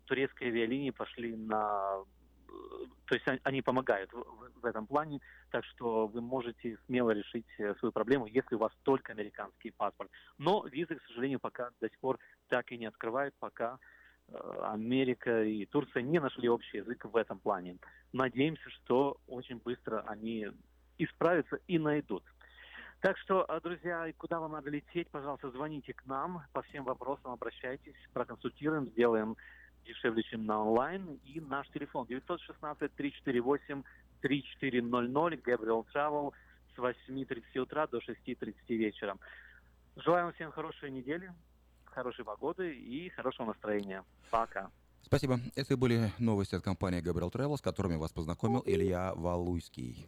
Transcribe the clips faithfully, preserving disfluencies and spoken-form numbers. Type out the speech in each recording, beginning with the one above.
турецкие авиалинии пошли на... То есть они помогают в, в этом плане, так что вы можете смело решить свою проблему, если у вас только американский паспорт. Но визы, к сожалению, пока до сих пор так и не открывают, пока э, Америка и Турция не нашли общий язык в этом плане. Надеемся, что очень быстро они исправятся и найдут. Так что, друзья, куда вам надо лететь, пожалуйста, звоните к нам, по всем вопросам обращайтесь, проконсультируем, сделаем дешевле, чем на онлайн. И наш телефон девять один шесть три четыре восемь три четыре ноль ноль, Gabriel Travel, с восьми тридцати утра до шести тридцати вечера. Желаем всем хорошей недели, хорошей погоды и хорошего настроения. Пока. Спасибо. Это были новости от компании Gabriel Travel, с которыми вас познакомил Илья Валуйский.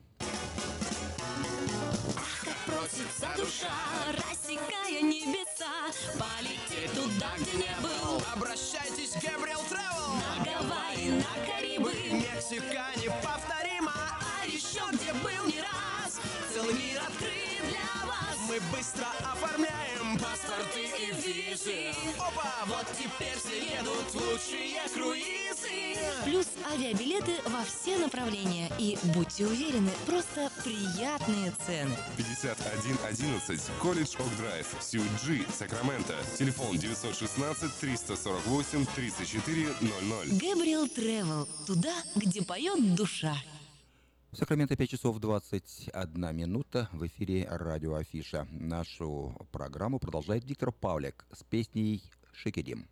Просится душа, рассекая небеса, полететь туда, где не был. Обращайтесь в Gabriel Travel. На Гавайи, на Карибы, Мексика неповторима, а еще где был не раз. Целый мир открыт для вас. мы быстро оформляем Паспорты и визы. Опа, вот теперь все едут в лучшие круизы. Плюс авиабилеты во все направления. И будьте уверены, просто приятные цены. пятьдесят один одиннадцать, Колледж Ок Драйв, Сьюит Джи, Сакраменто. Телефон девять один шесть триста сорок восемь тридцать четыре ноль ноль. Gabriel Travel. Туда, где поет душа. В Сакраменто пять часов двадцать одна минута. В эфире радио Афиша. Нашу программу продолжает Виктор Павлик с песней «Шикидим».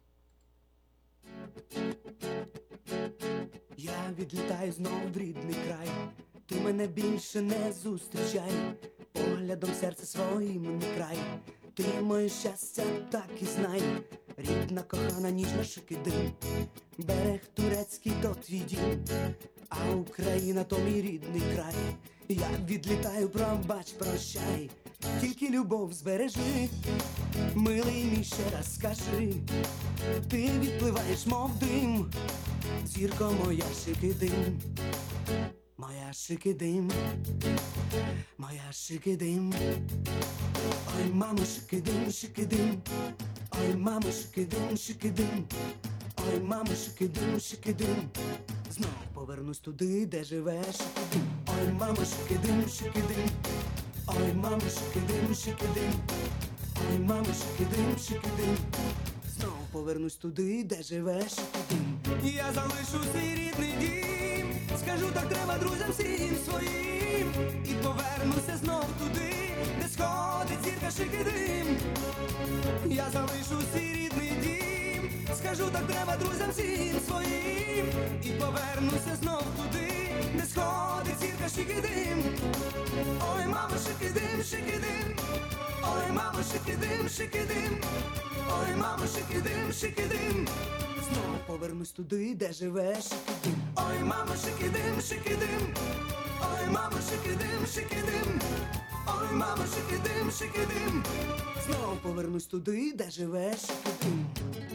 Я відлітаю знов в рідний край, ти мене більше не зустрічай, поглядом серце своїм не край, ти моє щастя так і знай, рідна кохана ніжна Шикидим, берег турецький то твій дім, а Україна то мій рідний край, я відлітаю, пробач, прощай, тільки любов збережи, милий мій ще раз скажи, ти відпливаєш мов дим, зірко моя Шикидим, моя Шикидим, моя Шикидим. Ой, мамо, Шикидим, Шикидим, ой, мамо, Шикидим, Шикидим, ой, мамо, Шикидим, Шикидим, знов повернусь туди, де живе Шикидим. Ой, мамо, Шикидим, Шикидим, ой, мамо, Шикидим, Шикидим, ой, мамо, Шикидим, Шикидим, знов повернусь туди, де живе Шикидим. Я залишу свій рідний дім, скажу так треба друзям всім своїм, і повернуся знов туди, де сходить зірка Шикидим. Я залишу свій рідний дім, скажу так треба друзям всім своїм, і повернуся знов туди, де сходить зірка Шикидим. Ой, мамо, Шикидим, Шикидим, ой, мамо, Шикидим, Шикидим, ой, мамо, Шикидим, Шикидим, знов повернусь туди, де живе Шикидим. Ой, мамо, Шикидим, Шикидим, ой, мамо, Шикидим, Шикидим, ой, мамо, Шикидим, Шикидим, знов повернусь туди, де живе Шикидим.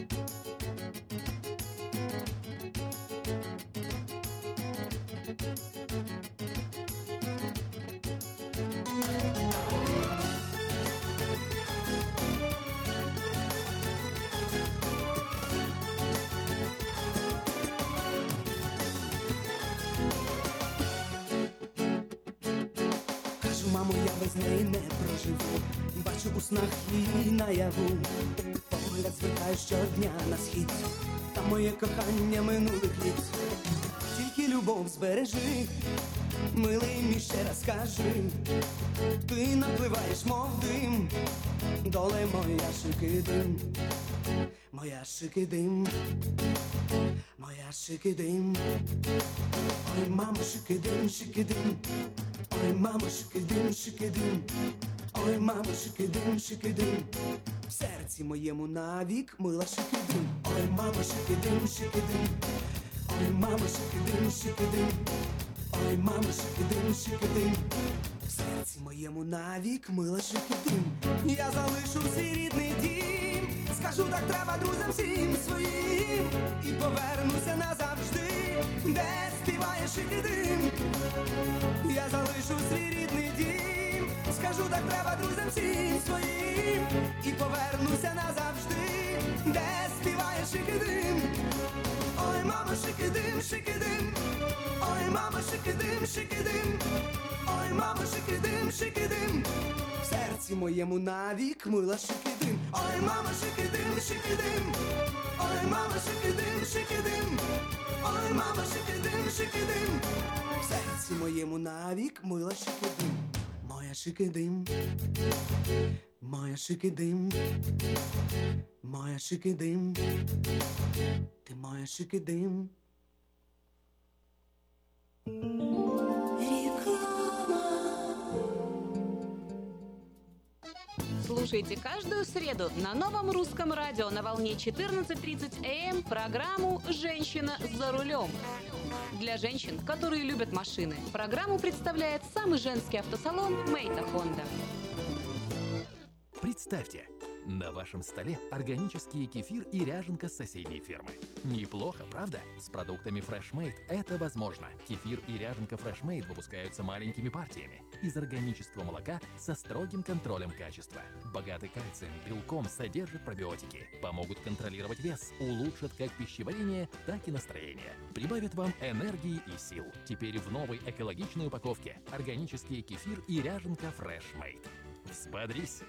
Мамо, я без неї не проживу, бачу у снах її наяву, погляд звикаю щодня на схід, та моє кохання минулих літ. Тільки любов збережи, милий мій ще раз скажи, ти напливаєш, мов дим, доле моя Шикидим, моя Шикидим, моя Шикидим. Ой, мамо, Шикидим, Шикидим, ой, мамо, Шикидим, Шикидим, ой, мамо, Шикидим, Шикидим, в серці моєму навік мила Шикидим. Ой, мамо, Шикидим, Шикидим, ой, мамо, Шикидим, Шикидим, ой, мамо, Шикидим, Шикидим, в серці моєму навік мила Шикидим. Я залишу свій рідний дім, скажу так треба друзям всім своїм, і повернуся назавжди, де співає Шикидим. Я залишу свій рідний дім, скажу так треба друзям всім своїм, і повернуся назавжди, де співає Шикидим. шикидим. Ой, мама, шикидим, шикидим. Ой, мама, шикидим, шикидим. В серці моєму навік мила шикидим. Ой, мама, шикидим, шикидим. Ой, мама, шикидим, шикидим. Ой, мама, шикидим, шикидим. В серці моєму навік мила шикидим. Моя шикидим. Моя шикидим. Моя шикидим. Ти моя шикидим. Слушайте каждую среду на новом русском радио на волне четырнадцать тридцать эй эм программу «Женщина за рулем». Для женщин, которые любят машины, программу представляет самый женский автосалон «Мейта Хонда». Представьте, на вашем столе органический кефир и ряженка с соседней фермы. Неплохо, правда? С продуктами Fresh Made это возможно. Кефир и ряженка Fresh Made выпускаются маленькими партиями из органического молока со строгим контролем качества. Богаты кальцием, белком, содержат пробиотики, помогут контролировать вес, улучшат как пищеварение, так и настроение. Прибавят вам энергии и сил. Теперь в новой экологичной упаковке органический кефир и ряженка Fresh Made. Взбодрись!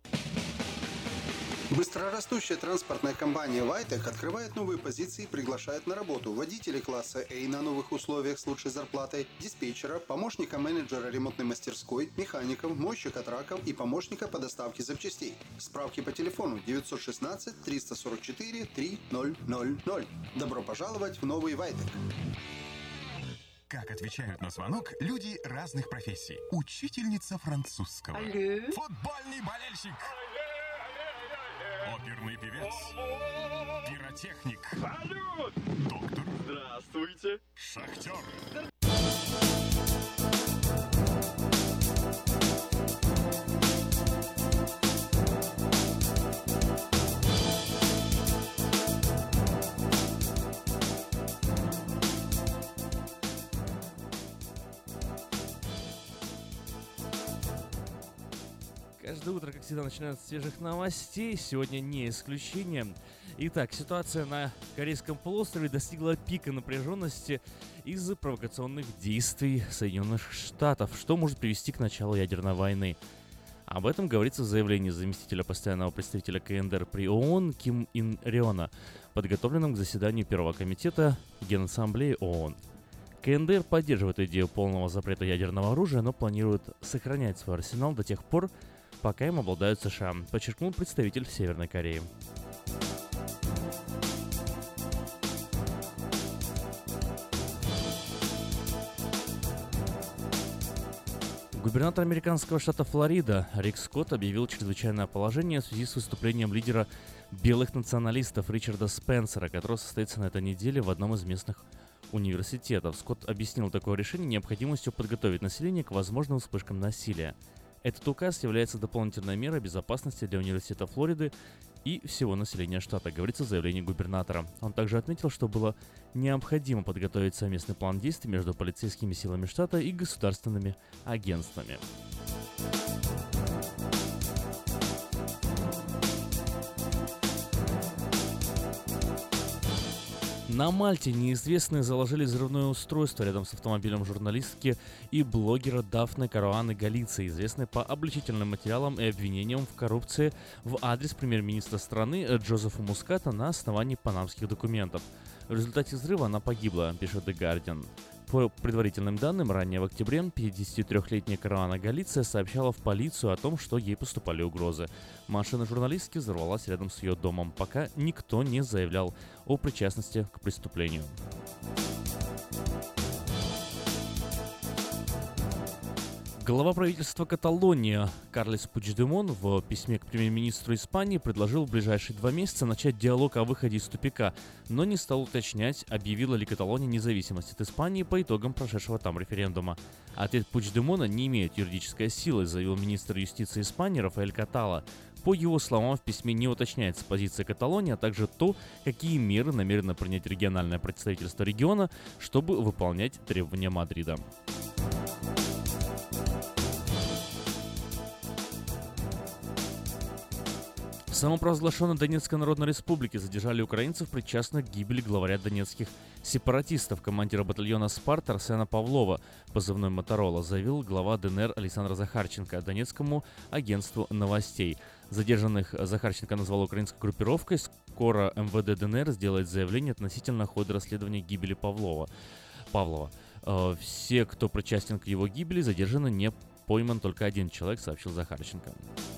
Быстрорастущая транспортная компания «Вайтек» открывает новые позиции и приглашает на работу водителей класса А на новых условиях с лучшей зарплатой, диспетчера, помощника менеджера ремонтной мастерской, механиков, мойщика траков и помощника по доставке запчастей. Справки по телефону девятьсот шестнадцать триста сорок четыре тридцать ноль ноль. Добро пожаловать в новый «Вайтек». Как отвечают на звонок люди разных профессий. Учительница французского. Алле. Футбольный болельщик. Оперный певец. Пиротехник. Салют! Доктор. Здравствуйте. Шахтер. Каждое утро, как всегда, начинают с свежих новостей. Сегодня не исключение. Итак, ситуация на Корейском полуострове достигла пика напряженности из-за провокационных действий Соединенных Штатов, что может привести к началу ядерной войны. Об этом говорится в заявлении заместителя постоянного представителя КНДР при ООН Ким Ин Рёна, подготовленном к заседанию Первого комитета Генассамблеи ООН. КНДР поддерживает идею полного запрета ядерного оружия, но планирует сохранять свой арсенал до тех пор, пока им обладают США, подчеркнул представитель Северной Кореи. Губернатор американского штата Флорида Рик Скотт объявил чрезвычайное положение в связи с выступлением лидера белых националистов Ричарда Спенсера, который состоится на этой неделе в одном из местных университетов. Скотт объяснил такое решение необходимостью подготовить население к возможным вспышкам насилия. Этот указ является дополнительной мерой безопасности для университета Флориды и всего населения штата, говорится в заявлении губернатора. Он также отметил, что было необходимо подготовить совместный план действий между полицейскими силами штата и государственными агентствами. На Мальте неизвестные заложили взрывное устройство рядом с автомобилем журналистки и блогера Дафне Каруаны Галиции, известной по обличительным материалам и обвинениям в коррупции в адрес премьер-министра страны Джозефа Муската на основании панамских документов. В результате взрыва она погибла, пишет The Guardian. По предварительным данным, ранее в октябре пятидесятитрёхлетняя Каруана Галиция сообщала в полицию о том, что ей поступали угрозы. Машина журналистки взорвалась рядом с ее домом, пока никто не заявлял о причастности к преступлению. Глава правительства Каталонии Карлес Пучдемон в письме к премьер-министру Испании предложил в ближайшие два месяца начать диалог о выходе из тупика, но не стал уточнять, объявила ли Каталония независимость от Испании по итогам прошедшего там референдума. Ответ Пучдемона не имеет юридической силы, заявил министр юстиции Испании Рафаэль Катала. По его словам, в письме не уточняется позиция Каталонии, а также то, какие меры намерено принять региональное представительство региона, чтобы выполнять требования Мадрида. В самопровозглашенной Донецкой Народной Республике задержали украинцев, причастных к гибели главаря донецких сепаратистов, командира батальона «Спарта» Арсена Павлова, позывной «Моторола», заявил глава ДНР Александр Захарченко Донецкому агентству новостей. Задержанных Захарченко назвал украинской группировкой. Скоро МВД ДНР сделает заявление относительно хода расследования гибели Павлова. Павлова. Все, кто причастен к его гибели, задержаны, не пойман только один человек, сообщил Захарченко.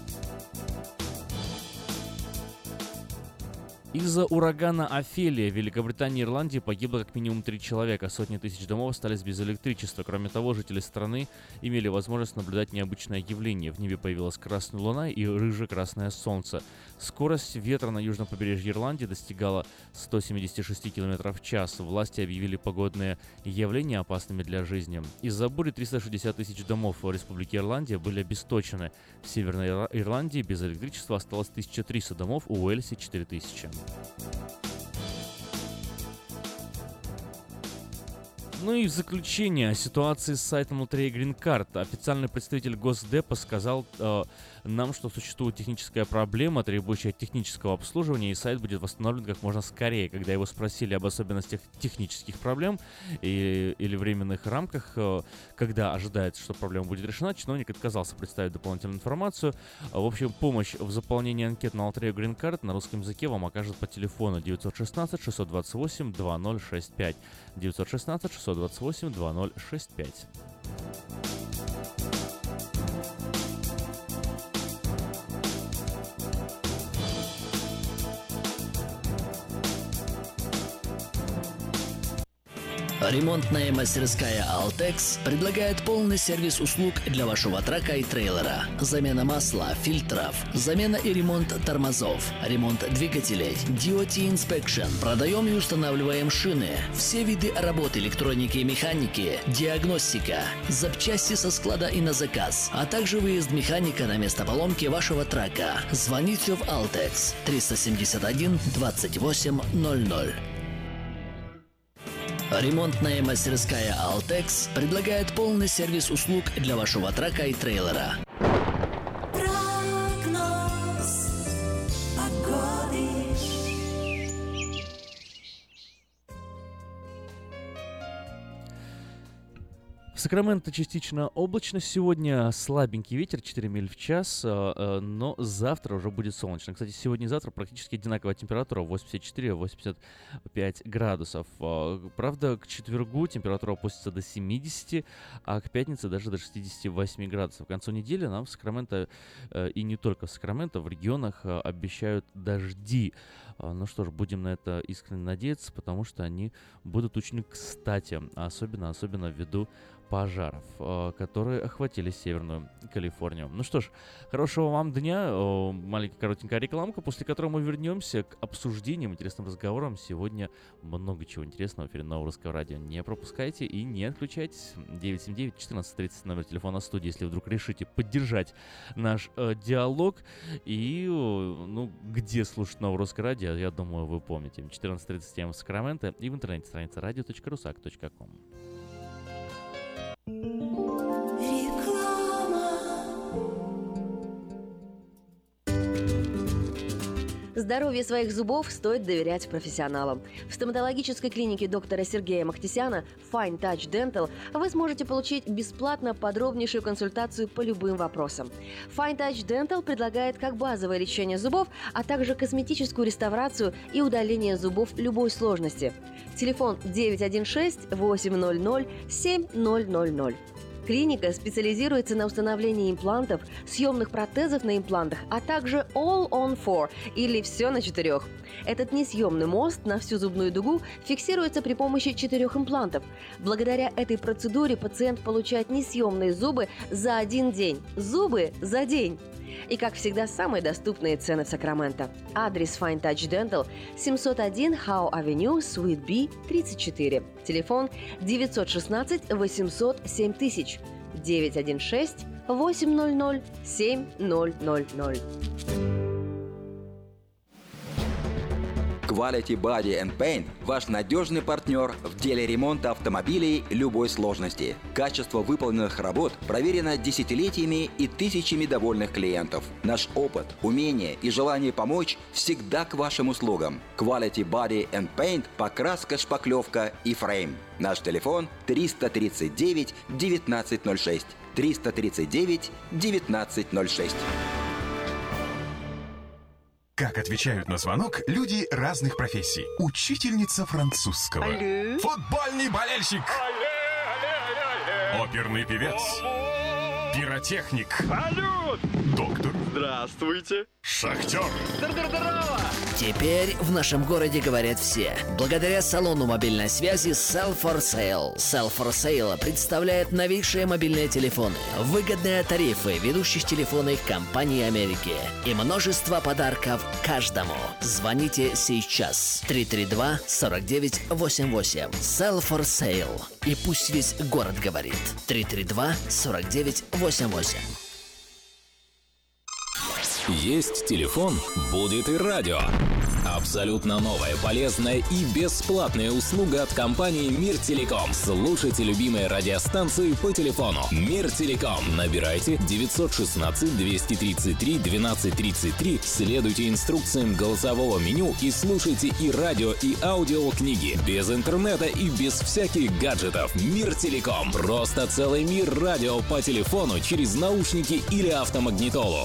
Из-за урагана Офелия в Великобритании и Ирландии погибло как минимум три человека, сотни тысяч домов остались без электричества. Кроме того, жители страны имели возможность наблюдать необычное явление. В небе появилась красная луна и рыже-красное солнце. Скорость ветра на южном побережье Ирландии достигала сто семьдесят шесть километров в час. Власти объявили погодные явления опасными для жизни. Из-за бури триста шестьдесят тысяч домов в Республике Ирландия были обесточены. В Северной Ирландии без электричества осталось тысяча триста домов, у Уэльсе четыре тысячи. Ну и в заключение о ситуации с сайтом лотереи Green Card. Официальный представитель Госдепа сказал э, нам, что существует техническая проблема, требующая технического обслуживания, и сайт будет восстановлен как можно скорее. Когда его спросили об особенностях технических проблем и, или временных рамках, э, когда ожидается, что проблема будет решена, чиновник отказался представить дополнительную информацию. В общем, помощь в заполнении анкет на лотерею Green Card на русском языке вам окажут по телефону девятьсот шестнадцать шестьсот двадцать восемь двадцать ноль шестьдесят пять. девятьсот шестнадцать шестьсот двадцать восемь двадцать ноль шестьдесят пять. Ремонтная мастерская «Алтекс» предлагает полный сервис услуг для вашего трака и трейлера. Замена масла, фильтров, замена и ремонт тормозов, ремонт двигателей, ди о ти Inspection. Продаем и устанавливаем шины, все виды работ электроники и механики, диагностика, запчасти со склада и на заказ, а также выезд механика на место поломки вашего трака. Звоните в «Алтекс» триста семьдесят один двадцать восемь ноль ноль. Ремонтная мастерская «Алтекс» предлагает полный сервис услуг для вашего трака и трейлера. Прогноз погоды. В Сакраменто частично облачно сегодня, слабенький ветер, четыре миль в час, но завтра уже будет солнечно. Кстати, сегодня и завтра практически одинаковая температура, восемьдесят четыре - восемьдесят пять градусов. Правда, к четвергу температура опустится до семидесяти, а к пятнице даже до шестидесяти восьми градусов. К концу недели нам в Сакраменто, и не только в Сакраменто, в регионах обещают дожди. Ну что ж, будем на это искренне надеяться, потому что они будут очень кстати, особенно, особенно ввиду пожаров, которые охватили Северную Калифорнию. Ну что ж, хорошего вам дня, маленькая коротенькая рекламка, после которой мы вернемся к обсуждениям, интересным разговорам. Сегодня много чего интересного в эфире Нового Русского Радио. Не пропускайте и не отключайтесь. девять семь девять четырнадцать тридцать номер телефона студии, если вдруг решите поддержать наш э, диалог. И, ну, где слушать Новое Русское Радио, я думаю, вы помните. четырнадцать тридцать в Сакраменто и в интернете страница радио точка русак точка ком. Здоровье своих зубов стоит доверять профессионалам. В стоматологической клинике доктора Сергея Махтисяна Fine Touch Dental вы сможете получить бесплатно подробнейшую консультацию по любым вопросам. Fine Touch Dental предлагает как базовое лечение зубов, а также косметическую реставрацию и удаление зубов любой сложности. Телефон девять один шесть восемь ноль ноль семь ноль ноль ноль. Клиника специализируется на установлении имплантов, съемных протезов на имплантах, а также All on Four или все на четырех. Этот несъемный мост на всю зубную дугу фиксируется при помощи четырех имплантов. Благодаря этой процедуре пациент получает несъемные зубы за один день. Зубы за день! И, как всегда, самые доступные цены в Сакраменто. Адрес Fine Touch Dental семьсот один Howe Avenue, Suite B, тридцать четыре. Телефон девятьсот шестнадцать восемьсот семь тысяч. девять один шесть восемь ноль ноль семь ноль ноль ноль. Quality Body and Paint – ваш надежный партнер в деле ремонта автомобилей любой сложности. Качество выполненных работ проверено десятилетиями и тысячами довольных клиентов. Наш опыт, умение и желание помочь всегда к вашим услугам. Quality Body and Paint – покраска, шпаклевка и фрейм. Наш телефон триста тридцать девять девятнадцать ноль шесть. триста тридцать девять девятнадцать ноль шесть. Как отвечают на звонок люди разных профессий. Учительница французского. Алле. Футбольный болельщик. Оперный певец. Пиротехник. Салют! Доктор. Здравствуйте. Шахтер. Здорово! Теперь в нашем городе говорят все. Благодаря салону мобильной связи Sell for Sale. Sell for Sale представляет новейшие мобильные телефоны, выгодные тарифы ведущих телефонных компаний Америки и множество подарков каждому. Звоните сейчас. три три два сорок девять восемьдесят восемь. Sell for Sale. И пусть весь город говорит. три три два сорок девять восемьдесят восемь. Есть телефон, будет и радио. Абсолютно новая, полезная и бесплатная услуга от компании Мир Телеком. Слушайте любимые радиостанции по телефону. Мир Телеком. Набирайте девятьсот шестнадцать двести тридцать три двенадцать тридцать три, следуйте инструкциям голосового меню и слушайте и радио, и аудиокниги. Без интернета и без всяких гаджетов. Мир Телеком. Просто целый мир радио по телефону через наушники или автомагнитолу.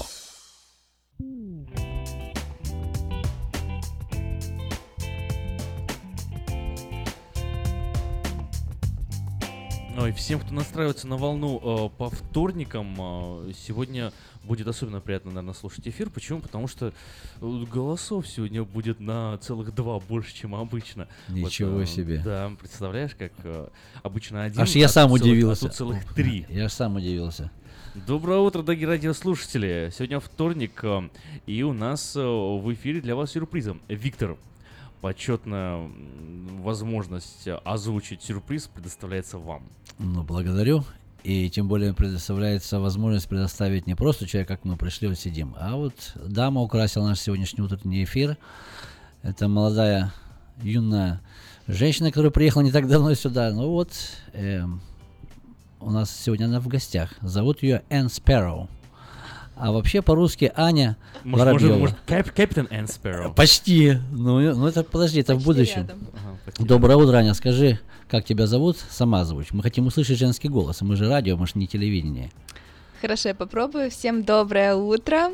Ой, всем, кто настраивается на волну э, по вторникам, э, сегодня будет особенно приятно, наверное, слушать эфир. Почему? Потому что голосов сегодня будет на целых два больше, чем обычно. Ничего вот, э, себе. Да, представляешь, как э, обычно один, Аж я а сам тут удивился. Целых, а тут целых три. Я сам удивился. Доброе утро, дорогие радиослушатели. Сегодня вторник, э, и у нас э, в эфире для вас сюрпризом. Виктор, почетная возможность озвучить сюрприз предоставляется вам. Ну, благодарю. И тем более предоставляется возможность предоставить не просто человек, как мы пришли, вот сидим, а вот дама украсила наш сегодняшний утренний эфир. Это молодая, юная женщина, которая приехала не так давно сюда. Ну вот, э, у нас сегодня она в гостях. Зовут ее Энн Спэрроу. А вообще по-русски Аня может, Воробьева. Может, может Капитан Энн Спэрроу? Почти. Ну, ну это, подожди, это почти в будущем. Ага, Доброе утро, Аня. Скажи, как тебя зовут? Сама озвучь. Мы хотим услышать женский голос. Мы же радио, мы же не телевидение. Хорошо, я попробую. Всем доброе утро.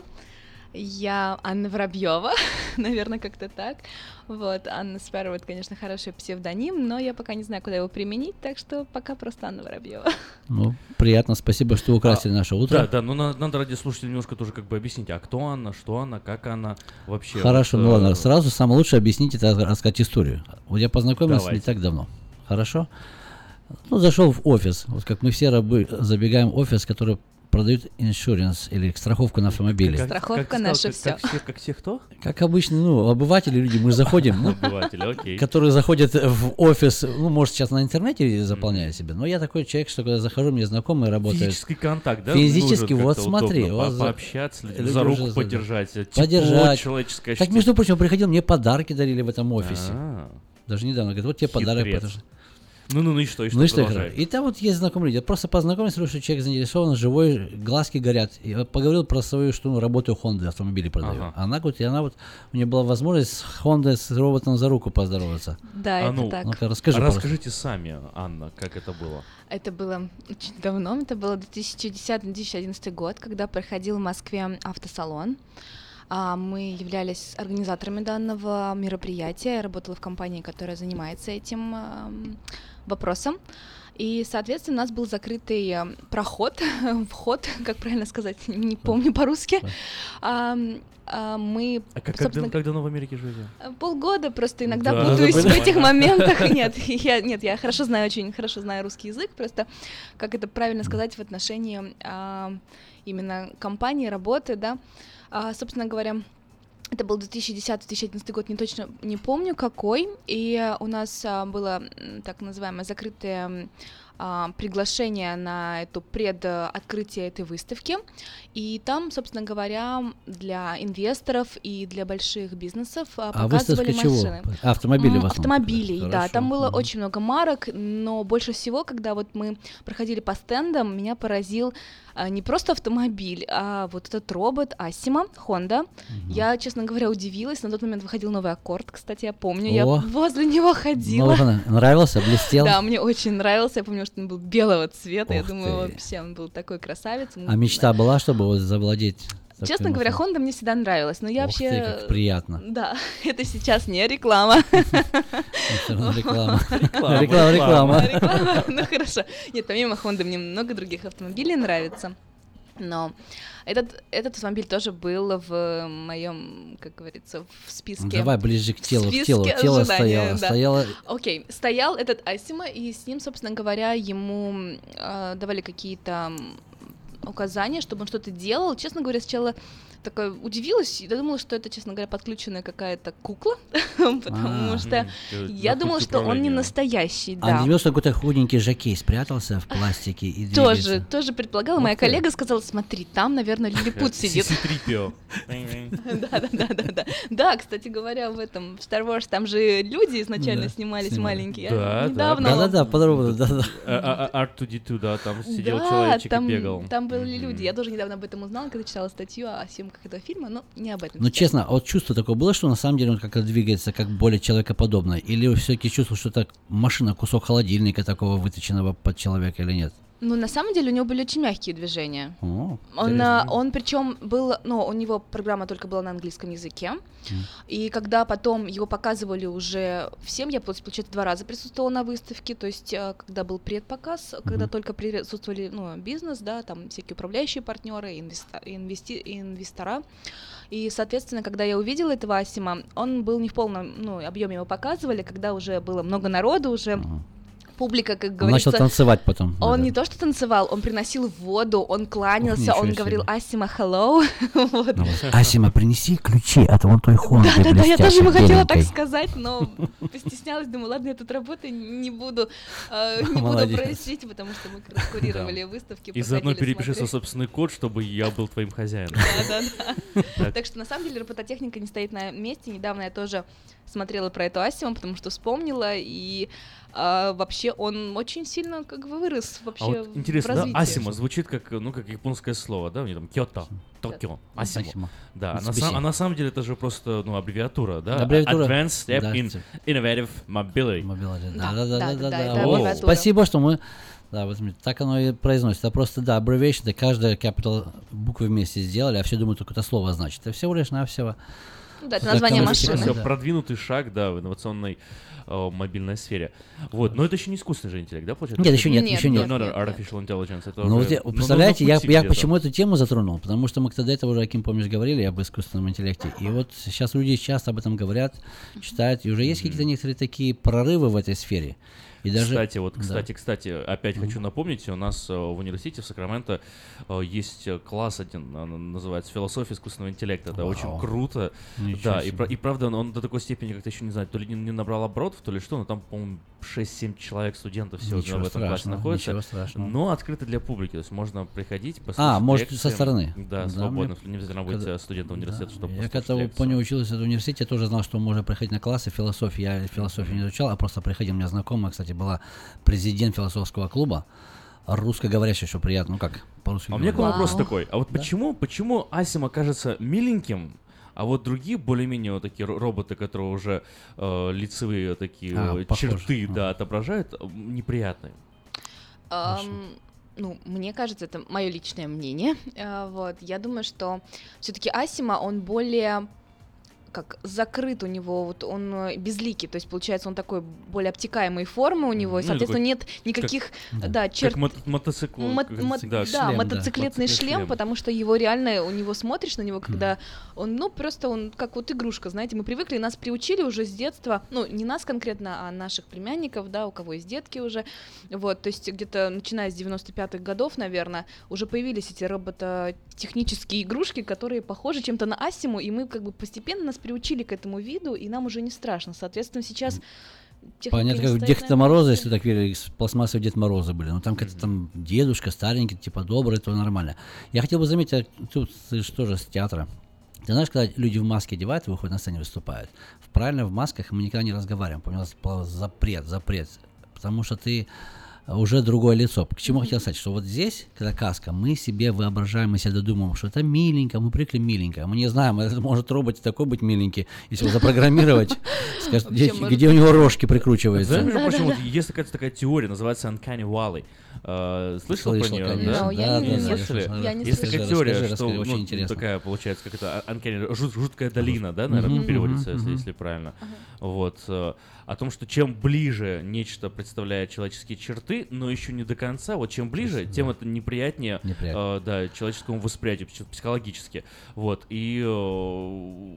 Я Анна Воробьева, наверное, как-то так. Вот, Анна Спэрроу — это, конечно, хороший псевдоним, но я пока не знаю, куда его применить, так что пока просто Анна Воробьева. Ну, приятно, спасибо, что украсили а, наше утро. Да, да, ну надо, надо радиослушателям немножко тоже как бы объяснить, а кто Анна, что Анна, как она вообще. Хорошо, вот, ну э... ладно, сразу самое лучшее объяснить — это рассказать историю. Вот я познакомился Давайте. не так давно, хорошо? Ну, зашел в офис, вот как мы все рабы забегаем в офис, который продают иншуранс или страховку на автомобиле. Как, Страховка как наше все. Как, как, все, как все кто? Как обычно, ну, обыватели, люди, мы заходим, ну, которые заходят в офис, ну, может, сейчас на интернете заполняют себе, но я такой человек, что когда захожу, мне знакомые работают. Физический контакт, да? Физически, вот смотри. Удобно, по пообщаться, за руку уже, подержать, подержать. Тепло человеческое. Так, между прочим, приходил, мне подарки дарили в этом офисе. А-а-а. Даже недавно, говорит, вот тебе подарок. Ну-ну-ну, и что, и что, ну и что, продолжай. И там вот есть знакомые люди. Я просто познакомился, что человек заинтересован, живой, глазки горят. Я поговорил про свою, что ну, работаю в Honda, автомобили продаю. Ага. Она говорит, и она вот, у нее была возможность с Honda, с роботом за руку поздороваться. Да, а это ну, так. Ну-ка, расскажи, а расскажите сами, Анна, как это было? Это было очень давно, это было две тысячи десятый — две тысячи одиннадцатый год, когда проходил в Москве автосалон. Мы являлись организаторами данного мероприятия. Я работала в компании, которая занимается этим вопросом. И, соответственно, у нас был закрытый проход, вход, как правильно сказать, не помню по-русски. А, а, мы, а как, собственно, как давно в Америке живете? Полгода, просто иногда да, путаюсь в этих моментах. Нет я, нет, я хорошо знаю, очень хорошо знаю русский язык, просто как это правильно сказать в отношении а, именно компании, работы, да. А, собственно говоря, это был две тысячи десятый — две тысячи одиннадцатый год, не точно не помню какой, и у нас а, было так называемое закрытое а, приглашение на эту предоткрытие этой выставки, и там, собственно говоря, для инвесторов и для больших бизнесов а, показывали машины. Чего? Автомобили в основном? Автомобилей, Хорошо. да, там было угу. очень много марок, но больше всего, когда вот мы проходили по стендам, меня поразил а, не просто автомобиль, а вот этот робот Асима, Honda. Угу. Я, честно говоря, удивилась, на тот момент выходил новый Аккорд, кстати, я помню, О. я возле него ходила. Ну, нравился, блестел? Да, мне очень нравился, я помню, что он был белого цвета, Ох я думаю, ты. вообще он был такой красавец. А мечта была, чтобы вот завладеть? Честно говоря, Honda мне всегда нравилась, но я Ох вообще... ты, как приятно. Да, это сейчас не реклама. Реклама. Реклама, реклама. Ну хорошо. Нет, помимо Honda мне много других автомобилей нравится. Но этот, этот автомобиль тоже был в моем, как говорится, в списке. Давай ближе к телу, к телу. Тело стояло, да. стояло. Окей, стоял этот Асима, и с ним, собственно говоря, ему э, давали какие-то указания, чтобы он что-то делал. Честно говоря, сначала такая удивилась, я думала, что это, честно говоря, подключенная какая-то кукла, потому что я думала, что он не настоящий, да. А не думала, что какой-то худенький жокей спрятался в пластике и двигается? Тоже, тоже предполагала. Моя коллега сказала, смотри, там, наверное, лилипут сидит. си три пи о. Да-да-да-да. Да, кстати говоря, в этом, в Star Wars, там же люди изначально снимались маленькие. Да, недавно. Да-да-да, подробно, да-да. ар ту ди ту, да, там сидел человечек и бегал. там были люди. Я тоже недавно об этом узнала, когда читала статью о съемках этого фильма, но не об этом. Ну, честно, вот чувство такое было, что на самом деле он как-то двигается как более человекоподобно? Или все-таки чувство, что это машина, кусок холодильника такого выточенного под человека или нет? Ну, на самом деле, у него были очень мягкие движения. О, он, он причем был, ну, у него программа только была на английском языке, mm. и когда потом его показывали уже всем, я, получается, два раза присутствовала на выставке, то есть, когда был предпоказ, mm-hmm. когда только присутствовали, ну, бизнес, да, там всякие управляющие партнеры, инвестор, инвести, инвестора, и, соответственно, когда я увидела этого Асима, он был не в полном, ну, объеме, его показывали, когда уже было много народу, уже... Mm-hmm. Публика, как говорится... Он начал танцевать потом. Он да. не то что танцевал, он приносил воду, он кланялся, Ох, он говорил «Асима, hello». Вот. Ну, Асима, принеси ключи от вон той Хонды. Да-да-да, я тоже ему хотела так сказать, но постеснялась, думаю, ладно, я тут работаю, не буду, э, не буду просить, потому что мы курировали выставки. И заодно перепиши свой собственный код, чтобы я был твоим хозяином. Да-да-да. Так что, на самом деле, робототехника не стоит на месте. Недавно я тоже смотрела про эту Асиму, потому что вспомнила, и а, вообще он очень сильно как бы вырос вообще. А вот интересно, в развитии. Да, Асима звучит как, ну, как японское слово, да, у него там Кёто, Токио, Асима. Асима. Да, а на, сам, а на самом деле это же просто, ну, аббревиатура, да? Аббревиатура. Advanced Step да. in Innovative Mobility. Mobility. Да, да, да, да, да, да, да. Вот. Спасибо, что мы, да, вот так оно и произносится. Это просто, да, abbreviation, это каждая capital буквы вместе сделали, а все думают, только это слово значит. Это всего лишь навсего. Ну, да, это название машины. Это продвинутый шаг, да, в инновационной э, мобильной сфере. Вот, но это еще не искусственный же интеллект, да, получается? Нет, еще нет, нет еще нет. нет, нет. Artificial Intelligence. Это ну, уже, вот, представляете, я, я почему почему эту тему затронул? Потому что мы тогда этого уже, Аким, помнишь, говорили об искусственном интеллекте. И вот сейчас люди часто об этом говорят, читают, и уже есть mm-hmm. какие-то некоторые такие прорывы в этой сфере. И даже... Кстати, вот, кстати, да. кстати, опять mm-hmm. хочу напомнить, у нас э, в университете в Сакраменто э, есть класс один, он называется «Философия искусственного интеллекта». Это Вау. Очень круто. Ничего да, себе. и, и правда, он, он до такой степени, как-то еще не знаю, то ли не, не набрал оборотов, то ли что, но там, по-моему, шесть-семь человек студентов всего ничего в этом классе находится. Ничего страшного. Но открыто для публики, то есть можно приходить, послушать А, может, лекции. Со стороны? Да, да свободно, мне... не обязательно быть когда... студентом университета, да. чтобы Я когда лекцию. понял, учился в университете, я тоже знал, что можно приходить на классы философии. Я философию не изучал, а просто приходил. У меня знакомая, кстати, была президент философского клуба, русскоговорящая, что приятно, ну как, по-русски. А у меня к вам вопрос Вау. такой, а вот Да? почему, почему Асима кажется миленьким, а вот другие более-менее вот такие роботы, которые уже э, лицевые такие А, похожи. черты, да, отображают, неприятные? Um, ну, мне кажется, это мое личное мнение. Uh, вот, я думаю, что все-таки Асима, он более как закрыт у него, вот он безликий, то есть получается он такой более обтекаемой формы у него, и, соответственно, ну, нет никаких, как, да, черт... Как мо- мотоцикл, Мо- как мо- всегда. да, шлем, мотоциклетный да. шлем, шлем. потому что его реально, у него смотришь на него, когда он, ну, просто он как вот игрушка, знаете, мы привыкли, нас приучили уже с детства, ну, не нас конкретно, а наших племянников, да, у кого есть детки уже, вот, то есть где-то начиная с девяносто пятых годов, наверное, уже появились эти робототехнические игрушки, которые похожи чем-то на Асиму, и мы как бы постепенно нас приучили к этому виду, и нам уже не страшно. Соответственно, сейчас Понятно, как Дед Мороза, если так верили, пластмассовые Дед Морозы были. Ну там как-то там дедушка старенький, типа добрый, то нормально. Я хотел бы заметить, тут ты же тоже с театра. Ты знаешь, когда люди в маске одевают и выходят на сцене, выступают, правильно, в масках мы никогда не разговариваем. У нас запрет, запрет. Потому что ты уже другое лицо. К чему mm-hmm. хотел сказать, что вот здесь, когда каска, мы себе воображаем, мы себе додумываем, что это миленько, мы привыкли миленько. Мы не знаем, это может робот такой быть миленький, если его запрограммировать, скажет, где у него рожки прикручиваются. Есть такая теория, называется Uncanny Valley. Слышал про нее? Да, я не слышал. Есть такая теория, что такая получается, как это Uncanny, жуткая долина, да, наверное, переводится, если правильно. Вот. О том, что чем ближе нечто представляет человеческие черты, но еще не до конца, вот чем ближе, тем это неприятнее, неприятнее. Э, да, человеческому восприятию, психологически. Вот, и э,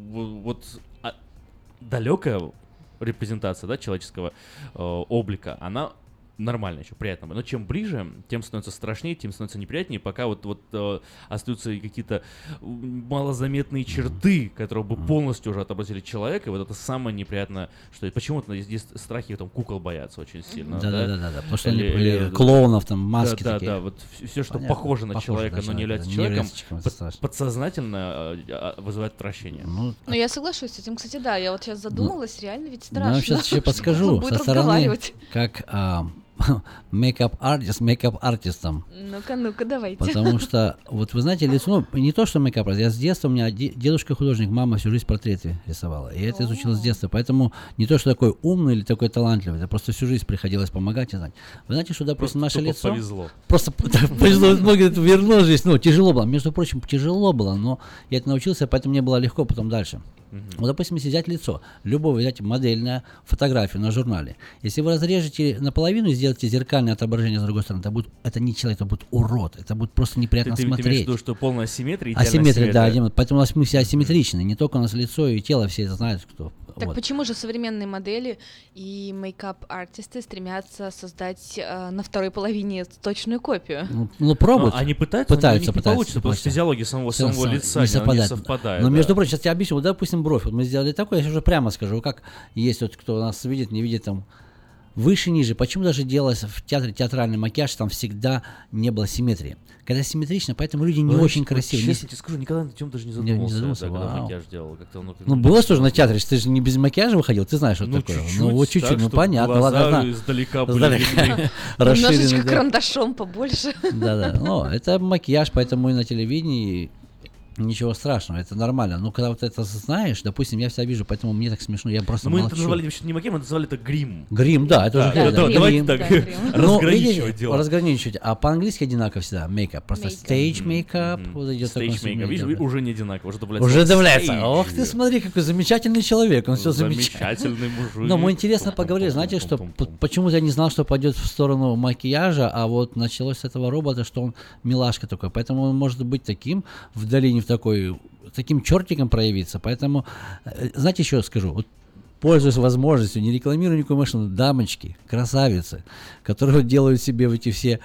вот а, далекая репрезентация, да, человеческого э, облика, она нормально еще, приятно. Но чем ближе, тем становится страшнее, тем становится неприятнее, пока вот, вот э, остаются какие-то малозаметные черты, которые бы полностью уже отобразили человека, и вот это самое неприятное, что почему-то здесь страхи там кукол боятся очень сильно. Да-да-да, потому что они были клоунов, там маски да, такие. Да-да, вот все, что Понятно. похоже на похоже человека, на но не является не человеком, под, подсознательно вызывает отвращение. Ну, ну, я соглашусь с этим, кстати, да, я вот сейчас задумалась, ну, реально ведь страшно. Ну, сейчас еще подскажу, со стороны, как... А, мейкап-артист, мейкап-артистом. Ну-ка, ну-ка, давайте. Потому что, вот вы знаете, лицо, ну, не то, что мейкап-артист, я с детства, у меня дедушка художник, мама всю жизнь портреты рисовала. И это изучила с детства, поэтому не то, что такой умный или такой талантливый, это просто всю жизнь приходилось помогать и знать. Вы знаете, что, допустим, наше лицо... повезло. Просто повезло, многие вернулись жизнь, ну, тяжело было, между прочим, тяжело было, но я это научился, поэтому мне было легко потом дальше. Mm-hmm. Вот, допустим, если взять лицо, любое взять модельную фотографию на журнале, если вы разрежете наполовину и сделаете зеркальное отображение с другой стороны, это будет, это не человек, это будет урод, это будет просто неприятно ты, смотреть. Ты имеешь в виду, что полная асимметрия, идеальная асимметрия, да, поэтому у нас мы все асимметричны, не только у нас лицо и тело, все это знают, кто. Так вот. Почему же современные модели и мейкап-артисты стремятся создать э, на второй половине точную копию? Ну, ну пробуют. Но они пытаются, пытаются, но у них не получится, потому что физиология самого, самого лица не совпадает. Не совпадает но, да. между прочим, сейчас я объясню, вот, допустим, бровь, вот мы сделали такое, я сейчас уже прямо скажу, как есть вот, кто нас видит, не видит, там, выше, ниже. Почему даже делалось в театре театральный макияж, там всегда не было симметрии? Когда симметрично, поэтому люди не ну, очень вот, красивые. Честно тебе скажу, никогда над этим даже не задумывался, не, не задумывался да, когда макияж делал. Как-то, ну, ну, было тоже на театре, ты же не без макияжа выходил, ты знаешь, что ну, такое. Чуть-чуть, ну, вот чуть-чуть, так, ну, понятно. Глаза ладно, издалека были видны. Немножечко карандашом побольше. Да-да, ну, это макияж, поэтому и на телевидении... Ничего страшного, это нормально. Но когда вот это знаешь, допустим, я всегда вижу, поэтому мне так смешно, я просто мы молчу. Мы это называли вообще не макияж, мы называли это грим. Грим, да, это да, уже да, да, да, давайте так да, разграничивать дело. Разграничивать, а по-английски одинаково всегда, мейкап, просто stage makeup. Mm-hmm. Вот идет stage makeup, видишь, да. уже не одинаково, уже добавляется. Уже добавляется, ох ты смотри, какой замечательный человек, он все замечательный. Замечательный мужик. Но мы интересно поговорили, знаете, что почему-то я не знал, что пойдет в сторону макияжа, а вот началось с этого робота, что он милашка такой, поэтому он может быть таким в долине, в такой... таким чертиком проявиться, поэтому, знаете, еще скажу, вот, пользуясь возможностью, не рекламирую никакую машину, дамочки, красавицы, которые делают себе вот эти все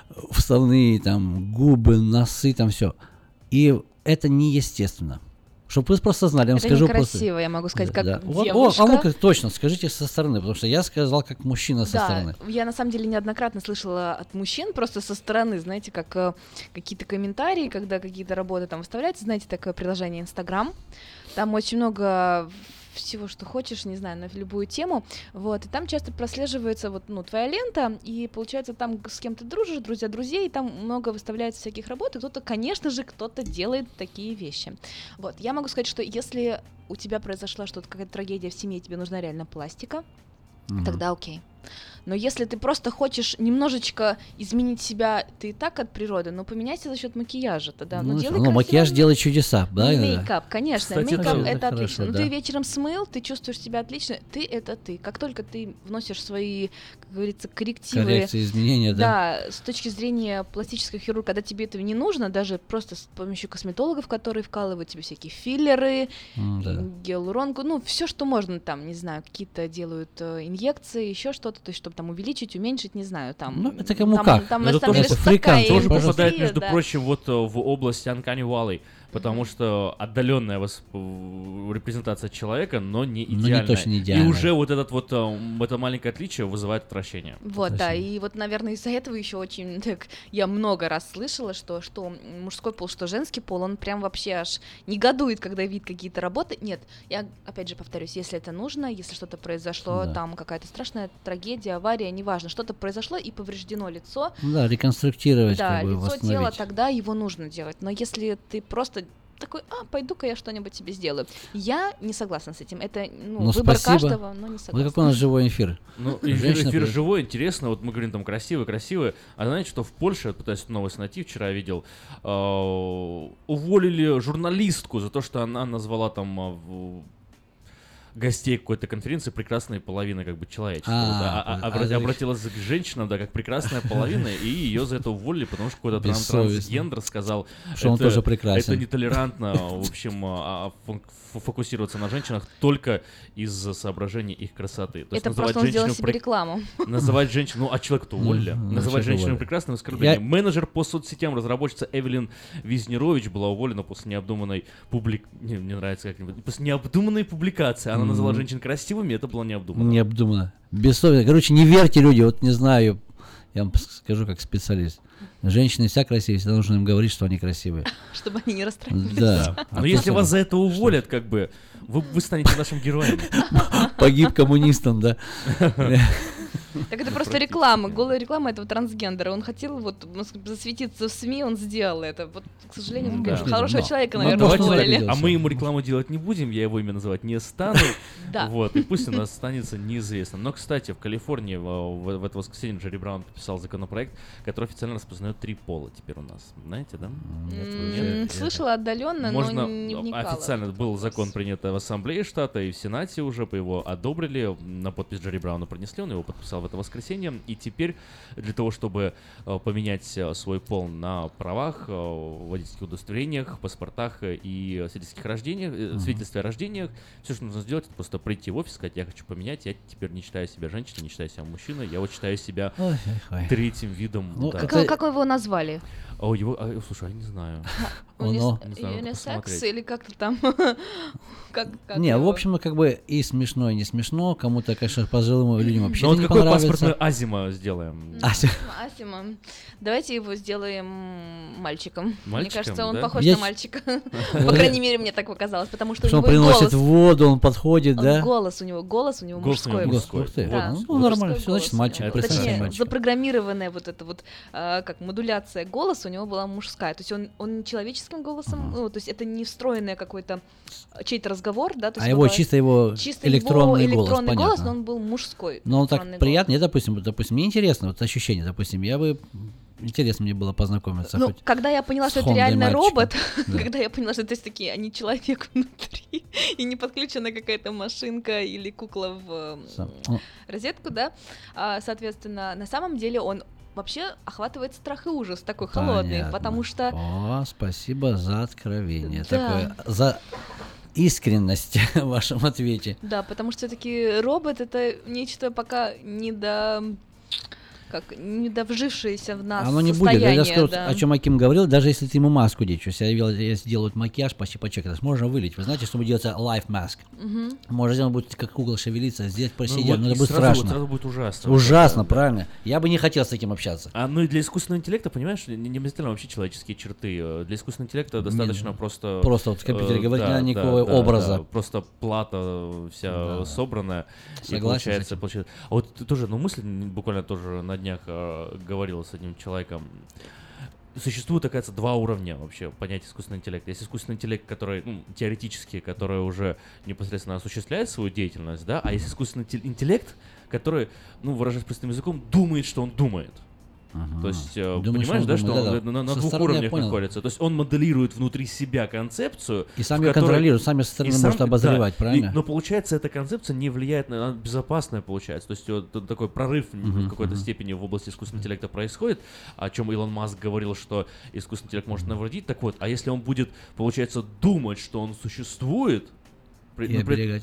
вставные там губы, носы, там все, и это неестественно. Чтобы вы просто знали, я вам это скажу некрасиво, просто... я могу сказать, да, как да. девушка. О, а ну-ка, точно, скажите со стороны, потому что я сказал как мужчина со да, стороны. Я на самом деле неоднократно слышала от мужчин просто со стороны, знаете, как э, какие-то комментарии, когда какие-то работы там выставляются, знаете, такое приложение Инстаграм, там очень много всего, что хочешь, не знаю, на любую тему, вот, и там часто прослеживается вот, ну, твоя лента, и получается там с кем ты дружишь, друзья друзей, и там много выставляется всяких работ, и кто-то, конечно же, кто-то делает такие вещи. Вот, я могу сказать, что если у тебя произошла что-то, какая-то трагедия в семье, тебе нужна реально пластика, mm-hmm. тогда окей. Но если ты просто хочешь немножечко изменить себя, ты и так от природы, но поменяйся за счет макияжа тогда. Ну, ну, делай ну макияж делает чудеса, да? Мейкап, конечно, Кстати, мейкап это, это это отлично. хорошо, Но да. ты вечером смыл, ты чувствуешь себя отлично, ты это ты. Как только ты вносишь свои, как говорится, коррективы, коррекции, изменения, да. Да, с точки зрения пластического хирурга, когда тебе этого не нужно, даже просто с помощью косметологов, которые вкалывают тебе всякие филлеры, mm, да. гиалуронку, ну все, что можно там, не знаю, какие-то делают э, инъекции, еще что-то, то есть чтобы там увеличить, уменьшить, не знаю, там... Ну, это кому там, как. Там, это там тоже фрикан, тоже попадает, индустрия, между да. прочим, вот в область Uncanny Valley. Потому что отдаленная восп... репрезентация человека, но не идеальная. Но не точно не идеальная. И уже вот этот вот, это маленькое отличие вызывает отвращение. Вот, да, и вот, наверное, из-за этого еще очень, так, я много раз слышала, что, что мужской пол, что женский пол, он прям вообще аж негодует, когда видит какие-то работы. Нет, я, опять же, повторюсь, если это нужно, если что-то произошло, да. там какая-то страшная трагедия, авария, неважно, что-то произошло и повреждено лицо. Да, реконструктировать, да, как бы, лицо, восстановить. тело, тогда его нужно делать. Но если ты просто такой, а, пойду-ка я что-нибудь себе сделаю. Я не согласна с этим. Это ну, ну, выбор спасибо. каждого, но не согласна. Вот какой у нас живой эфир. Ну, эфир, эфир живой, интересно. Вот мы говорим там красивый, красивый. А знаете, что в Польше, я пытаюсь новость найти, вчера видел, э, уволили журналистку за то, что она назвала там э, гостей какой-то конференции прекрасной половины как бы человечества. А, вот, а, а, а, а, обратилась к женщинам, да, как прекрасная половина, и ее за это уволили, потому что какой-то тран- трансгендер сказал, что он тоже прекрасен. Это нетолерантно, в общем, фокусироваться на женщинах только из-за соображений их красоты. То это просто он сделал себе рекламу. Называть женщину, ну а человека-то уволили. Называть женщину прекрасным оскорблением. Менеджер по соцсетям, разработчица Эвелин Визнерович была уволена после необдуманной публик... Не, мне нравится как-нибудь. После необдуманной публикации. Она назвала женщин красивыми, это было необдуманно. Необдуманно. Бессовестно. Короче, не верьте, люди, вот не знаю, я вам скажу как специалист. Женщины вся красивые, всегда нужно им говорить, что они красивые. Чтобы они не расстраивались. Да. Но если вас за это уволят, как бы, вы, вы станете нашим героем. Погиб коммунистом, да. Так это просто реклама, голая реклама этого трансгендера. Он хотел вот засветиться в СМИ, он сделал это. Вот, к сожалению, ну, конечно, да, хорошего но, человека, наверное, уволили. А мы ему рекламу делать не будем, я его имя называть не стану. Да. Вот, и пусть он останется неизвестным. Но, кстати, в Калифорнии в, в это воскресенье Джерри Браун подписал законопроект, который официально распознает три пола теперь у нас. Знаете, да? Нет, нет? Слышала отдаленно, Можно, но не вникала. Официально был закон принят в Ассамблее штата и в Сенате уже, по его одобрили, на подпись Джерри Брауна принесли, он его подписал в это воскресенье. И теперь для того, чтобы э, поменять э, свой пол на правах, э, водительских удостоверениях, паспортах э, и свидетельских рождениях, э, uh-huh. свидетельстве о рождениях, все, что нужно сделать, это просто прийти в офис, сказать, я хочу поменять, я теперь не считаю себя женщиной, не считаю себя мужчиной, я вот считаю себя ой, ой. третьим видом. Ну, да. как, это... как вы его назвали? О, его, а, слушай, я не знаю. Юнисекс или как-то там? как, как не, его? в общем, как бы и смешно, и не смешно. Кому-то, конечно, пожилым людям вообще Но не вот какой понравится. паспортную Азима сделаем? Азима. Азима. Давайте его сделаем мальчиком. Мальчиком, мне кажется, он да? похож Я... на мальчика. По крайней мере, мне так показалось, потому что, что у него он приносит голос. воду, он подходит, он да? Голос у него, голос у него голос мужской. У него мужской. мужской. Да. Вот. Ну, нормально, все, значит, мальчик. Точнее, запрограммированная вот эта вот а, как модуляция голоса у него была мужская. То есть он, он человеческим голосом, uh-huh. ну, то есть это не встроенный какой-то чей-то разговор, да? То есть а его чисто его чисто электронный, его голос, электронный понятно. голос, но он был мужской. Но он так голос. приятно, я, допустим, допустим, мне интересно, вот ощущение, допустим, я бы интересно мне было познакомиться. Ну, когда я поняла, что это реально мальчиком. робот, да. когда я поняла, что это такие, а не человек внутри, и не подключена какая-то машинка или кукла в Сам. розетку, да, а, соответственно, на самом деле он вообще охватывает страх и ужас такой холодный, Понятно. потому что... О, спасибо за откровение, да. такое, за искренность в вашем ответе. Да, потому что все-таки робот — это нечто пока не до... как недовжившееся в нас Оно не состояние. будет, я скажу, да. о чем Аким говорил, даже если ты ему маску одеть, если я сделаю макияж почти по чеку, можно вылить. Вы знаете, что будет делаться life mask. Угу. Может, он будет как кукла шевелиться, здесь просидеть, ну, вот, но это будет сразу, страшно. Вот, сразу будет ужасно. Ужасно, да, правильно. Да. Я бы не хотел с таким общаться. А ну и для искусственного интеллекта, понимаешь, не, не обязательно вообще человеческие черты. Для искусственного интеллекта достаточно Нет, просто... Просто вот в компьютере э, говорить, да, не надо да, никакого да, образа. Да, просто плата вся да. собранная. Согласен и получается, получается... А вот тоже, ну мысль буквально тоже на днях э, говорил с одним человеком. Существует, оказывается, два уровня вообще понятия искусственного интеллекта. Есть искусственный интеллект, который, ну, теоретически, который уже непосредственно осуществляет свою деятельность, да, а есть искусственный интеллект, который, ну, выражаясь простым языком, думает, что он думает. Ага. То есть, Думаешь, понимаешь, да, что он да, да. на, на двух уровнях находится. То есть он моделирует внутри себя концепцию. И сам ее которой... контролирует, сам ее со стороны может сам, обозревать, да, правильно? И, но получается, эта концепция не влияет на... Она безопасная получается. То есть вот, такой прорыв uh-huh, в какой-то uh-huh. степени в области искусственного интеллекта происходит, о чем Илон Маск говорил, что искусственный интеллект может навредить. Так вот, а если он будет, получается, думать, что он существует... И ну, оберегать.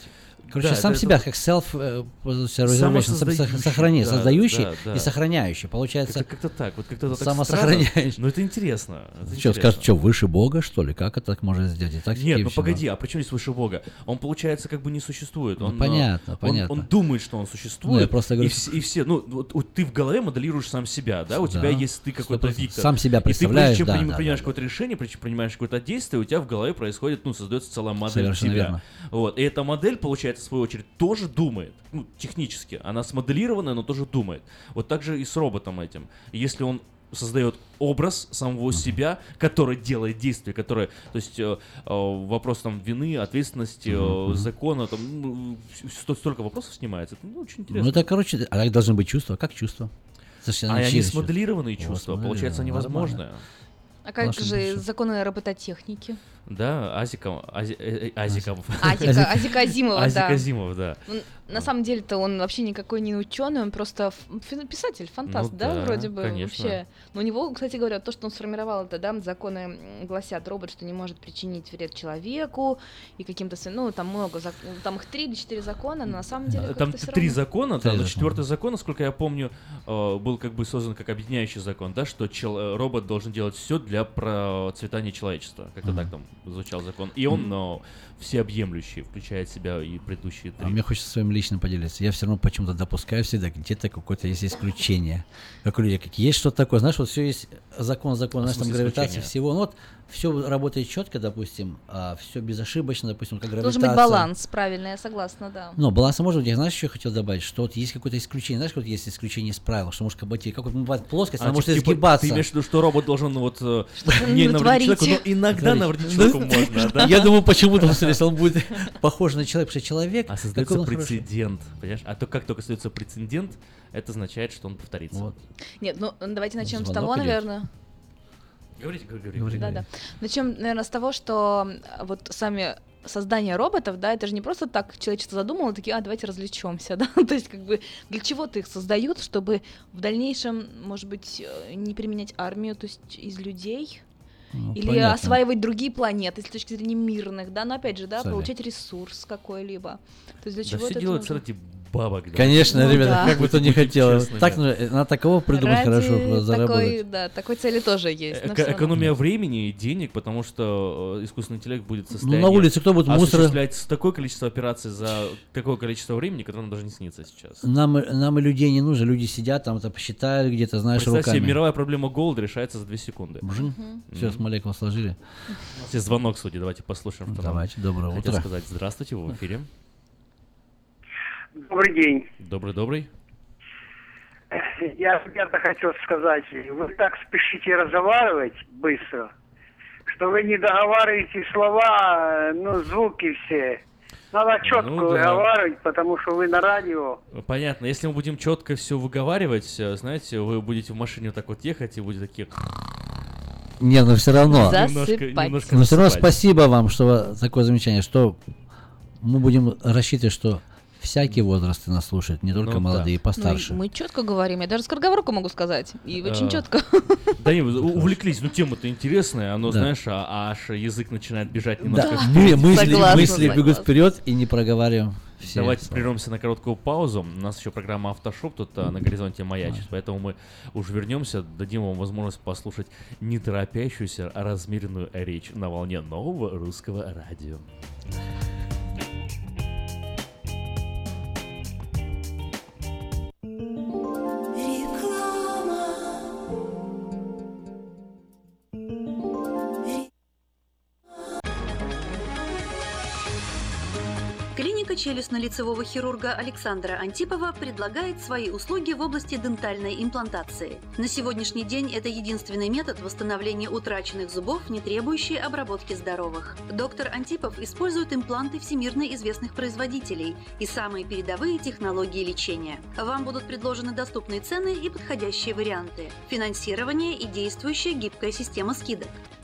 Короче, Да, сам это- себя это- как self э, reservation, Самосоздающий, сохрани, да, создающий да, да. и сохраняющий. Получается, Как-то, как-то так, вот как-то так самосохраняющий. странно. Но это интересно. это Что, интересно. скажут, что, выше Бога, что ли? Как это так можно сделать? И так Нет, такие ну все, погоди, а при чем здесь выше Бога? Он, получается, как бы не существует. Ну, Он, понятно, он- понятно. Он, думает, что он Ну, существует. я просто говорю, и, вс- и все, ну, вот, вот ты в голове моделируешь сам себя, да? У Да. тебя есть ты какой-то Сто процентов. Виктор. Сам себя И ты, прежде представляешь, чем да, приним- да, принимаешь да, какое-то решение, прежде чем принимаешь какое-то действие, у тебя в голове происходит, ну, создается целая модель Совершенно себя. верно. Вот. И эта модель, получается, в свою очередь, тоже думает. Ну, технически. Она смоделированная, но тоже думает. Вот так же и с роботом этим. Если он создает образ самого себя, который делает действия, которые, то есть э, э, вопрос там вины, ответственности, э, закона, там ну, сто- столько вопросов снимается. Это ну, очень интересно. Ну, это, короче, а как должны быть чувства? Как чувства? Совершенно а они через смоделированные Вот, чувства, смотри, получается, они нормально. возможны. А как Наши же души. законы робототехники? Да, Азиком, Ази, э, э, Азиком. Азика, Азика Азимова, Азик да. Азимов, да. Ну, на самом деле-то он вообще никакой не ученый, он просто ф- фи- писатель, фантаст, Ну да, да, вроде бы конечно. вообще. Но у него, кстати говоря, то, что он сформировал это, да, законы м, гласят, робот, что не может причинить вред человеку и каким-то, сви- ну, там много, зак- там их три или четыре закона, но на самом деле Там как-то всё три равно. закона, Три да, но закона. четвертый закон, насколько я помню, э, был как бы создан как объединяющий закон, да, что чел- э, робот должен делать все для процветания человечества. Как-то Мгм. так там звучал закон. И он но, всеобъемлющий, включает в себя и предыдущие А три. мне хочется своим личным поделиться. Я все равно почему-то допускаю всегда, где-то какое-то есть исключение. Как у людей, как есть что-то такое. Знаешь, вот все есть закон, закон, В знаешь, там смысле гравитация исключение? всего. Ну вот все работает четко, допустим, а все безошибочно, допустим, как Должен гравитация. быть баланс, правильно, я согласна, да. Ну, баланса может быть. Я знаешь, что я хотел добавить? Что вот есть какое-то исключение. Знаешь, вот есть исключение из правил, что может обойти. Как вот бывает плоскость, она А, может типа, изгибаться. Ты имеешь в виду, что робот должен ну, вот э, он не не навредить творить. человеку, но иногда Смотри. навредить человеку можно, да? Я думаю, почему-то, если он будет похож на человека, потому что человек... А какой создается он хороший. прецедент, понимаешь? А то как только создается прецедент, это означает, что он повторится. Вот. Нет, ну давайте начнем с Звонок того, идет. наверное. Говорите, говорите. Говори, Да, говори. да. Начнем, наверное, с того, что м, вот сами создание роботов, да, это же не просто так человечество задумало, такие, а, давайте развлечемся, да, то есть как бы для чего-то их создают, чтобы в дальнейшем, может быть, э, не применять армию, то есть из людей, Ну, или понятно. осваивать другие планеты с точки зрения мирных, да, но опять же, да, Сами. получать ресурс какой-либо. То есть для Да чего все это делается нужно? ради бабок. да. Конечно, Ну ребята, да. как бы то не Будем хотелось. честными. Так, ну, э, надо такого придумать Ради хорошо, такой, заработать. да, такой цели тоже есть. но Эко- всё равно. экономия времени и денег, потому что э, искусственный интеллект будет в Ну, состоянии на улице кто будет мусор? осуществлять такое количество операций за такое количество времени, которое нам даже не снится сейчас. Нам, и- нам и людей не нужно, люди сидят там, это посчитают где-то, знаешь, Представь себе, руками. мировая проблема голода решается за две секунды. Все, с молекул сложили. У нас есть звонок, судьи, давайте послушаем. что нам Давайте, доброе хотят утро. сказать. Здравствуйте, вы в эфире. Добрый день. Добрый-добрый. Я ребята хочу сказать, вы так спешите разговаривать быстро, что вы не договариваете слова, ну, звуки все. Надо четко Ну да. выговаривать, потому что вы на радио. Понятно, если мы будем четко все выговаривать, э, знаете, вы будете в машине вот так вот ехать и будете такие... Не, но все равно. Немножко- немножко Но все равно засыпать. спасибо вам, что вы- такое замечание, что мы будем рассчитывать, что всякие возрасты нас слушают, не только Ну молодые, и Ну, постарше. мы четко говорим, я даже скороговорку могу сказать, и очень А, четко. Да не, вы увлеклись, ну тема-то интересная, оно, Да. знаешь, а, а аж язык начинает бежать Да, немножко мы- вперед. мысли, Согласна, мысли согласна. бегут вперед и не проговариваем все. Давайте слова. прервемся на короткую паузу. У нас еще программа «Автошоп» тут а, на горизонте маячит, поэтому мы уже вернемся, дадим вам возможность послушать не торопящуюся, а размеренную речь на волне нового русского радио. Клиника челюстно-лицевого хирурга Александра Антипова предлагает свои услуги в области дентальной имплантации. На сегодняшний день это единственный метод восстановления утраченных зубов, не требующий обработки здоровых. Доктор Антипов использует импланты всемирно известных производителей и самые передовые технологии лечения. Вам будут предложены доступные цены и подходящие варианты, финансирование и действующая гибкая система скидок.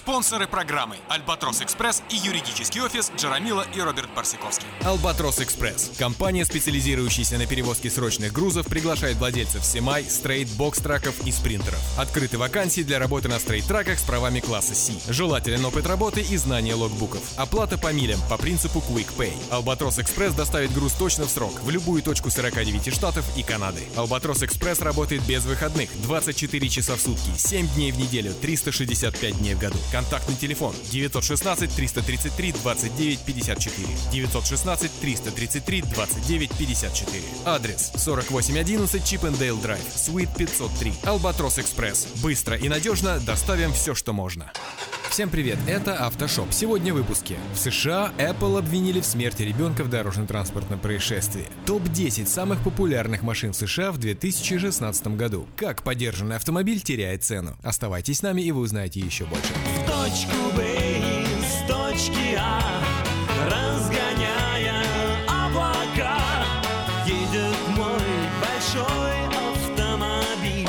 Спонсоры программы «Альбатрос Экспресс» и юридический офис Джарамила и Роберт Барсиковский. «Альбатрос Экспресс» – компания, специализирующаяся на перевозке срочных грузов, приглашает владельцев семай, стрейт, бокс-траков и спринтеров. Открыты вакансии для работы на стрейт-траках с правами класса C. Желателен опыт работы и знание логбуков. Оплата по милям по принципу Quick Pay. «Альбатрос Экспресс» доставит груз точно в срок в любую точку сорок девять штатов и Канады. «Альбатрос Экспресс» работает без выходных, двадцать четыре часа в сутки, семь дней в неделю, триста шестьдесят пять дней в году. Контактный телефон девятьсот шестнадцать триста тридцать три двадцать девять пятьдесят четыре. девятьсот шестнадцать триста тридцать три двадцать девять пятьдесят четыре. Адрес сорок восемь одиннадцать Чиппендейл Драйв, Суит пятьсот три. «Альбатрос Экспресс». Быстро и надежно доставим все, что можно. Всем привет, это Автошоп. Сегодня в выпуске. В США Apple обвинили в смерти ребенка в дорожно-транспортном происшествии. топ десять самых популярных машин в США в две тысячи шестнадцатом году. Как подержанный автомобиль теряет цену. Оставайтесь с нами, и вы узнаете еще больше. В точку Б из точки А, разгоняя облака, едет мой большой автомобиль.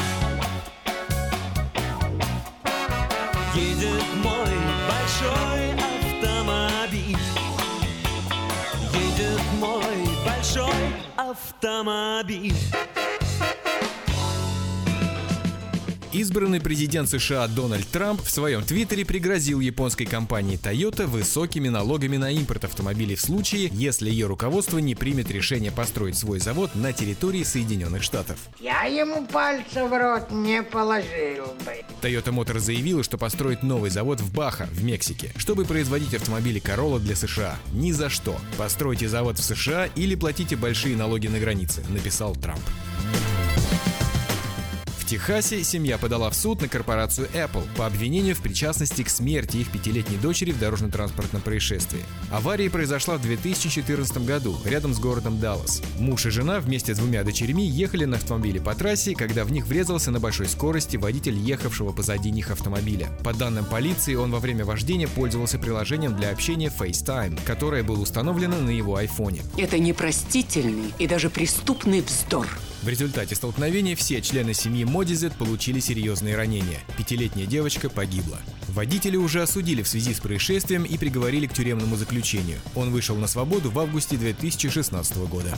Едет мой большой автомобиль. Едет мой большой автомобиль. Избранный президент США Дональд Трамп в своем твиттере пригрозил японской компании Toyota высокими налогами на импорт автомобилей в случае, если ее руководство не примет решение построить свой завод на территории Соединенных Штатов. Я ему пальца в рот не положил бы. Toyota Motor заявила, что построит новый завод в Баха, в Мексике, чтобы производить автомобили Corolla для США. Ни за что. Постройте завод в США или платите большие налоги на границе, написал Трамп. В Техасе семья подала в суд на корпорацию Apple по обвинению в причастности к смерти их пятилетней дочери в дорожно-транспортном происшествии. Авария произошла в две тысячи четырнадцатом году рядом с городом Даллас. Муж и жена вместе с двумя дочерьми ехали на автомобиле по трассе, когда в них врезался на большой скорости водитель ехавшего позади них автомобиля. По данным полиции, он во время вождения пользовался приложением для общения FaceTime, которое было установлено на его айфоне. Это непростительный и даже преступный вздор. В результате столкновения все члены семьи Модизет получили серьезные ранения. Пятилетняя девочка погибла. Водителя уже осудили в связи с происшествием и приговорили к тюремному заключению. Он вышел на свободу в августе две тысячи шестнадцатого года.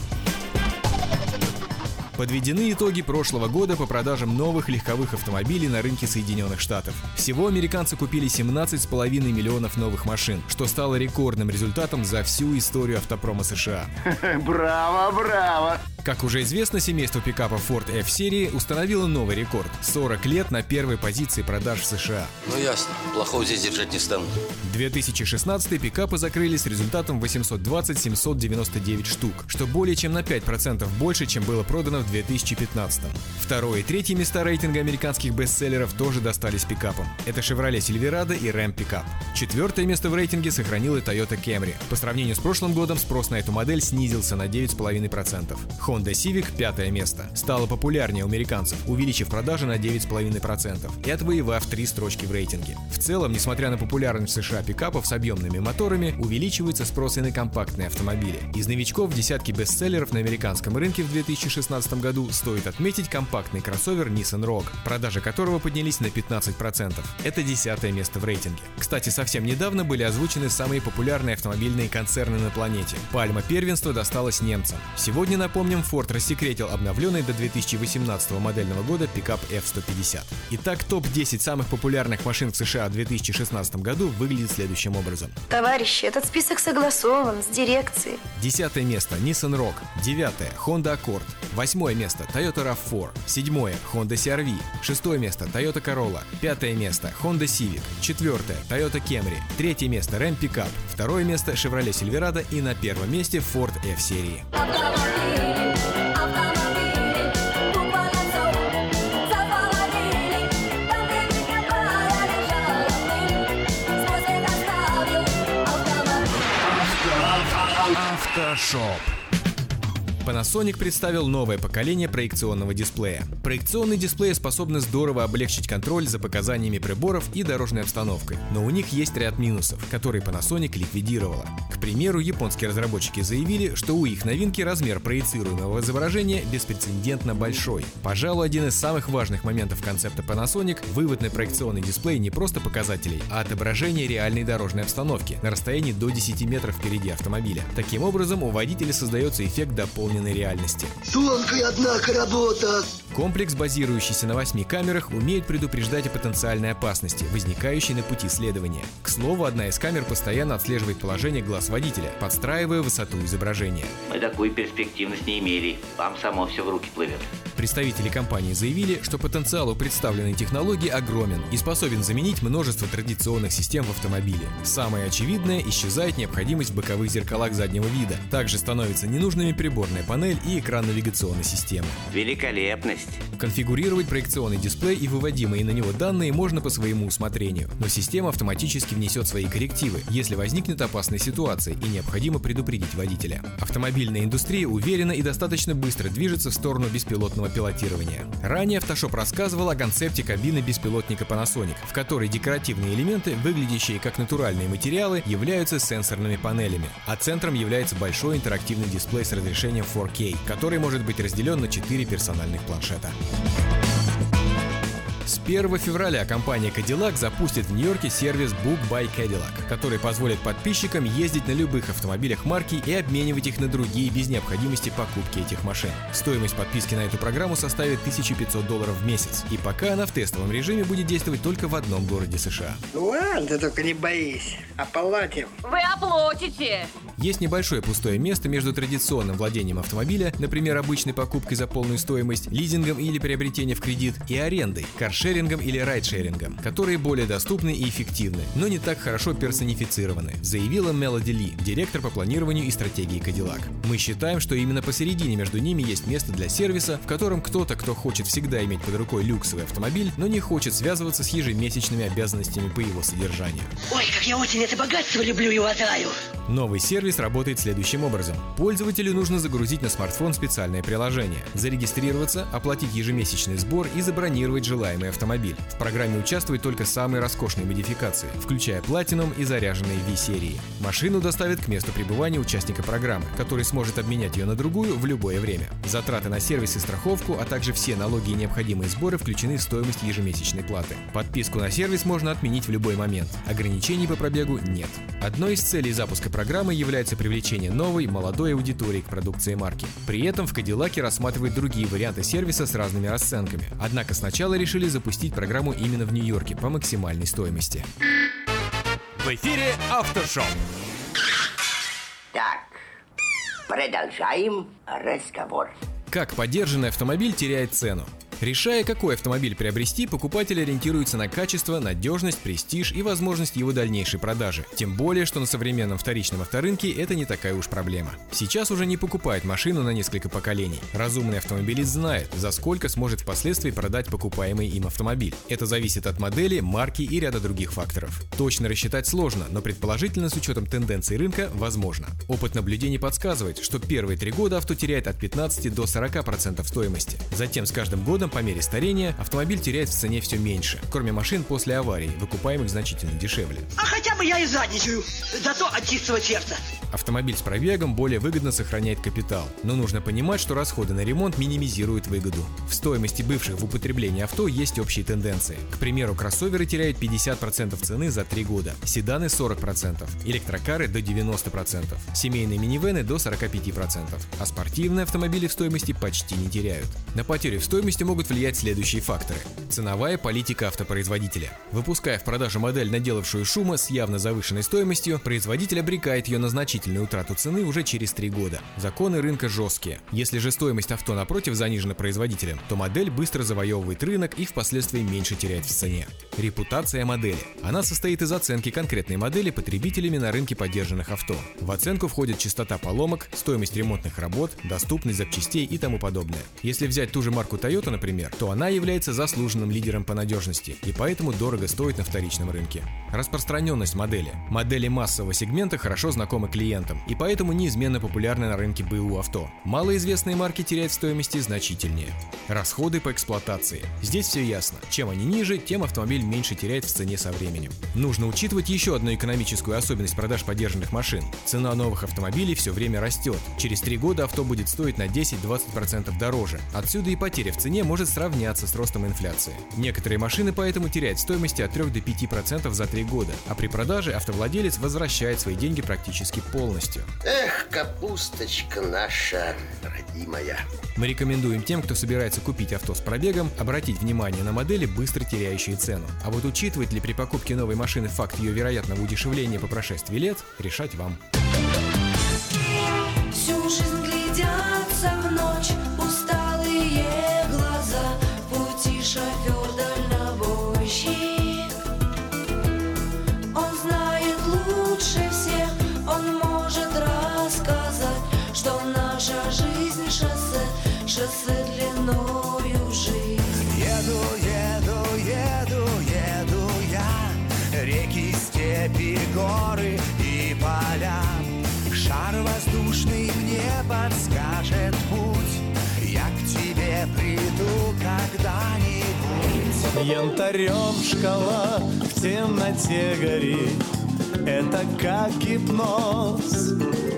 Подведены итоги прошлого года по продажам новых легковых автомобилей на рынке Соединенных Штатов. Всего американцы купили семнадцать с половиной миллионов новых машин, что стало рекордным результатом за всю историю автопрома США. Браво, браво! Как уже известно, семейство пикапов Ford F-серии установило новый рекорд – сорок лет на первой позиции продаж в США. Ну ясно, плохого здесь держать не стану. две тысячи шестнадцатый пикапы закрыли с результатом восемьсот двадцать семьсот девяносто девять штук, что более чем на пять процентов больше, чем было продано в две тысячи пятнадцатом. Второе и третье места рейтинга американских бестселлеров тоже достались пикапам. Это Chevrolet Silverado и Ram Pickup. Четвертое место в рейтинге сохранила Toyota Camry. По сравнению с прошлым годом спрос на эту модель снизился на девять целых пять десятых процента. Honda Civic, пятое место, стала популярнее у американцев, увеличив продажи на девять целых пять десятых процента и отвоевав три строчки в рейтинге. В целом, несмотря на популярность в США пикапов с объемными моторами, увеличивается спрос и на компактные автомобили. Из новичков в десятке бестселлеров на американском рынке в две тысячи шестнадцатом году стоит отметить компактный кроссовер Nissan Rogue, продажи которого поднялись на пятнадцать процентов. Это десятое место в рейтинге. Кстати, совсем недавно были озвучены самые популярные автомобильные концерны на планете. Пальма первенства досталась немцам. Сегодня, напомним, Ford рассекретил обновленный до две тысячи восемнадцатого модельного года пикап эф сто пятьдесят. Итак, топ десять самых популярных машин в США в две тысячи шестнадцатом году выглядит следующим образом. Товарищи, этот список согласован с дирекцией. Десятое место Nissan Rogue. Девятое Honda Accord. Восьмое место Toyota рав четыре. Седьмое Honda си ар ви. Шестое место Toyota Corolla. Пятое место Honda Civic. Четвертое Toyota Camry. Третье место Ram Pickup. Второе место Chevrolet Silverado и на первом месте Ford F-серии. Автошоп. Panasonic представил новое поколение проекционного дисплея. Проекционные дисплеи способны здорово облегчить контроль за показаниями приборов и дорожной обстановкой, но у них есть ряд минусов, которые Panasonic ликвидировала. К примеру, японские разработчики заявили, что у их новинки размер проецируемого изображения беспрецедентно большой. Пожалуй, один из самых важных моментов концепта Panasonic — вывод на проекционный дисплей не просто показателей, а отображение реальной дорожной обстановки на расстоянии до десяти метров впереди автомобиля. Таким образом, у водителя создается эффект дополненной реальности. Тонкая, однако, работа! Комплекс, базирующийся на восьми камерах, умеет предупреждать о потенциальной опасности, возникающей на пути следования. К слову, одна из камер постоянно отслеживает положение глаз водителя, подстраивая высоту изображения. Мы такую перспективность не имели. Вам само все в руки плывет. Представители компании заявили, что потенциал у представленной технологии огромен и способен заменить множество традиционных систем в автомобиле. Самое очевидное — исчезает необходимость в боковых зеркалах заднего вида. Также становятся ненужными приборная панель и экран навигационной системы. Великолепность! Конфигурировать проекционный дисплей и выводимые на него данные можно по своему усмотрению, но система автоматически внесет свои коррективы, если возникнет опасная ситуация и необходимо предупредить водителя. Автомобильная индустрия уверенно и достаточно быстро движется в сторону беспилотного пилотирования. Ранее Автошоп рассказывал о концепте кабины беспилотника Panasonic, в которой декоративные элементы, выглядящие как натуральные материалы, являются сенсорными панелями, а центром является большой интерактивный дисплей с разрешением фор кей, который может быть разделен на четыре персональных планшета. С первого февраля компания Cadillac запустит в Нью-Йорке сервис Book by Cadillac, который позволит подписчикам ездить на любых автомобилях марки и обменивать их на другие без необходимости покупки этих машин. Стоимость подписки на эту программу составит тысяча пятьсот долларов в месяц, и пока она в тестовом режиме будет действовать только в одном городе США. Ладно, ты только не боись, оплатим. Вы оплатите! Есть небольшое пустое место между традиционным владением автомобиля, например, обычной покупкой за полную стоимость, лизингом или приобретением в кредит, и арендой, каршерингом или райдшерингом, которые более доступны и эффективны, но не так хорошо персонифицированы, заявила Мелоди Ли, директор по планированию и стратегии Cadillac. Мы считаем, что именно посередине между ними есть место для сервиса, в котором кто-то, кто хочет всегда иметь под рукой люксовый автомобиль, но не хочет связываться с ежемесячными обязанностями по его содержанию. Ой, как я очень это богатство люблю и уважаю! Новый сервис работает следующим образом. Пользователю нужно загрузить на смартфон специальное приложение, зарегистрироваться, оплатить ежемесячный сбор и забронировать желаемый автомобиль. В программе участвуют только самые роскошные модификации, включая Platinum и заряженные V-серии. Машину доставят к месту пребывания участника программы, который сможет обменять ее на другую в любое время. Затраты на сервис и страховку, а также все налоги и необходимые сборы включены в стоимость ежемесячной платы. Подписку на сервис можно отменить в любой момент. Ограничений по пробегу нет. Одной из целей запуска программы является привлечение новой, молодой аудитории к продукции марки. При этом в Cadillac рассматривают другие варианты сервиса с разными расценками. Однако сначала решили запустить программу именно в Нью-Йорке по максимальной стоимости. В эфире Автошоп. Так, продолжаем разговор. Как подержанный автомобиль теряет цену? Решая, какой автомобиль приобрести, покупатель ориентируется на качество, надежность, престиж и возможность его дальнейшей продажи. Тем более, что на современном вторичном авторынке это не такая уж проблема. Сейчас уже не покупают машину на несколько поколений. Разумный автомобилист знает, за сколько сможет впоследствии продать покупаемый им автомобиль. Это зависит от модели, марки и ряда других факторов. Точно рассчитать сложно, но предположительно с учетом тенденций рынка возможно. Опыт наблюдений подсказывает, что первые три года авто теряет от пятнадцати до сорока процентов стоимости. Затем с каждым годом по мере старения автомобиль теряет в цене все меньше, кроме машин после аварии, выкупаемых значительно дешевле. А хотя бы я и задничаю, зато от чистого сердца. Автомобиль с пробегом более выгодно сохраняет капитал, но нужно понимать, что расходы на ремонт минимизируют выгоду. В стоимости бывших в употреблении авто есть общие тенденции. К примеру, кроссоверы теряют пятьдесят процентов цены за три года, седаны сорок процентов, электрокары до девяноста процентов, семейные минивэны до сорока пяти процентов, а спортивные автомобили в стоимости почти не теряют. На потерю в стоимости могут влиять следующие факторы. Ценовая политика автопроизводителя. Выпуская в продажу модель, наделавшую шума с явно завышенной стоимостью, производитель обрекает ее на значительную утрату цены уже через три года. Законы рынка жесткие. Если же стоимость авто напротив занижена производителем, то модель быстро завоевывает рынок и впоследствии меньше теряет в цене. Репутация модели. Она состоит из оценки конкретной модели потребителями на рынке подержанных авто. В оценку входит частота поломок, стоимость ремонтных работ, доступность запчастей и тому подобное. Если взять ту же марку Toyota, например, например, то она является заслуженным лидером по надежности и поэтому дорого стоит на вторичном рынке. Распространенность модели. Модели массового сегмента хорошо знакомы клиентам и поэтому неизменно популярны на рынке БУ авто. Малоизвестные марки теряют в стоимости значительнее. Расходы по эксплуатации. Здесь все ясно. Чем они ниже, тем автомобиль меньше теряет в цене со временем. Нужно учитывать еще одну экономическую особенность продаж подержанных машин. Цена новых автомобилей все время растет. Через три года авто будет стоить на десять-двадцать процентов дороже. Отсюда и потеря в цене может сравняться с ростом инфляции. Некоторые машины поэтому теряют в стоимости от трёх до пяти процентов за три года, а при продаже автовладелец возвращает свои деньги практически полностью. Эх, капусточка наша родимая. Мы рекомендуем тем, кто собирается купить авто с пробегом, обратить внимание на модели, быстро теряющие цену. А вот учитывать ли при покупке новой машины факт ее вероятного удешевления по прошествии лет, решать вам. Всю жизнь глядятся в ночь усталые глаза, в пути шофер дальнобойщик. Он знает лучше всех, он может рассказать, что наша жизнь шоссе, шоссе длиною жизнь. Еду, еду, еду, еду я, реки, степи, горы и поля. Шар воздушный мне подскажет путь, я к тебе приду когда-нибудь. Янтарем шкала в темноте горит, это как гипноз.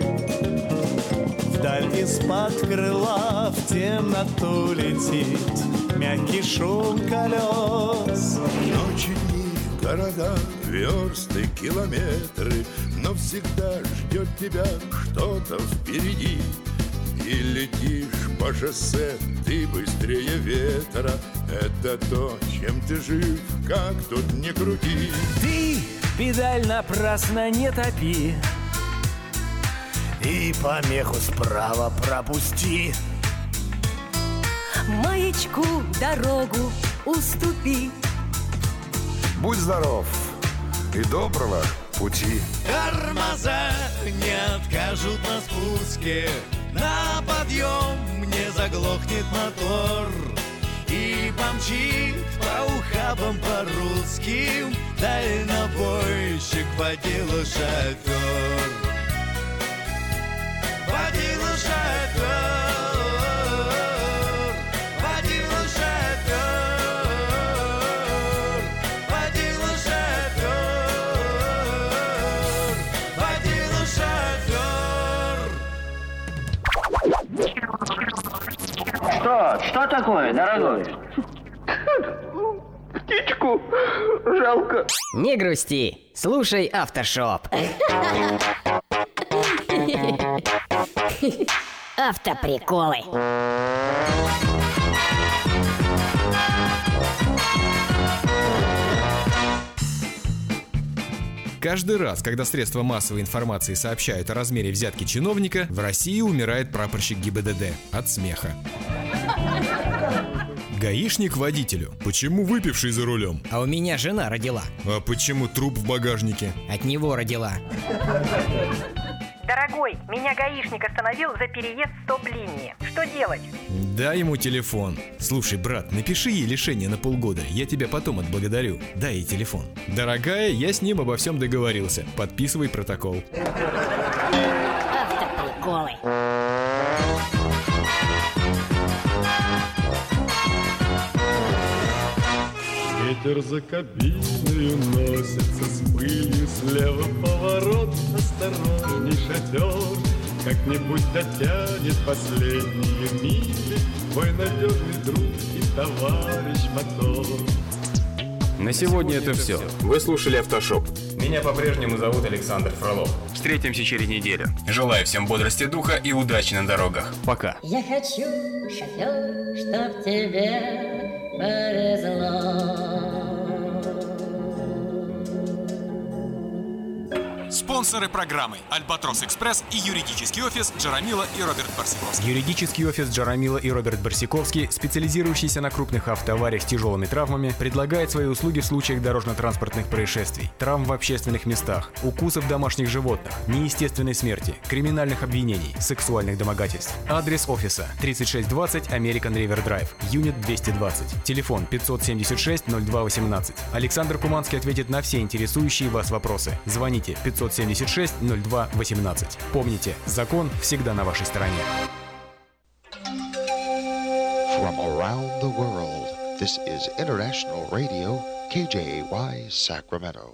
Вдаль из-под крыла в темноту летит мягкий шум колес. Ночи, дни, города, версты, километры, но всегда ждет тебя что-то впереди. И летишь по шоссе, ты быстрее ветра. Это то, чем ты жив, как тут не крути. Ты педаль напрасно не топи и помеху справа пропусти. Маячку дорогу уступи. Будь здоров и доброго пути. Тормоза не откажут на спуске, на подъем не заглохнет мотор и помчит по ухабам по русским дальнобойщик, водила шофер. Водила шофер, водила шофер, водила шофер, водила шофер. Что? Что такое, дорогой? Птичку жалко. Не грусти, слушай Автошоп. Автоприколы. Каждый раз, когда средства массовой информации сообщают о размере взятки чиновника, в России умирает прапорщик ГИБДД от смеха. Гаишник водителю. Почему выпивший за рулем? А у меня жена родила. А почему труп в багажнике? От него родила. Дорогой, меня гаишник остановил за переезд стоп-линии. Что делать? Дай ему телефон. Слушай, брат, напиши ей лишение на полгода. Я тебя потом отблагодарю. Дай ей телефон. Дорогая, я с ним обо всем договорился. Подписывай протокол. Автоприколы. Ветер за кабиною носится с пылью, слева поворот, осторожней шофер. Как-нибудь дотянет последние мили твой надежный друг и товарищ мотор. На сегодня это все. Вы слушали Автошоп. Меня по-прежнему зовут Александр Фролов. Встретимся через неделю. Желаю всем бодрости духа и удачи на дорогах. Пока. Я хочу, шофер, чтоб тебе повезло. С Спонсоры программы «Альбатрос Экспресс» и юридический офис Джарамила и Роберт Барсиковский. Юридический офис Джарамила и Роберт Барсиковский, специализирующийся на крупных автоавариях с тяжелыми травмами, предлагает свои услуги в случаях дорожно-транспортных происшествий, травм в общественных местах, укусов домашних животных, неестественной смерти, криминальных обвинений, сексуальных домогательств. Адрес офиса тридцать шесть двадцать American River Drive, Юнит двести двадцать. Телефон пятьсот семьдесят шесть ноль два восемнадцать. Александр Куманский ответит на все интересующие вас вопросы. Звоните пятьсот семьдесят шесть ноль два восемнадцать. Помните, закон всегда на вашей стороне. From around the world, this is International Radio, K J Y Sacramento.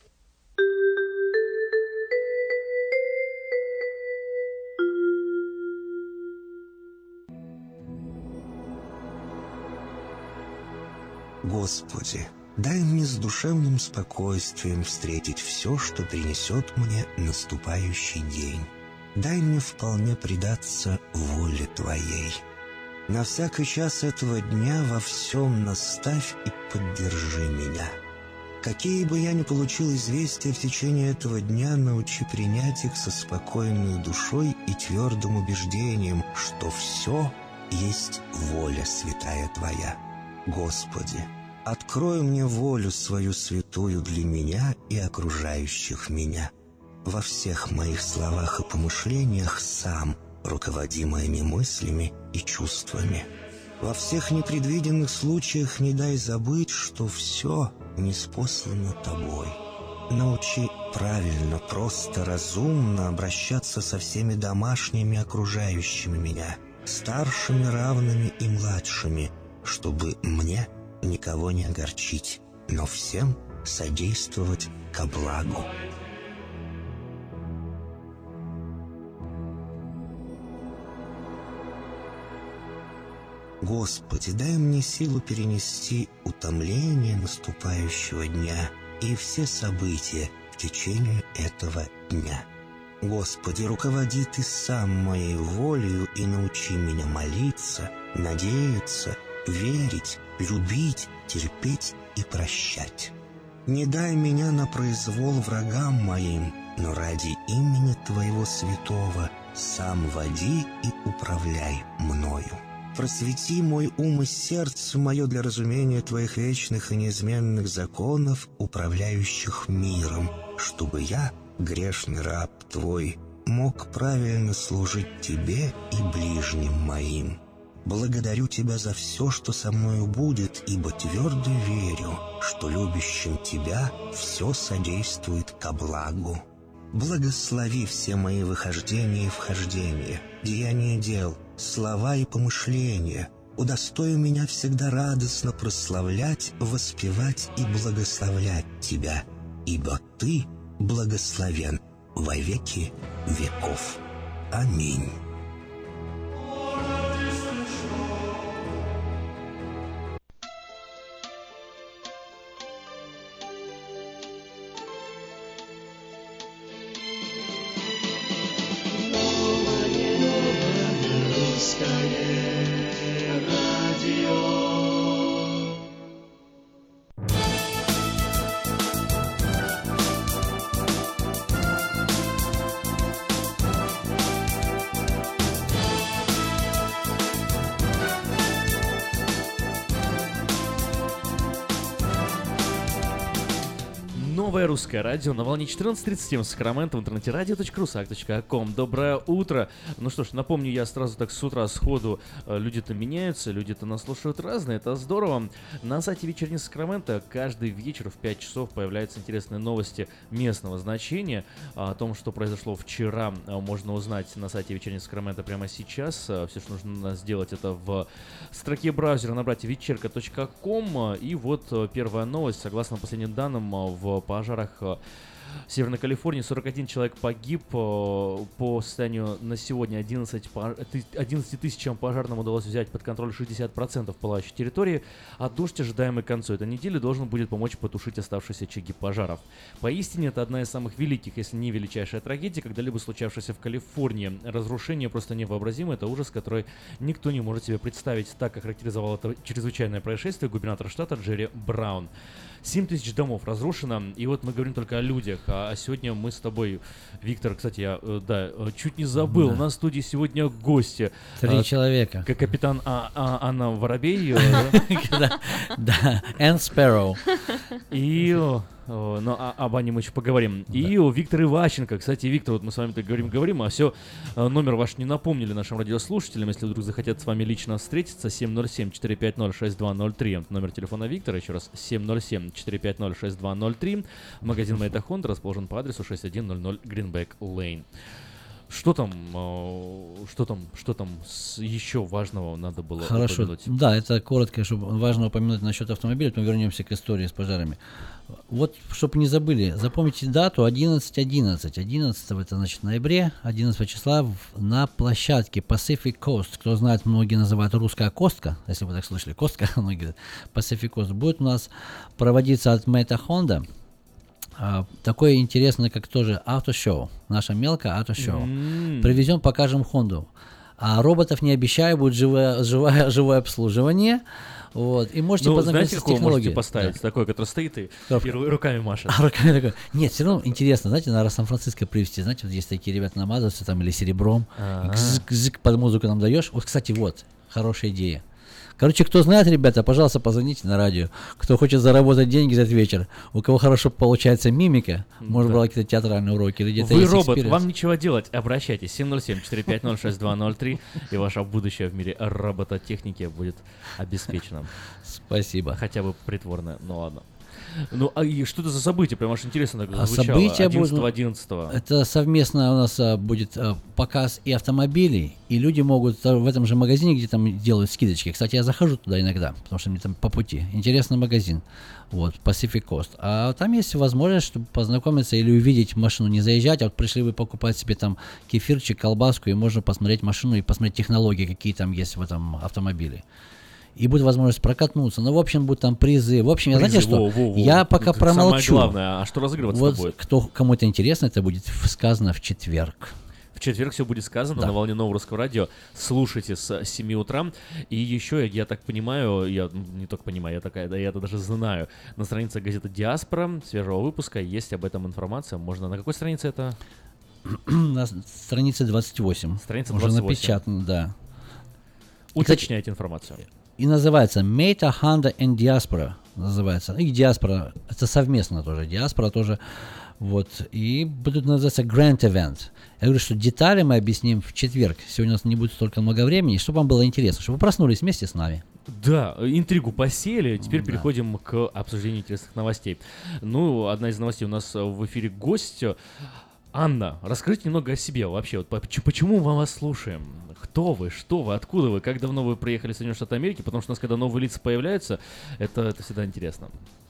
Господи, дай мне с душевным спокойствием встретить все, что принесет мне наступающий день. Дай мне вполне предаться воле Твоей. На всякий час этого дня во всем наставь и поддержи меня. Какие бы я ни получил известия в течение этого дня, научи принять их со спокойной душой и твердым убеждением, что все есть воля святая Твоя. Господи, открой мне волю свою святую для меня и окружающих меня. Во всех моих словах и помышлениях сам, руководи моими мыслями и чувствами. Во всех непредвиденных случаях не дай забыть, что все ниспослано Тобой. Научи правильно, просто, разумно обращаться со всеми домашними окружающими меня, старшими, равными и младшими, чтобы мне никого не огорчить, но всем содействовать ко благу. Господи, дай мне силу перенести утомление наступающего дня и все события в течение этого дня. Господи, руководи Ты сам моей волею и научи меня молиться, надеяться, верить, любить, терпеть и прощать. Не дай меня на произвол врагам моим, но ради имени Твоего святого сам води и управляй мною. Просвети мой ум и сердце мое для разумения Твоих вечных и неизменных законов, управляющих миром, чтобы я, грешный раб Твой, мог правильно служить Тебе и ближним моим. Благодарю Тебя за все, что со мною будет, ибо твердо верю, что любящим Тебя все содействует ко благу. Благослови все мои выхождения и вхождения, деяния дел, слова и помышления. Удостой меня всегда радостно прославлять, воспевать и благословлять Тебя, ибо Ты благословен во веки веков. Аминь. Новое русское радио на волне четырнадцать тридцать семь в Сакраменто, в интернете радио точка русак точка ком. Доброе утро. Ну что ж, напомню, я сразу так с утра сходу, люди-то меняются, люди-то нас слушают разные, это здорово. На сайте вечерней Сакраменто каждый вечер в пять часов появляются интересные новости местного значения. О том, что произошло вчера, можно узнать на сайте вечерней Сакраменто прямо сейчас. Все, что нужно сделать, это в строке браузера набрать вечерка точка ком. И вот первая новость. Согласно последним данным, в пожарах в Северной Калифорнии сорок один человек погиб. По состоянию на сегодня одиннадцать тысячам пожарным удалось взять под контроль шестьдесят процентов пылающей территории, а дождь, ожидаемый к концу этой недели, должен будет помочь потушить оставшиеся очаги пожаров. Поистине, это одна из самых великих, если не величайшая трагедия, когда-либо случавшаяся в Калифорнии. Разрушение просто невообразимо, это ужас, который никто не может себе представить. Так охарактеризовал это чрезвычайное происшествие губернатор штата Джерри Браун. семь тысяч домов разрушено, и вот мы говорим только о людях. а, а сегодня мы с тобой, Виктор, кстати, я, да, чуть не забыл, да. У нас в студии сегодня гости. Три а, человека. Как капитан а, а, Анна Воробей. Да, Энн Спэрроу. И... Ну, а, об Ане мы еще поговорим. Да. И о Виктор Иващенко. Кстати, Виктор, вот мы с вами говорим, говорим, а все, номер ваш не напомнили нашим радиослушателям. Если вдруг захотят с вами лично встретиться, семь ноль семь четыре пять ноль шесть два ноль три. Номер телефона Виктора, еще раз, семь ноль семь четыре пять ноль шесть два ноль три. Магазин Мэйта Хонда расположен по адресу шесть тысяч сто Гринбек Лейн. Что там, что там, что там еще важного надо было Хорошо. упомянуть? Да, это коротко, чтобы важно упомянуть насчет автомобиля, потом вернемся к истории с пожарами. Вот, чтобы не забыли, запомните дату одиннадцать одиннадцать. одиннадцатого, это значит в ноябре, одиннадцатого числа в, на площадке Pacific Coast, кто знает, многие называют русская костка, если вы так слышали, костка, многие говорят, Pacific Coast, будет у нас проводиться от Мэйта Хонда. Uh, такое интересное, как тоже автошоу. Наша мелкая автошоу. Mm-hmm. Привезем, покажем Хонду. А роботов не обещаю, будет живое, живое, живое обслуживание. Вот. И можете ну, познакомиться знаете, с технологией. Можете поставить, да. Такой, который стоит и, Коробка. и руками машет. А, руками такой. Нет, все равно интересно, знаете, надо Сан-Франциско привезти. Знаете, вот есть такие ребята намазываются там или серебром. Гзык-гзык под музыку нам даешь. Вот, кстати, вот, хорошая идея. Короче, кто знает, ребята, пожалуйста, позвоните на радио. Кто хочет заработать деньги за этот вечер, у кого хорошо получается мимика, может, да. Было какие-то театральные уроки или где-то. Вы робот, experience. Вам ничего делать, обращайтесь. семь ноль семь четыре пять ноль шесть два ноль три, и ваше будущее в мире робототехники будет обеспечено. Спасибо. Хотя бы притворное, ну ладно. Ну, а и что это за событие? Прям аж интересно так а звучало. События одиннадцатого одиннадцатого. Это совместно у нас а, будет а, показ и автомобилей, и люди могут а, в этом же магазине, где там делают скидочки. Кстати, я захожу туда иногда, потому что мне там по пути. Интересный магазин. Вот, Pacific Coast. А там есть возможность, чтобы познакомиться или увидеть машину, не заезжать, а вот пришли вы покупать себе там кефирчик, колбаску, и можно посмотреть машину и посмотреть технологии, какие там есть в этом автомобиле. И будет возможность прокатнуться. Ну, в общем, будут там призы. В общем, призы, я знаете что? Во, во, во. Я пока это промолчу. Самое главное, а что разыгрываться вот будет? Кто, кому это интересно, это будет сказано в четверг. В четверг все будет сказано, да. На волне Нового Русского Радио. Слушайте с семи утра. И еще, я так понимаю, я не только понимаю, я такая, да, я это даже знаю. На странице газеты «Диаспора» свежего выпуска есть об этом информация. Можно... На какой странице это? На странице двадцать восемь. Страница двадцать восемь. Уже напечатано, да. Уточняйте информацию. И называется Мэйта Хонда and Diaspora. Называется. И Диаспора. Это совместно тоже. Диаспора тоже. Вот. И будут называться Grand Event. Я говорю, что детали мы объясним в четверг. Сегодня у нас не будет столько много времени, чтобы вам было интересно, чтобы вы проснулись вместе с нами. Да, интригу посеяли. Теперь да. Переходим к обсуждению интересных новостей. Ну, одна из новостей у нас в эфире гость. Анна, расскажите немного о себе вообще. Вот почему мы вас слушаем? Кто вы, что вы, откуда вы, как давно вы приехали в Соединенные Штаты Америки? Потому что у нас, когда новые лица появляются, это, это всегда интересно.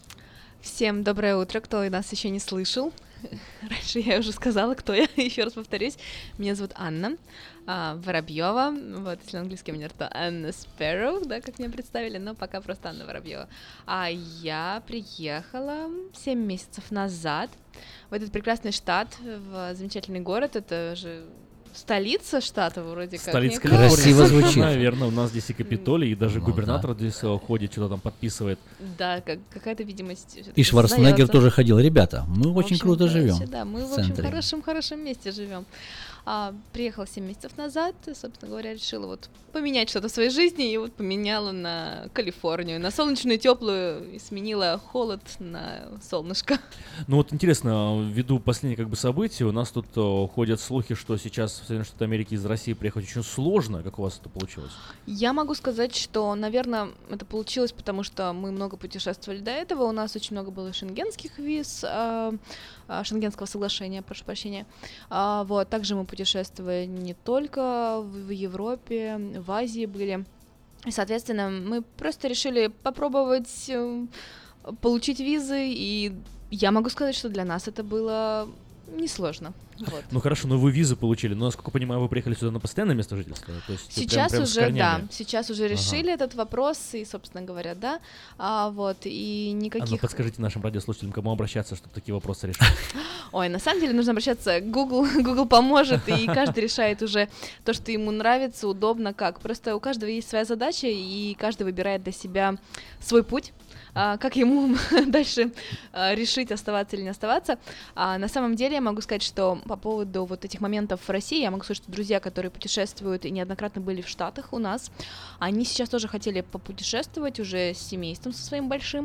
Всем доброе утро, кто нас еще не слышал. Раньше я уже сказала, кто я. Еще раз повторюсь. Меня зовут Анна а, Воробьева. Вот, если на английском манер, то Анна Спэрроу, да, как меня представили, но пока просто Анна Воробьева. А я приехала семь месяцев назад в этот прекрасный штат, в замечательный город. Это же столица штата вроде как. Столица Калифорнии. Красиво звучит. Наверное, у нас здесь и Капитолий, и даже ну, губернатор да. здесь ходит, что-то там подписывает. Да, как, какая-то видимость. И Шварценеггер тоже ходил. Ребята, мы в очень общем, круто короче, живем. Да, мы в, в общем в хорошем-хорошем месте живем. А, приехала семь месяцев назад, и, собственно говоря, решила вот поменять что-то в своей жизни, и вот поменяла на Калифорнию, на солнечную, теплую, и сменила холод на солнышко. Ну вот интересно, ввиду последних как бы событий, у нас тут о, ходят слухи, что сейчас в Соединенные Штаты Америки из России приехать очень сложно. Как у вас это получилось? Я могу сказать, что, наверное, это получилось, потому что мы много путешествовали до этого, у нас очень много было шенгенских виз, э, э, шенгенского соглашения, прошу прощения. Э, вот, также мы путешествовали не только в, в Европе, в Азии были. И, соответственно, мы просто решили попробовать э, получить визы, и я могу сказать, что для нас это было несложно. Вот. Ну хорошо, но вы визы получили, но, насколько понимаю, вы приехали сюда на постоянное место жительства? То есть Сейчас прям, прям уже, да, сейчас уже решили ага. этот вопрос, и, собственно говоря, да, а, вот, и никаких... А ну подскажите нашим радиослушателям, к кому обращаться, чтобы такие вопросы решить. Ой, на самом деле нужно обращаться к Google, Google поможет, и каждый решает уже то, что ему нравится, удобно, как. Просто у каждого есть своя задача, и каждый выбирает для себя свой путь. А, как ему дальше а, решить, оставаться или не оставаться. А, на самом деле я могу сказать, что по поводу вот этих моментов в России, я могу сказать, что друзья, которые путешествуют и неоднократно были в Штатах у нас, они сейчас тоже хотели попутешествовать уже с семейством со своим большим,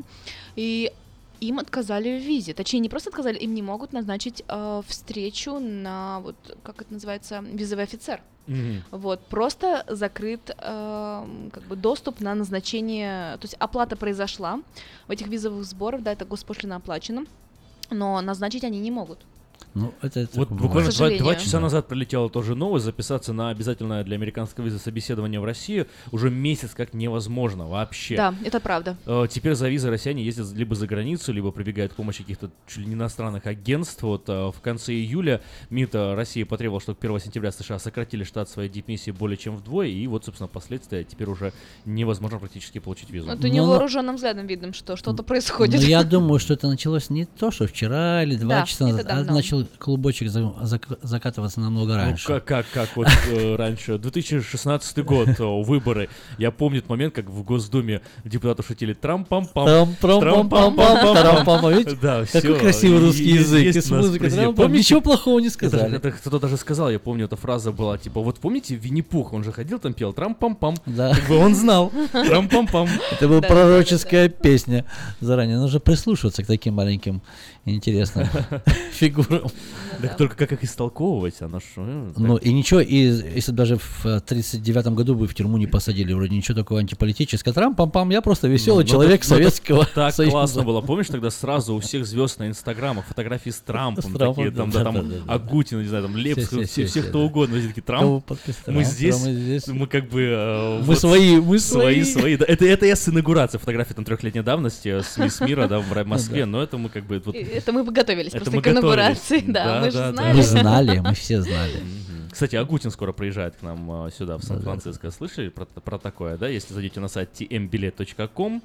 и им отказали в визе. Точнее, не просто отказали, им не могут назначить э, встречу на, вот, как это называется, визовый офицер. Mm-hmm. Вот, просто закрыт э, как бы доступ на назначение, то есть оплата произошла в этих визовых сборах, да, это госпошлина оплачена, но назначить они не могут. Ну, это, это вот буквально два, два часа назад прилетела тоже новость, записаться на обязательное для американского визы собеседование в Россию уже месяц как невозможно вообще. Да, это правда. Uh, теперь за визы россияне ездят либо за границу, либо прибегают к помощи каких-то чуть ли не иностранных агентств. Вот uh, в конце июля МИД России потребовал, чтобы первого сентября США сократили штат своей дипмиссии более чем вдвое, и вот, собственно, последствия теперь уже невозможно практически получить визу. Это невооруженным взглядом видно, что что-то происходит. Ну, я думаю, что это началось не то, что вчера или два да, часа назад, а начал клубочек закатываться намного раньше. Ну, как, как, как вот э, раньше? две тысячи шестнадцатый год, о, выборы. Я помню этот момент, как в Госдуме депутаты шутили трам-пам-пам. Трам-пам-пам-пам. Видите? Да, какой красивый русский язык. И с музыкой трам-пам. Ничего плохого не сказали. Это кто-то даже сказал, я помню, эта фраза была, типа, вот помните Винни-Пух, он же ходил там, пел трам-пам-пам. Да. Как бы он знал. Трам-пам-пам. Это была пророческая песня заранее. Нужно прислушиваться к таким маленьким интересным фигурам. Так только как их истолковывать, оно что? Ну и ничего, и если даже в тридцать девятом году бы в тюрьму не посадили, вроде ничего такого антиполитического. Трам-пам-пам, я просто веселый ну, человек ну, Советского ну, так Союза. Классно было, помнишь, тогда сразу у всех звезд на инстаграмах фотографии с Трампом, с Трампом такие, там, да, да, там, да, да, Агутин, не знаю, там, Лепс, все, все, кто да. угодно, все такие, Трамп, мы здесь, мы, здесь, мы как бы... Э, мы вот, свои, мы свои. свои, свои. Да, это, это я с инаугурации, фотографии там трехлетней давности с Мисс Мира, да, в Москве, но это мы как бы... Вот, это мы готовились это просто мы к инаугурации, да, да, мы да, же да, знали. Мы знали, мы все знали. Кстати, Агутин скоро приезжает к нам uh, сюда, в Сан-Франциско. Слышали про, про такое, да? Если зайдете на сайт ти эм билет точка ком,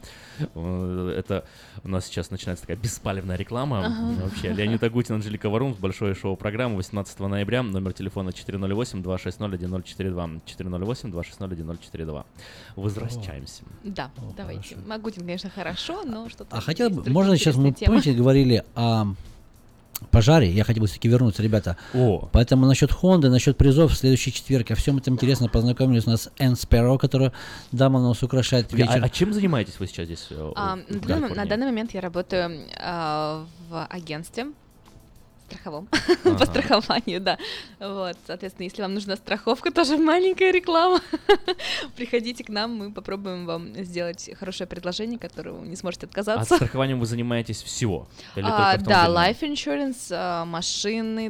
uh, это у нас сейчас начинается такая беспалевная реклама. Ага. Вообще, Леонид Агутин, Анжелика Варум, большое шоу-программа восемнадцатого ноября, номер телефона четыре ноль восемь два шесть ноль один ноль четыре два, четыре ноль восемь два шесть ноль один ноль четыре два. Возвращаемся. Да, О, давайте. Хорошо. Агутин, конечно, хорошо, но что-то... А хотя бы, можно сейчас, мы, помните, говорили о... пожаре, я хотел бы все-таки вернуться, ребята. О. Поэтому насчет Хонды, насчет призов в следующий четверг. О всем этом интересно познакомились. У нас Энн Спэроу, которая дама у нас украшает вечер. А, а чем занимаетесь вы сейчас здесь? А, в, на, на данный момент я работаю а, в агентстве страховом, ага. по страхованию, да. Вот, соответственно, если вам нужна страховка, тоже маленькая реклама, приходите к нам, мы попробуем вам сделать хорошее предложение, которое вы не сможете отказаться. А страхованием вы занимаетесь всего? Или а, да, life insurance, а, машины,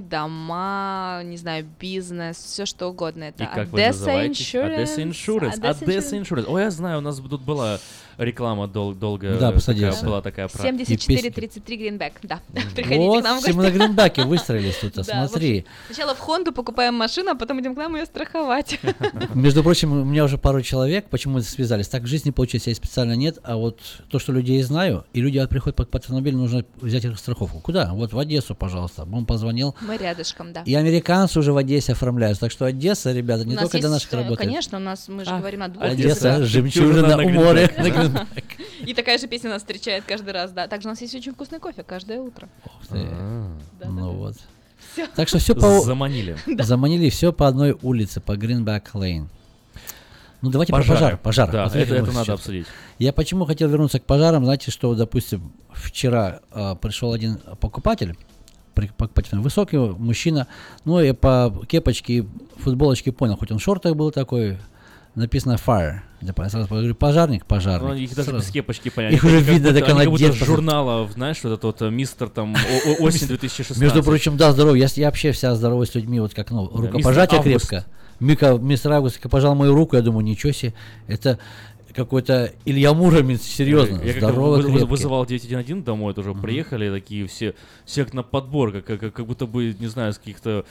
дома, не знаю, бизнес, все что угодно. Это Odessa Insurance. Odessa Insurance. Odessa Insurance. Ой, я знаю, у нас тут была реклама дол- долго. Да, посадился. Такая, была такая про... семьдесят четыре тридцать три Greenback, да. Приходите вот, к нам. Вот, мы на Гринбаке выстроились тут, а да, смотри. Сначала в Хонду покупаем машину, а потом идем к нам ее страховать. Между прочим, у меня уже пару человек, почему связались. Так в жизни получается, я специально нет, а вот то, что людей знаю, и люди приходят под автомобиль, нужно взять их страховку. Куда? Вот в Одессу, пожалуйста. Он позвонил. Мы рядышком, да. И американцы уже в Одессе оформляются. Так что Одесса, ребята, не только для наших работает. Конечно, у нас, мы же а, говорим о двух. Одесса, жемчужина у моря. И такая же песня нас встречает каждый раз, да. Также у нас есть очень вкусный кофе каждое утро. Ух ты. Ну вот. Так что все по... Заманили. Заманили все по одной улице, по Greenback Lane. Ну давайте пожары. про пожар. Пожар. Да, вот это, это надо обсудить. Я почему хотел вернуться к пожарам, знаете, что, допустим, вчера э, пришел один покупатель, покупатель, высокий мужчина, ну и по кепочке и футболочке понял, хоть он в шортах был такой, написано fire. Я сразу говорю, пожарник, пожарник. Ну, их даже сразу. Без кепочки понятно. Их уже видно, так она одета. Журнала, знаешь, вот этот вот мистер там осень две тысячи шестнадцатый. Между прочим, да, здоровье. Я, я вообще вся здоровая с людьми, вот как, ну, рукопожатие крепко. Мика, мистер Август пожал мою руку, я думаю, ничего себе, это какой-то Илья Муромец, серьезно, я здоровый, как крепкий. Вызывал девять один один домой, тоже uh-huh. приехали такие все, все на подбор, как, как, как будто бы, не знаю, с каких-то,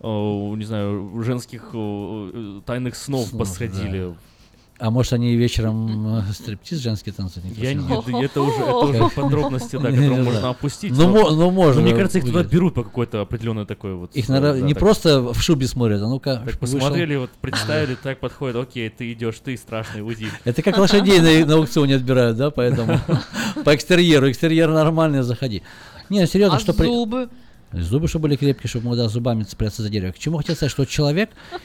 о, не знаю, женских о, тайных снов, снов посходили. Да. А может, они вечером стриптиз женские танцуют? Я не, это уже, это уже подробности, да, которые можно опустить. Ну, но, но можно. Но мне кажется, их туда берут по какой-то определенной такой вот. Их да, не так, просто в шубе смотрят, а ну-ка. Так посмотрели, вот представили, так подходит, окей, ты идешь, ты страшный, уйди. Это как лошадей на, на аукционе отбирают, да, поэтому по экстерьеру, экстерьер нормальный, заходи. Не, серьезно, что зубы? Зубы, чтобы были крепкие, чтобы мы зубами цепляться за дерево. К чему хотел сказать, что человек.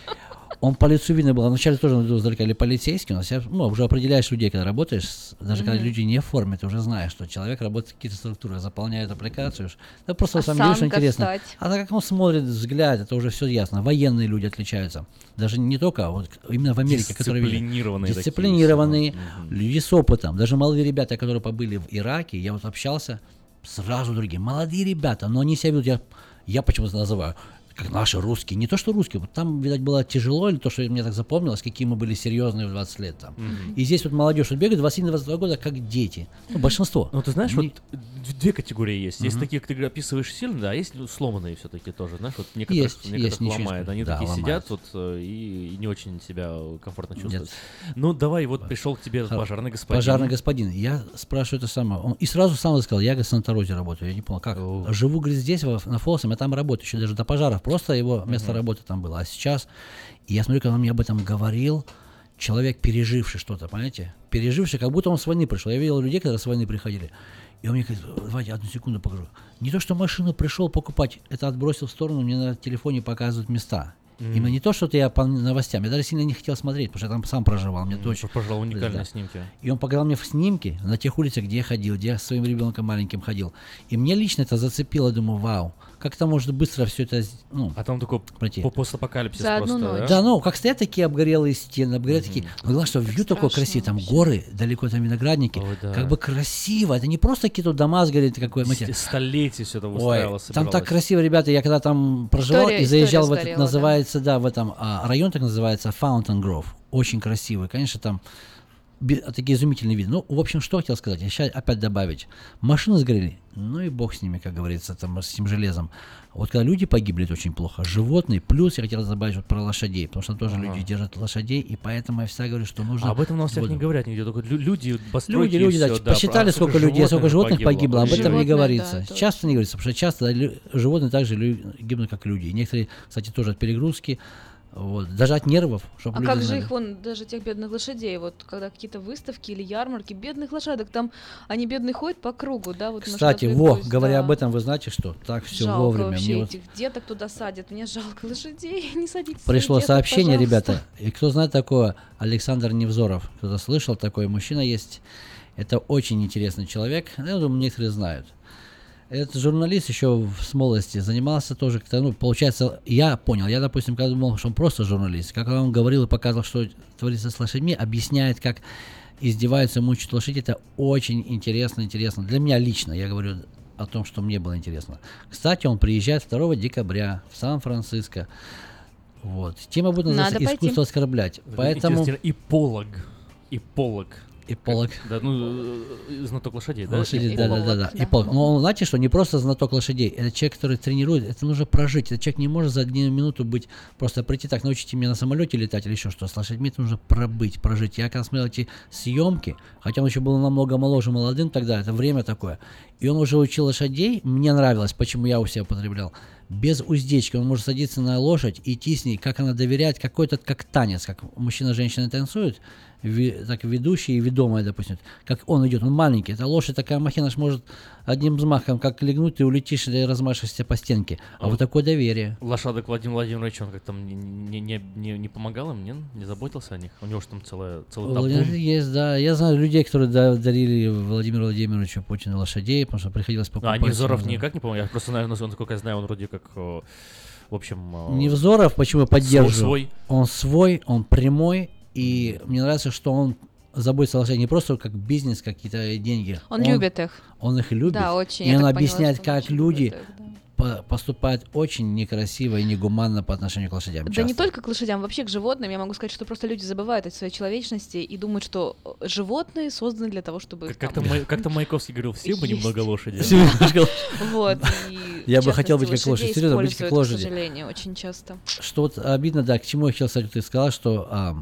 Он по лицу видно было. Вначале тоже издалека полицейский. У нас ну, уже определяешь людей, когда работаешь. Даже mm-hmm. когда люди не в форме, ты уже знаешь, что человек работает в каких-то структурах, заполняет аппликацию. Да просто сам видишь, интересно. Стать. А так как он смотрит, взгляд, это уже все ясно. Военные люди отличаются. Даже не только, а вот именно в Америке, которые дисциплинированные, дисциплинированные mm-hmm. люди с опытом. Даже молодые ребята, которые побыли в Ираке, я вот общался сразу другие. Молодые ребята, но они себя ведут, я, я почему-то называю. Как наши русские, не то что русские, вот там, видать, было тяжело, или то, что мне так запомнилось, какие мы были серьезные в двадцать лет там. Mm-hmm. И здесь вот молодежь вот бегает двадцать один двадцать два года, как дети, ну, большинство. Ну, ты знаешь, Они... вот две категории есть. Есть mm-hmm. такие, как ты описываешь сильно, да, а есть сломанные все-таки тоже, знаешь, вот некоторых, есть, некоторых есть, ломает, они да, такие ломает. сидят вот и, и не очень себя комфортно чувствуют. Нет. Ну, давай, вот пришел к тебе пожарный господин. Пожарный господин, я спрашиваю это самое, он и сразу сам сказал, я, говорит, в Санта-Розе работаю, я не понял, как, oh. живу, говорит, здесь, на Фолсом, я там работаю, еще даже до пожаров, просто его место работы там было. А сейчас, и я смотрю, когда он мне об этом говорил, человек, переживший что-то, понимаете? Переживший, как будто он с войны пришел. Я видел людей, когда с войны приходили. И он мне говорит, давайте одну секунду покажу. Не то, что машину пришел покупать, это отбросил в сторону, мне на телефоне показывают места. Mm-hmm. Именно не то, что я по новостям, я даже сильно не хотел смотреть, потому что я там сам проживал, мне mm-hmm. дочь. Пожалуй, уникальные да. снимки. И он показал мне снимки на тех улицах, где я ходил, где я со своим ребенком маленьким ходил. И мне лично это зацепило, думаю, вау, как это может быстро все это, ну, а там такой пройти. Постапокалипсис За просто, одну ночь. да? Да, ну, как стоят такие обгорелые стены, обгорелые mm-hmm. такие. Но главное, что вью такой красивый, там горы, далеко там виноградники, Ой, да. как бы красиво. Это не просто какие-то дома сгорели, какое, мать. Столетие все это выстраивалось. Там так красиво, ребята, я когда там проживал история, и заезжал в этот, сгорела, называется, да, да в этом, а, район так называется Fountain Grove, очень красивый, конечно, там би, такие изумительные виды. Ну, в общем, что хотел сказать, я сейчас опять добавить. Машины сгорели, ну и бог с ними, как говорится, там, с этим железом. Вот когда люди погибли, это очень плохо. Животные, плюс я хотел добавить вот про лошадей, потому что тоже ага. люди держат лошадей, и поэтому я всегда говорю, что нужно... А об этом у нас всех не говорят нигде, только люди, постройки Люди, люди, да, все, посчитали, да, сколько людей, сколько животных погибло, об этом животные, не говорится. да, часто не говорится, потому что часто да, животные также гибнут, как люди. И некоторые, кстати, тоже от перегрузки, вот, даже от нервов. А как знали. Же их, вон, даже тех бедных лошадей, вот, когда какие-то выставки или ярмарки, бедных лошадок, там они бедные ходят по кругу, да? Вот, кстати, во, говоря да. об этом, вы знаете что, так все жалко вовремя. Вообще Мне этих вот... деток туда садят, мне жалко лошадей, не садитесь. Пришло деток, сообщение, пожалуйста. ребята, и кто знает такое, Александр Невзоров, кто-то слышал, такой мужчина есть, это очень интересный человек, я думаю, некоторые знают. Этот журналист еще в молодости занимался тоже, как-то, ну, получается, я понял, я, допустим, когда думал, что он просто журналист, когда он говорил и показывал, что творится с лошадьми, объясняет, как издеваются, мучают лошадей, это очень интересно, интересно. Для меня лично, я говорю о том, что мне было интересно. Кстати, он приезжает второго декабря в Сан-Франциско. Вот. Тема будет называться «Искусство оскорблять». Поэтому... Иполог. Иполог. Иполог. Да, ну, знаток лошадей, да? Лошади, да, да, да, да. Иполог. Но он, знаете что, не просто знаток лошадей, это человек, который тренирует, это нужно прожить. Этот человек не может за одну минуту быть, просто прийти так, научите меня на самолете летать или еще что. С лошадьми это нужно пробыть, прожить. Я когда смотрел эти съемки, хотя он еще был намного моложе, молодым тогда, это время такое, и он уже учил лошадей, мне нравилось, почему я у себя употреблял, без уздечки. Он может садиться на лошадь, идти с ней, как она доверяет, какой-то как танец, как мужчина и женщина танцуют, ви, так ведущий и ведомая, допустим, как он идет, он маленький, эта лошадь такая махина ж может одним взмахом как легнуть, ты улетишь и размашешься по стенке, а, а вот такое доверие. Лошадок Владимир Владимирович, он как там не, не, не, не, не помогал им, не, не заботился о них? У него же там целая, целый табун. Есть, да, я знаю людей, которые дарили Владимиру Владимировичу Путину лошадей, потому что приходилось покупать. А Невзоров никак не помню, я просто знаю, насколько я знаю, он вроде как... В общем... Невзоров, почему я поддерживаю? Свой. Он свой, он прямой, и мне нравится, что он заботится о лошадях не просто как бизнес, какие-то деньги. Он, он любит их. Он их любит. Да, очень. И он объясняет, поняла, как люди их, да. по- поступают очень некрасиво и негуманно по отношению к лошадям. Да часто. не только к лошадям, вообще к животным. Я могу сказать, что просто люди забывают о своей человечности и думают, что животные созданы для того, чтобы... Как- Как-то Май- как-то Маяковский говорил, все бы немного лошади. Вот. Я бы хотел быть как лошадь. Серьезно, быть как К лошади. сожалению, очень часто. Что вот обидно, да, к чему я хотел сказать, ты сказала, что, а,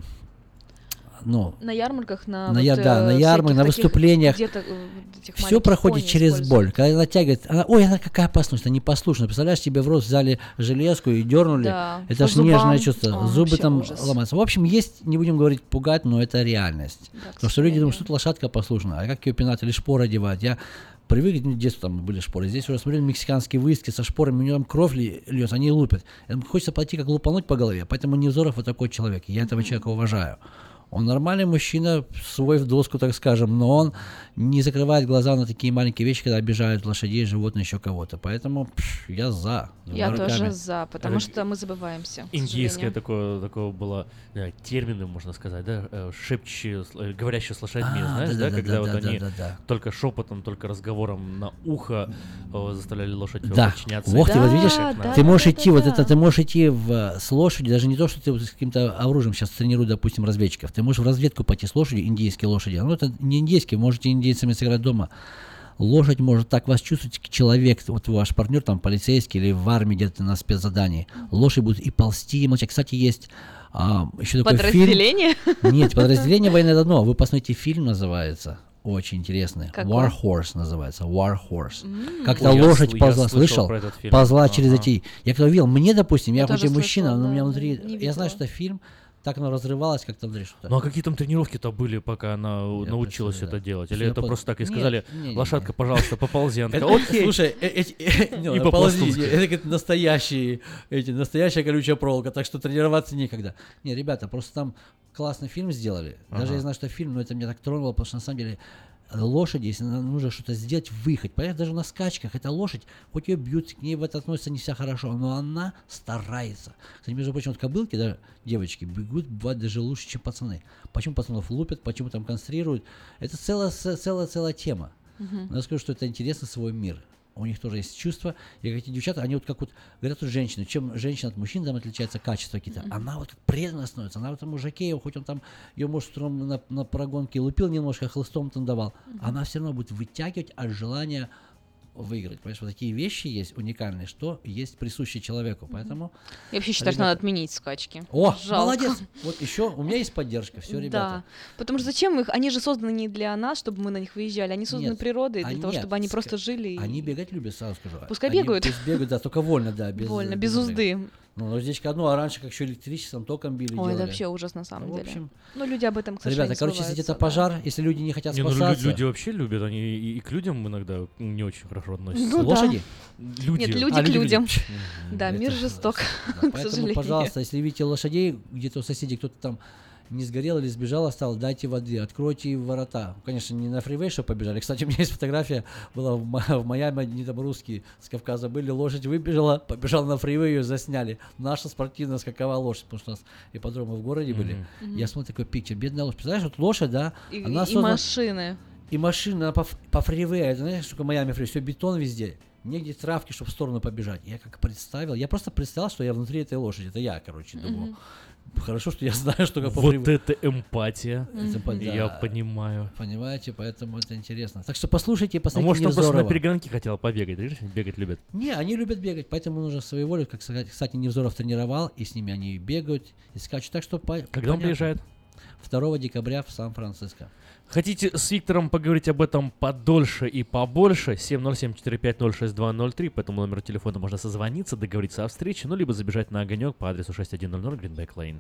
ну... На ярмарках, на, на вот, я, да, на э, ярмарках, на всяких выступлениях таких, где-то, э, этих все маленьких проходит пони через используют. боль. Когда она тягивает, она, ой, она какая послушная, непослушная. Представляешь, тебе в рот взяли железку и дернули. Да, Это по ж зубам. нежное чувство. О, Зубы вообще там ужас. ломаются. В общем, есть, не будем говорить пугать, но это реальность. Да, Потому что люди думают, что это лошадка послушная, а как ее пинать или шпоры одевать. Я привык, ну, в детстве там были шпоры. Здесь уже смотрели мексиканские выездки со шпорами, у него там кровь ли- льется, они лупят. И хочется пойти как лупануть по голове. Поэтому Невзоров вот такой человек. Я этого человека уважаю. Он нормальный мужчина, свой в доску, так скажем, но он не закрывает глаза на такие маленькие вещи, когда обижают лошадей, животных, еще кого-то. Поэтому пш, я за. Я руками. тоже за, потому Это что мы забываемся. к Индийское сожалению. такое, такое было, да, термины, можно сказать, да, э, шепчущие, с- э, говорящие с лошадьми, А, знаешь, да, да-да-да, когда вот да-да-да, они да-да. только шепотом, только разговором на ухо э, заставляли лошадь Да, подчиняться. вот ты вот видишь, Да, да, ты можешь да, идти, да, вот да. это, ты можешь идти в, с лошадью, даже не то, что ты вот с каким-то оружием сейчас тренируешь, допустим, разведчиков, ты можешь в разведку пойти с лошадью, индийские лошади, ну это не индийские, можете индейцами сыграть дома. Лошадь может так вас чувствовать, как человек, вот ваш партнер там полицейский или в армии где-то на спецзадании, лошадь будет и ползти, и молчать. Кстати, есть а, еще такой фильм. Подразделение? Нет, подразделение военное одно, вы посмотрите, фильм называется. Очень интересный. Какой? War Horse называется. War Horse. М. Как-то Ой, я лошадь сл- я ползла, слышал слышал? про этот фильм. Ползла Ага. через эти. Я когда увидел, мне, допустим, я, Я хоть и тоже мужчина, слышала, но у меня да, внутри. не Я знаю, видела. что это фильм, так оно разрывалось как-то внутри что-то. Ну а какие там тренировки-то были, пока она научилась это делать? Или Я это пос- просто так и Нет, сказали, не, не, лошадка, не. пожалуйста, поползи. Она Это- такая, окей. Слушай, э- эти- э, не, И ну, ползи, по-пластунски. это как настоящие, эти, настоящая колючая проволока, так что тренироваться некогда. Не, ребята, просто там классный фильм сделали. Даже Ага. я знаю, что фильм, но это меня так тронуло, потому что на самом деле лошади, если нам нужно что-то сделать, выехать. Понятно, даже на скачках эта лошадь, хоть ее бьют, к ней в это относится не вся хорошо, но она старается. Кстати, между прочим, вот кобылки, да, девочки, бегут, бывает, даже лучше, чем пацаны. Почему пацанов лупят, почему там конструируют. Это целая, целая, целая тема. Мгм. Но я скажу, что это интересно свой мир. У них тоже есть чувства. И эти девчата, они вот как вот, говорят, вот женщины, чем женщина от мужчин там отличается качество какие-то. Мгм. Она вот как преданно становится. Она вот тому Жакееву, хоть он там ее, может, с утром на, на прогонке лупил немножко, хлыстом там давал, она все равно будет вытягивать от желания выиграть. Понимаешь, вот такие вещи есть уникальные, что есть присущи человеку. Поэтому... Я вообще считаю, что ребята- надо отменить скачки. О, Жалко. молодец! Вот еще у меня есть поддержка, все, ребята. Да, потому что зачем их? Они же созданы не для нас, чтобы мы на них выезжали. Они созданы Нет, природой для они- того, нет, чтобы они ска- просто жили. и- Они бегать любят, сразу скажу. Пускай Они бегают. пусть бегают, да, только вольно, да. Без, Вольно, без напряга. узды. Ну, уздечка одно, а раньше как еще электричеством, током били, Ой, делали. это вообще ужас на самом Ну, в деле. общем, Ну, люди об этом, к сожалению, ребята, короче, если где-то забываются, да. пожар, если люди не хотят Не, ну, лю- спасаться... люди вообще любят, они и, и к людям иногда не очень хорошо относятся. Ну да. Лошади? Люди. Нет, люди А, к люди, людям. люди. Да, Это мир ж- жесток, да, к Поэтому, сожалению. пожалуйста, если видите лошадей, где-то у соседей кто-то там не сгорел или сбежал, остался, дайте воды, откройте ворота. Конечно, не на фривей, что побежали. Кстати, у меня есть фотография, была в, Ма- в Майами, они там русские с Кавказа были, лошадь выбежала, побежала на фривей, ее засняли. Наша спортивная скаковая лошадь, потому что у нас ипподромы в городе были. Мгм. Я смотрю такой пикчер, бедная лошадь. Представляешь, вот лошадь, да, И, она и создана- машины. и машина она по, ф- по фривей, это знаешь, что Майами фривей, все бетон везде. Негде травки, чтобы в сторону побежать. Я как представил, я просто представил, что я внутри этой лошади. Это я, короче, думаю. Хорошо, что я знаю, что как по Вот фривей. это эмпатия. Это по- Я да. понимаю. Понимаете, поэтому это интересно. Так что послушайте и А посмотрите может, он просто на Невзорова. перегонке хотел побегать, видишь? Бегать любят. Не, они любят бегать, поэтому нужно своей волей, как сказать, кстати, Невзоров тренировал, и с ними они и бегают, и скачут. Так что по- Когда он понятно. приезжает? второго декабря в Сан-Франциско. Хотите с Виктором поговорить об этом подольше и побольше? семь ноль семь четыре пять ноль шесть два ноль три. По этому номеру телефона можно созвониться, договориться о встрече, ну, либо забежать на огонек по адресу шесть один ноль ноль Greenback Lane.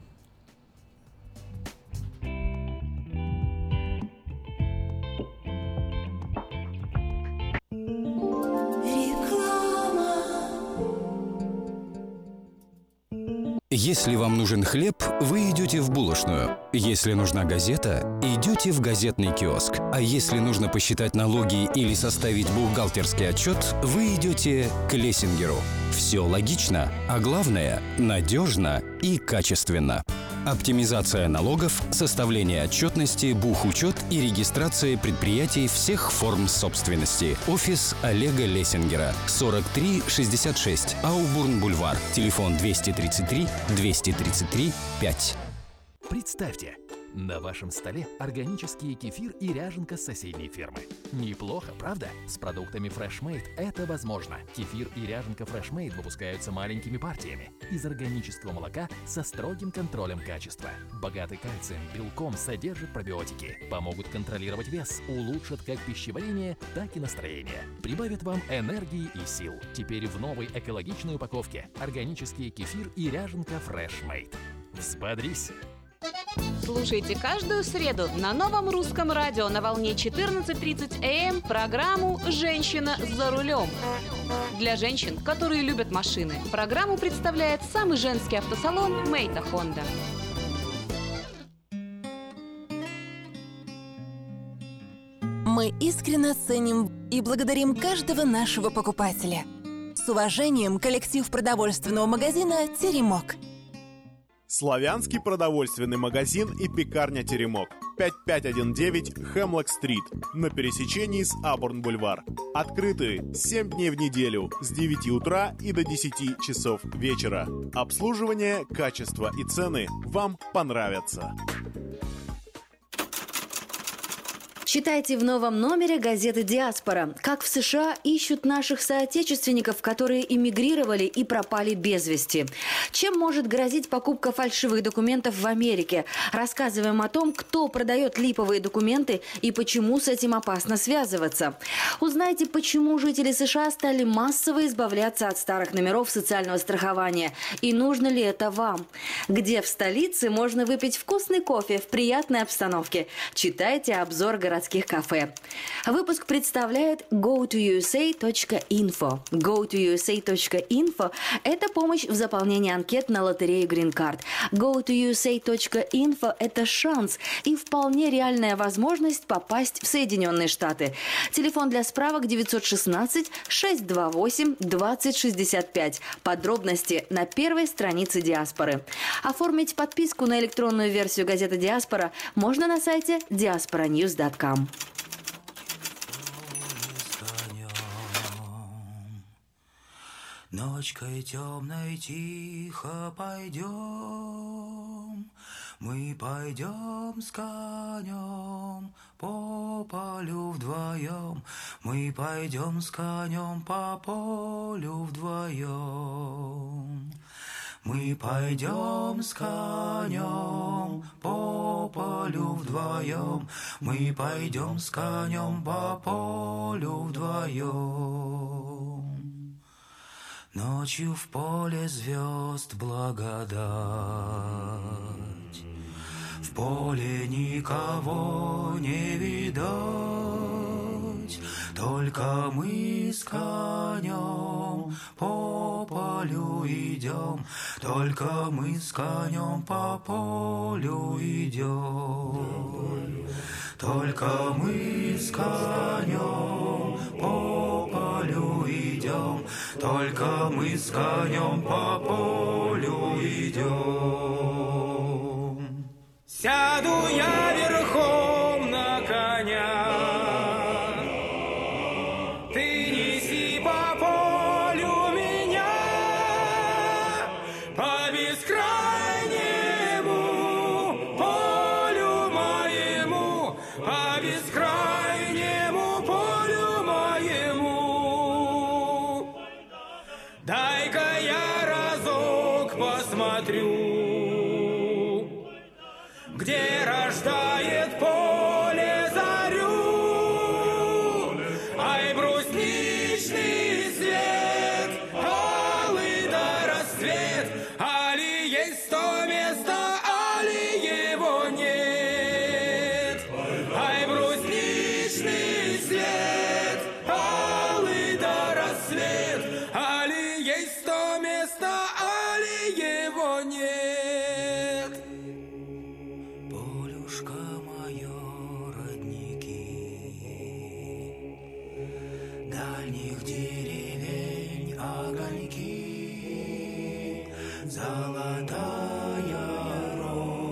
Если вам нужен хлеб, вы идете в булочную. Если нужна газета, идете в газетный киоск. А если нужно посчитать налоги или составить бухгалтерский отчет, вы идете к Лессингеру. Все логично, а главное – надежно и качественно. Оптимизация налогов, составление отчетности, бухучет и регистрация предприятий всех форм собственности. Офис Олега Лессингера. сорок три шестьдесят шесть. Аубурн-Бульвар. Телефон двести тридцать три двести тридцать три пять. Представьте, на вашем столе органический кефир и ряженка с соседней фермы. Неплохо, правда? С продуктами Freshmade это возможно. Кефир и ряженка Freshmade выпускаются маленькими партиями из органического молока со строгим контролем качества. Богатый кальцием, белком, содержит пробиотики, помогут контролировать вес, улучшат как пищеварение, так и настроение. Прибавят вам энергии и сил. Теперь в новой экологичной упаковке органический кефир и ряженка Freshmade. Взбодрись! Слушайте каждую среду на новом русском радио на волне четырнадцать тридцать эй эм программу «Женщина за рулем». Для женщин, которые любят машины, программу представляет самый женский автосалон «Мейта Хонда». Мы искренне ценим и благодарим каждого нашего покупателя. С уважением, коллектив продовольственного магазина «Теремок». Славянский продовольственный магазин и пекарня «Теремок». пять пять один девять Хемлок-стрит на пересечении с Абурн-бульвар. Открыты семь дней в неделю с девяти утра и до десяти часов вечера. Обслуживание, качество и цены вам понравятся. Читайте в новом номере газеты «Диаспора». Как в США ищут наших соотечественников, которые эмигрировали и пропали без вести. Чем может грозить покупка фальшивых документов в Америке? Рассказываем о том, кто продает липовые документы и почему с этим опасно связываться. Узнайте, почему жители США стали массово избавляться от старых номеров социального страхования. И нужно ли это вам? Где в столице можно выпить вкусный кофе в приятной обстановке? Читайте обзор городских кафе. Выпуск представляет go to u s a точка info. go to u s a точка info – это помощь в заполнении анкет на лотерею Green Card. go to u s a точка info – это шанс и вполне реальная возможность попасть в Соединенные Штаты. Телефон для справок девятьсот шестнадцать шестьсот двадцать восемь двадцать шестьдесят пять. Подробности на первой странице «Диаспоры». Оформить подписку на электронную версию газеты «Диаспора» можно на сайте диаспора ньюс точка ком. Ночкой темной тихо пойдем, мы пойдем с конем по полю вдвоем, мы пойдем с конем по полю вдвоем. Мы пойдем с конем по полю вдвоем, мы пойдем с конем по полю вдвоем. Ночью в поле звезд благодать, в поле никого не видать, только мы с конем по полю идем, только мы с конем по полю идем, только мы с конем по полю идем, только мы с конем по полю идем. Сяду я верхом на коня, ты неси по полю меня, по бескрайнему полю моему, по бескрайнему полю моему. Дай-ка я разок посмотрю, где рождает поле зарю. Ай, брусничный свет, алый да рассвет, али есть то место, али его нет. Ай, брусничный свет, алый да рассвет, али есть то место, али его нет. Дальних деревень огоньки, золотая роща.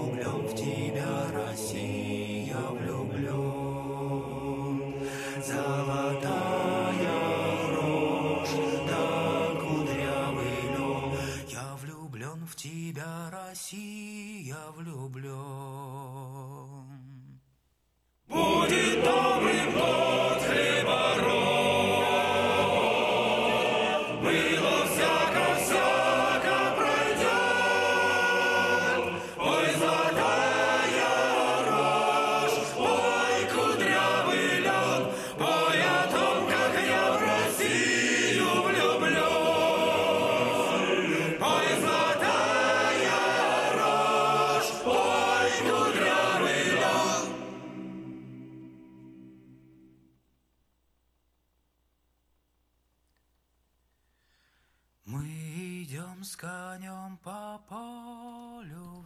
влюблен в тебя, Россия, влюблен. Золотая рожь, да кудрявый лен. Я влюблен в тебя, Россия, влюблен. Будет добрым год хлебород, было всяко, всяко пройдет. Ой, золотая рожь, ой, кудрявый лен, ой, о том, как я в Россию влюблен. Ой, золотая рожь, ой, кудрявый лен. Мы идем с конем по полю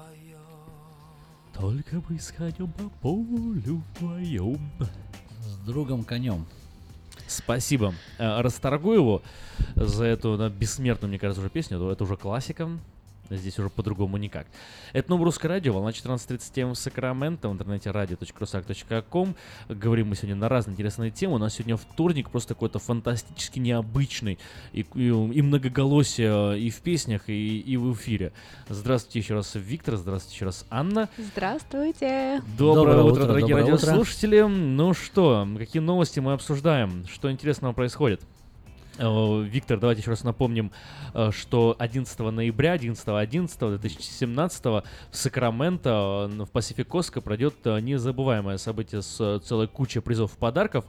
вдвоем. Только бы с конем по полю вдвоем. С другом конем. Спасибо э, Расторгуеву за эту да, бессмертную, мне кажется, уже песню. Это уже классика. Здесь уже по-другому никак. Это новое русское радио, волна четырнадцать тридцать эм в Сакраменто, в интернете радио точка русак точка ком. Говорим мы сегодня на разные интересные темы. У нас сегодня вторник, просто какой-то фантастически необычный. И, и, и многоголосие и в песнях, и, и в эфире. Здравствуйте еще раз, Виктор. Здравствуйте еще раз, Анна. Здравствуйте. Доброе, Доброе утро, утро, дорогие доброе радиослушатели. Утро. Ну что, какие новости мы обсуждаем? Что интересного происходит? Виктор, давайте еще раз напомним, что одиннадцатого ноября, одиннадцатого одиннадцатого две тысячи семнадцатого в Сакраменто в Pacific Costco пройдет незабываемое событие с целой кучей призов и подарков.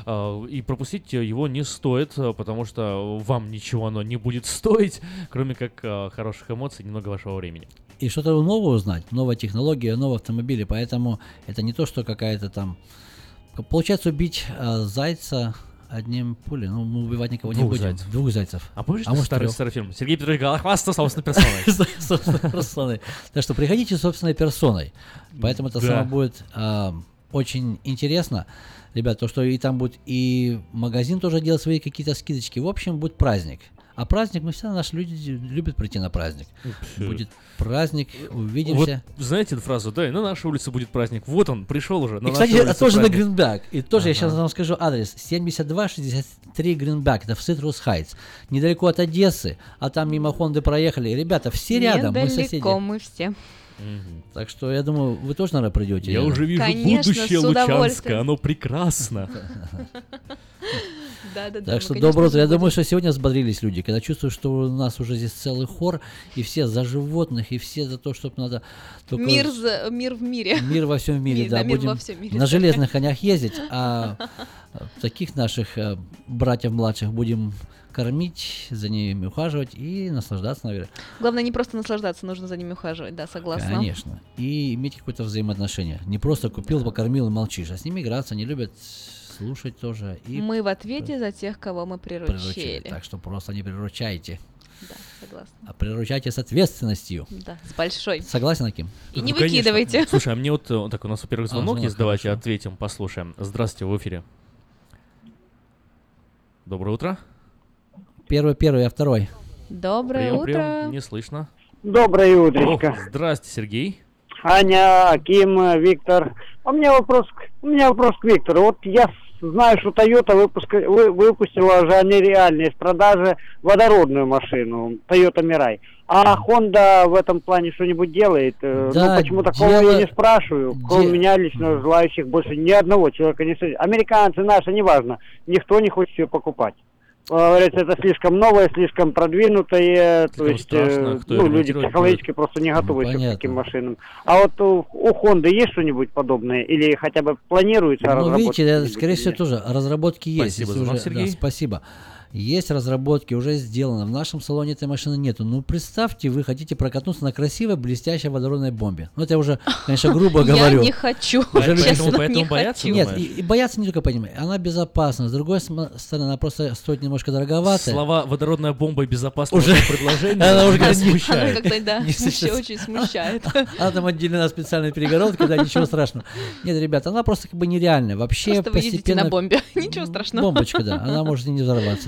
И пропустить его не стоит, потому что вам ничего оно не будет стоить, кроме как хороших эмоций, немного вашего времени. И что-то новое узнать, новая технология, новые автомобили, поэтому это не то, что какая-то там... Получается, убить э, зайца одним пулей, ну, мы убивать никого Двух не будем. зайцев. Двух зайцев. А помнишь а может, старый, трех? старый фильм? Сергей Петрович Голохвастов собственной персоной. Собственной персоной. Так что приходите собственной персоной. Поэтому это самое будет а, очень интересно. Ребят, то, что и там будет и магазин тоже делать свои какие-то скидочки. В общем, будет праздник. А праздник, мы всегда, наши люди любят прийти на праздник. Будет праздник, увидимся. Вот, знаете эту фразу, да, и на нашей улице будет праздник. Вот он, пришел уже, на и, кстати, улице тоже праздник. на Гринбэк. И тоже ага. я сейчас вам скажу адрес. семьдесят два шестьдесят три Гринбэк, это в Citrus Heights. Недалеко от Одессы, а там мимо Хонды проехали. Ребята, все рядом, мы соседи. Недалеко мы все. Угу. Так что я думаю, вы тоже, наверное, придете. Я рядом. уже вижу Конечно, будущее Лучанска, оно прекрасно. Да, да, да. Так что доброе утро. Я думаю, что сегодня взбодрились люди, когда чувствуют, что у нас уже здесь целый хор, и все за животных, и все за то, чтобы надо... Только мир, за, мир в мире. Мир во всем мире, мир, да. да мир Будем во всем мире. на железных конях ездить, а таких наших братьев младших будем кормить, за ними ухаживать и наслаждаться, наверное. Главное, не просто наслаждаться, нужно за ними ухаживать, да, согласна. Конечно. И иметь какое-то взаимоотношение. Не просто купил, покормил и молчишь, а с ними играться, они любят слушать тоже. И мы в ответе за тех, кого мы приручили. приручили. Так что просто не приручайте. Да, согласна. А приручайте с ответственностью. Да, с большой. Согласен, Аким? И ну, не конечно. выкидывайте. Слушай, а мне вот, вот так, у нас, во-первых, звонок а, есть, давайте ответим, послушаем. Здравствуйте, в эфире. Доброе утро. Первый, первый, а второй. Доброе прием, утро. Прием. Не слышно. Доброе утречко. О, здрасте, Сергей. Аня, Аким, Виктор. У меня вопрос, у меня вопрос к Виктору. Вот я знаю, что Toyota выпуск, вы, выпустила уже нереальные из продажи водородную машину Toyota Mirai. А Honda в этом плане что-нибудь делает? Да, ну, почему такого дело... я не спрашиваю. Кроме Де... меня лично желающих больше ни одного человека не среди. Американцы наши, неважно. Никто не хочет ее покупать. Говорится, это слишком новое, слишком продвинутое, слишком то есть страшно, ну, люди психологически будет? Просто не готовы ну, к таким машинам. А вот у, у Honda есть что-нибудь подобное? Или хотя бы планируется ну, разработка? Видите, скорее всего, тоже разработки есть. Спасибо за уже, Сергей. Да, спасибо. Есть разработки, уже сделано. В нашем салоне этой машины нету. Ну, представьте, вы хотите прокатнуться на красивой, блестящей водородной бомбе. Ну, это я уже, конечно, грубо говорю. Я не хочу. Поэтому, поэтому бояться? Нет, и, и бояться не только понимать. Она безопасна. С другой стороны, она просто стоит немножко дороговато. Слова «водородная бомба» и «безопасное предложение» она уже смущает. Она когда, да, очень смущает. Она там отделена специальной перегородкой, да, ничего страшного. Нет, ребята, она просто как бы нереальная. Вообще просто вы ездите на бомбе. Ничего страшного. Бомбочка, да. Она может и не взорваться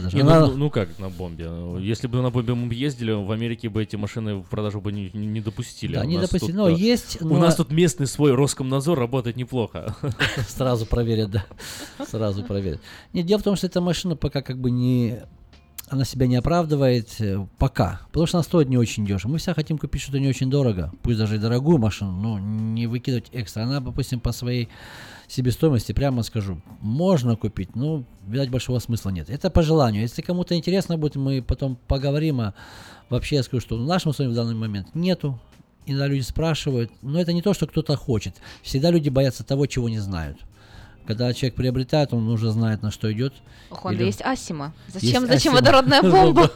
даже. Не, Она... ну, ну как на бомбе? Если бы на бомбе мы ездили, в Америке бы эти машины в продажу бы не, не, не допустили. Да, у не нас допустили, тут, но есть... У но... нас тут местный свой Роскомнадзор работает неплохо. Сразу проверят, да. Сразу проверят. Нет, дело в том, что эта машина пока как бы не... Она себя не оправдывает пока, потому что она стоит не очень дешево. Мы все хотим купить что-то не очень дорого, пусть даже и дорогую машину, но не выкидывать экстра. Она, допустим, по своей себестоимости, прямо скажу, можно купить, но, видать, большого смысла нет. Это по желанию. Если кому-то интересно будет, мы потом поговорим. А вообще я скажу, что в нашем условии в данный момент нету. Иногда люди спрашивают, но это не то, что кто-то хочет. Всегда люди боятся того, чего не знают. Когда человек приобретает, он уже знает, на что идет. У Honda Или... есть Асима. Зачем, есть зачем Асима. водородная бомба?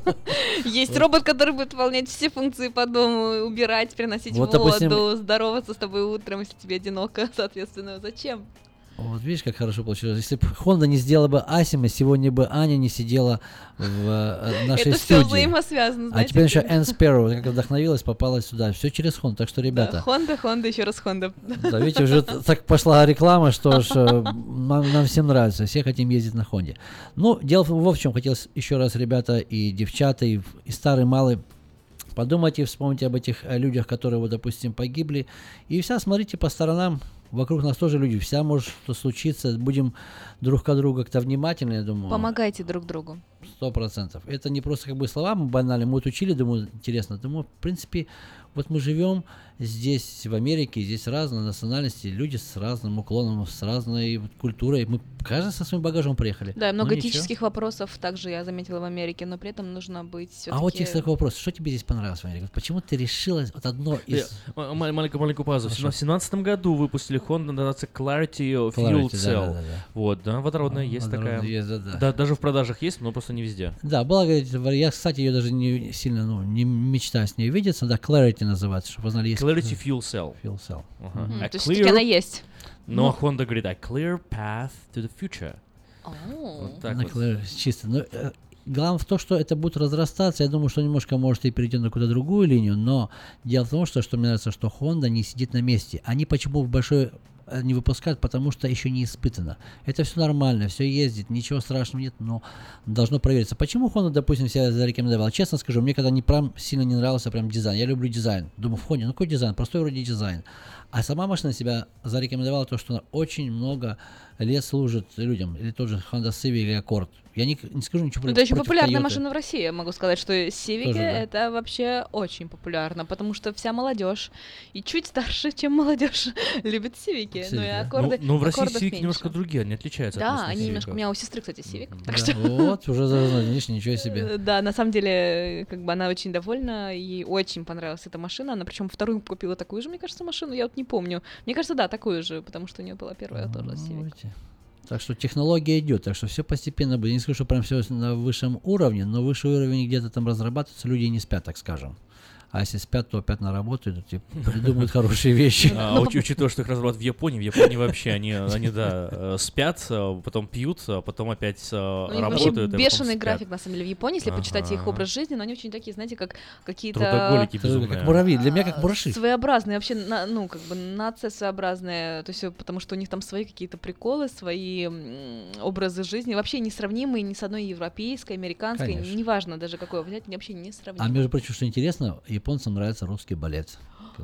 Есть робот, который будет выполнять все функции по дому, убирать, приносить воду, здороваться с тобой утром, если тебе одиноко, соответственно. Зачем? Вот видишь, как хорошо получилось. Если бы Honda не сделала бы Асима, сегодня бы Аня не сидела в э, нашей Это студии. все взаимосвязано, знаете. А теперь еще Энн Спэрроу, как вдохновилась, попала сюда. Все через Honda. Так что, ребята... Да, Honda, Honda, еще раз Honda. Да, видите, уже так пошла реклама, что ж, нам, нам всем нравится. Все хотим ездить на Honda. Ну, дело в чем. Хотелось еще раз, ребята, и девчата, и, и старые, малые, подумайте, вспомните об этих людях, которые, вот, допустим, погибли. И вся, смотрите по сторонам. Вокруг нас тоже люди, вся может что случиться, будем друг к другу как-то внимательны, я думаю. Помогайте друг другу. Сто процентов. Это не просто как бы слова банальные, мы вот учили, думаю, интересно. Думаю, в принципе, вот мы живем здесь, в Америке, здесь разные национальности, люди с разным уклоном, с разной вот культурой. Мы каждый со своим багажом приехали. Да, много ну, этических вопросов также я заметила в Америке, но при этом нужно быть все-таки... А вот есть такой вопрос, что тебе здесь понравилось в Америке? Почему ты решила вот одно из... Маленькую-маленькую паузу. В семнадцатом году выпустили Honda, называется Clarity Fuel Clarity, Cell. да, да, да. Вот, да, водородная есть водородная такая. Есть, да, да. Да, даже в продажах есть, но просто не везде. Да, была, говорит, я, кстати, ее даже не сильно, ну, не мечтаю с ней видеться, да, Clarity называется, чтобы вы знали. Есть Clarity Fuel Cell. Fuel Cell. Uh-huh. Mm-hmm. A То есть clear... она есть. Но ну, Honda говорит, a clear path to the future. Oh. Вот так на вот. Clear, чисто. Но, э, главное в том, что это будет разрастаться. Я думаю, что немножко может и перейти на какую-то другую линию, но дело в том, что, что мне нравится, что Honda не сидит на месте. Они почему в большой не выпускают, потому что еще не испытано. Это все нормально, все ездит, ничего страшного нет, но должно провериться. Почему Honda, допустим, себя зарекомендовала? Честно скажу, мне когда не прям сильно не нравился прям дизайн. Я люблю дизайн. Думаю, в Honda, ну какой дизайн? Простой вроде дизайн. А сама машина себя зарекомендовала то, что она очень много лет служит людям. Или тот же Honda Civic или Accord. Я не, не скажу ничего про Это очень популярная Toyota. машина в России. Я могу сказать, что Civic Тоже, да. это вообще очень популярно, потому что вся молодежь и чуть старше, чем молодежь, любит Civic. Civic, Ну и да. аккорды. Но, но в России аккордов Civic меньше. немножко другие, они отличаются от Да, местных они немножко. Civic'ов. У меня у сестры, кстати, Civic. Так Да. что... Вот, уже заразно, видишь, ничего себе. Да, на самом деле, как бы она очень довольна, ей очень понравилась эта машина. Она причем вторую купила такую же, мне кажется, машину, я вот не помню. Мне кажется, да, такую же, потому что у нее была первая тоже Civic. Так что технология идет, так что все постепенно будет. Не скажу, что прям все на высшем уровне, но высший уровень где-то там разрабатывается, люди не спят, так скажем. А если спят, то опять на работу идут и придумывают хорошие вещи. А, уч- учитывая, что их разрабатывают в Японии, в Японии вообще они, они да, э, спят, э, потом пьют, а потом опять э, У них работают. вообще и потом бешеный спят. график, на самом деле, в Японии, если Ага. почитать их образ жизни, но они очень такие, знаете, как какие-то... Трудоголики безумные. Как муравьи, для меня как мураши. Своеобразные, вообще, на, ну, как бы нация своеобразная, то есть, потому что у них там свои какие-то приколы, свои м, образы жизни, вообще несравнимые ни с одной европейской, американской, Конечно. неважно даже какое взять, вообще несравнимые. А между прочим, что интересно, японцам нравится русский балет.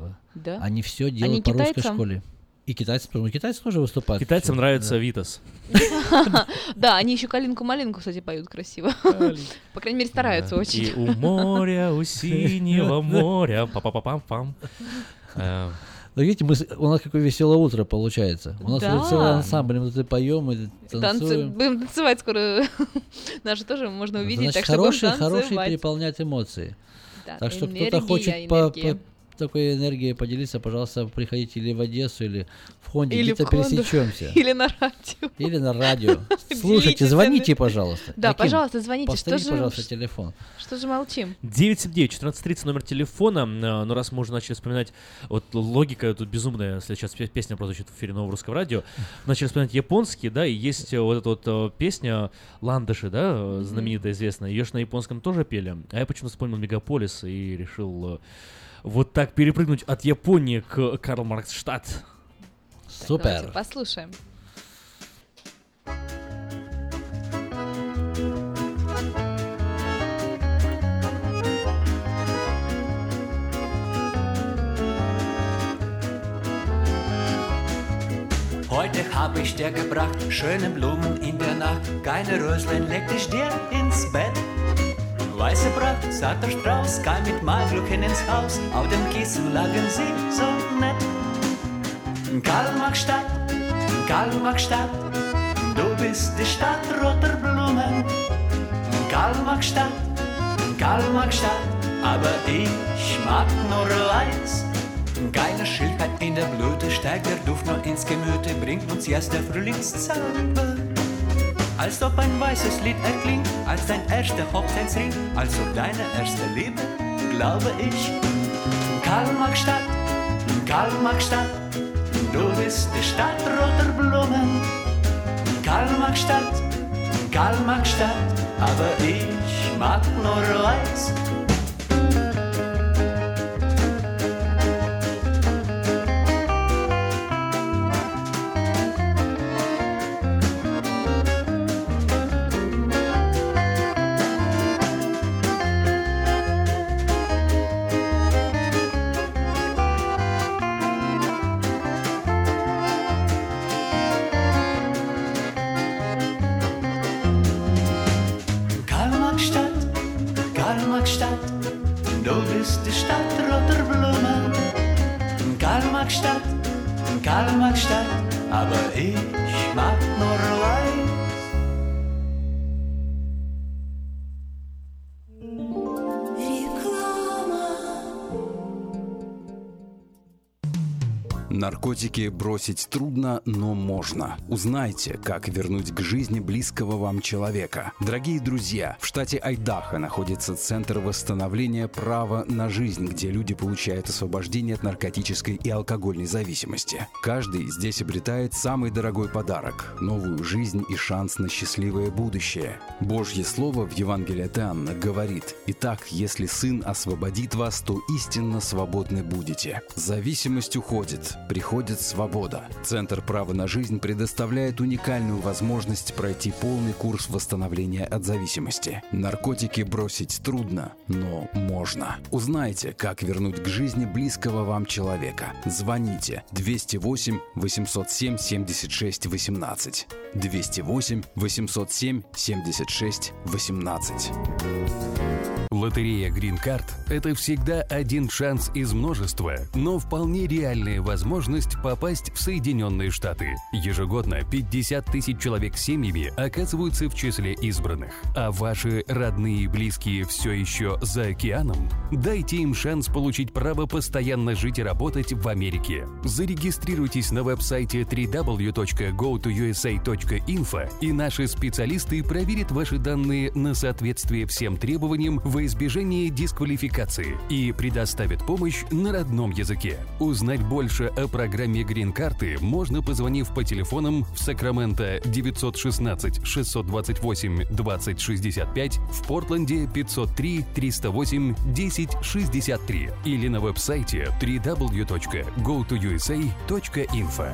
Да? Они все делают Они по русской китайцам? школе. И китайцы, потому что китайцы тоже выступают. Китайцам Всё. нравится Да. Витас. Да, они еще калинку-малинку, кстати, поют красиво. По крайней мере, стараются очень. И у моря, у синего моря, па-па-па-пам-пам. Э, Ну, видите, мы, с- у нас какое веселое утро получается. У нас Да. вот целый ансамбль, мы тут и поем, и Танцы, танцуем. будем танцевать скоро. Наши тоже можно увидеть, Значит, так что будем хорошие, хорошие танцевать. переполняют эмоции. Да, Так что энергия, кто-то хочет по, энергия. по такой энергией поделиться, пожалуйста, приходите или в Одессу, или в Хонде, Или где-то в Хонду, пересечемся. или на радио. Или на радио. Делитесь Слушайте, звоните, пожалуйста. Да, Аким, пожалуйста, звоните. Что повтори, же, пожалуйста, телефон. что же молчим? девять семь девять четырнадцать тридцать номер телефона. э, Но раз мы уже начали вспоминать, вот логика тут безумная, если сейчас пе- песня прозвучит в эфире Нового Русского Радио, начали вспоминать японский, да, и есть э, вот эта вот э, песня «Ландыши», да, э, знаменитая, известная, ее же на японском тоже пели, а я почему-то вспомнил «Мегаполис» и решил э, вот так перепрыгнуть от Японии к Карл Марксштадт. Супер. Давайте послушаем. Heute hab ich dir gebracht schöne Blumen in der Nacht. Keine Röslein leg dich dir ins Bett. Weiße Braut, zarter Strauß, kam mit Malglücken ins Haus. Auf dem Kissen lagen sie so nett. Karl-Marx-Stadt, Karl-Marx-Stadt, du bist die Stadt roter Blumen. Karl-Marx-Stadt, Karl-Marx-Stadt, aber ich mag nur weiß. Keine Schildheit in der Blüte, steigt der Duft nur ins Gemüte, bringt uns erst der Frühlingszauber. Als ob ein weißes Lied erklingt, als dein erster Hochzeitsring, als ob deine erste Liebe, glaube ich. Karl-Marx-Stadt, Karl-Marx-Stadt, du bist die Stadt roter Blumen. Karl-Marx-Stadt, Karl-Marx-Stadt, aber ich mag nur weiß. Karl-Marx-Stadt, Karl-Marx-Stadt, aber ich mag nur weiß. Наркотики бросить трудно, но можно. Узнайте, как вернуть к жизни близкого вам человека. Дорогие друзья, в штате Айдахо находится Центр восстановления права на жизнь, где люди получают освобождение от наркотической и алкогольной зависимости. Каждый здесь обретает самый дорогой подарок – новую жизнь и шанс на счастливое будущее. Божье Слово в Евангелии от Иоанна говорит: «Итак, если Сын освободит вас, то истинно свободны будете». Зависимость уходит. Приходит свобода. Центр права на жизнь предоставляет уникальную возможность пройти полный курс восстановления от зависимости. Наркотики бросить трудно, но можно. Узнайте, как вернуть к жизни близкого вам человека. Звоните двести восемь восемьсот семь семьдесят шесть восемнадцать. двести восемь восемьсот семь семьдесят шесть восемнадцать. Лотерея Green Card – это всегда один шанс из множества, но вполне реальная возможность попасть в Соединенные Штаты. Ежегодно пятьдесят тысяч человек с семьями оказываются в числе избранных. А ваши родные и близкие все еще за океаном? Дайте им шанс получить право постоянно жить и работать в Америке. Зарегистрируйтесь на веб-сайте дабл ю дабл ю дабл ю точка гоу ту ю эс эй точка инфо, и наши специалисты проверят ваши данные на соответствие всем требованиям в избежание дисквалификации и предоставят помощь на родном языке. Узнать больше о программе Green Card можно, позвонив по телефонам в Сакраменто девятьсот шестнадцать шестьсот двадцать восемь двадцать шестьдесят пять, в Портленде пятьсот три триста восемь десять шестьдесят три или на веб-сайте дабл ю дабл ю дабл ю точка гоу ту ю эс эй точка инфо.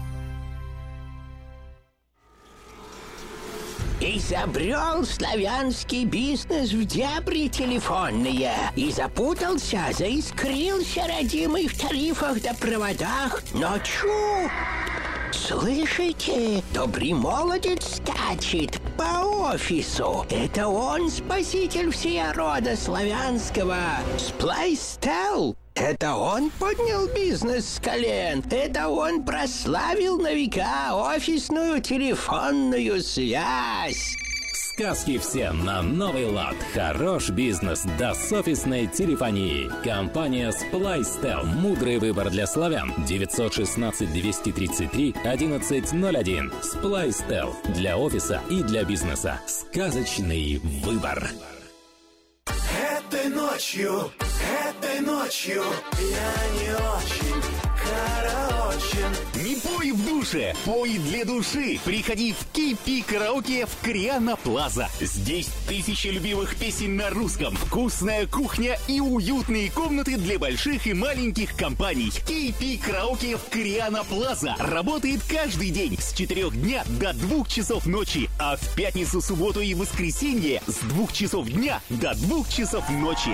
Изобрел славянский бизнес в дебри телефонные и запутался, заискрился родимый в тарифах да проводах. Но чу! Слышите? Добрый молодец скачет по офису. Это он спаситель всея рода славянского. Сплайстел. Это он поднял бизнес с колен. Это он прославил на века офисную телефонную связь. Сказки все на новый лад. Хорош бизнес да с офисной телефонии. Компания Splystel. Мудрый выбор для славян. девятьсот шестнадцать двести тридцать три одиннадцать ноль один. Splystel. Для офиса и для бизнеса. Сказочный выбор. Этой ночью, этой ночью я не очень караочен. Не пой в душе, пой для души. Приходи в кей пи караоке в Криана Плаза. Здесь тысячи любимых песен на русском, вкусная кухня и уютные комнаты для больших и маленьких компаний. кей пи караоке в Криана Плаза работает каждый день с четырёх дня до двух часов ночи, а в пятницу, субботу и воскресенье с двух часов дня до двух часов ночи.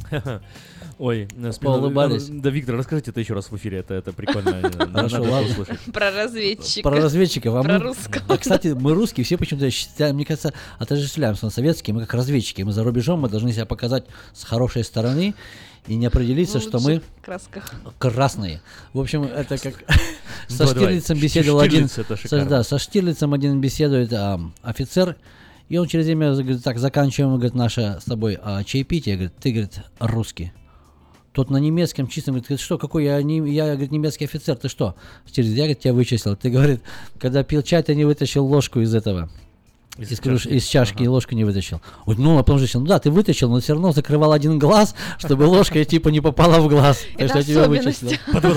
Ой, поулыбались. Да, Виктор, расскажите это еще раз в эфире, это, это прикольно. Хорошо, ладно. Про разведчиков. Про разведчиков. А Про мы, русского. а, кстати, мы русские все почему-то считаем, мне кажется, отождествляемся на советские, мы как разведчики. Мы за рубежом, мы должны себя показать с хорошей стороны и не определиться, что мы красках. красные. В общем, это как Ну, со давай, Штирлицем давай. беседовал один, Штирлиц, это со, шикарно. да, со Штирлицем один беседует а, офицер, и он через время говорит, так, заканчиваем, говорит, наше с тобой а, чаепитие, говорит, ты, говорит, русский. Тот на немецком чистом говорит, говорит, что, какой я, не, я, говорит, немецкий офицер, ты что? Штирлиц, я, говорит, тебя вычислил. Ты, говорит, когда пил чай, ты не вытащил ложку из этого. Из, Из, чашки, из чашки ага. и ложку не вытащил. Вот, ну, а потом же, ну да, ты вытащил, но все равно закрывал один глаз, чтобы ложка типа не попала в глаз. Так что я тебя вычислил.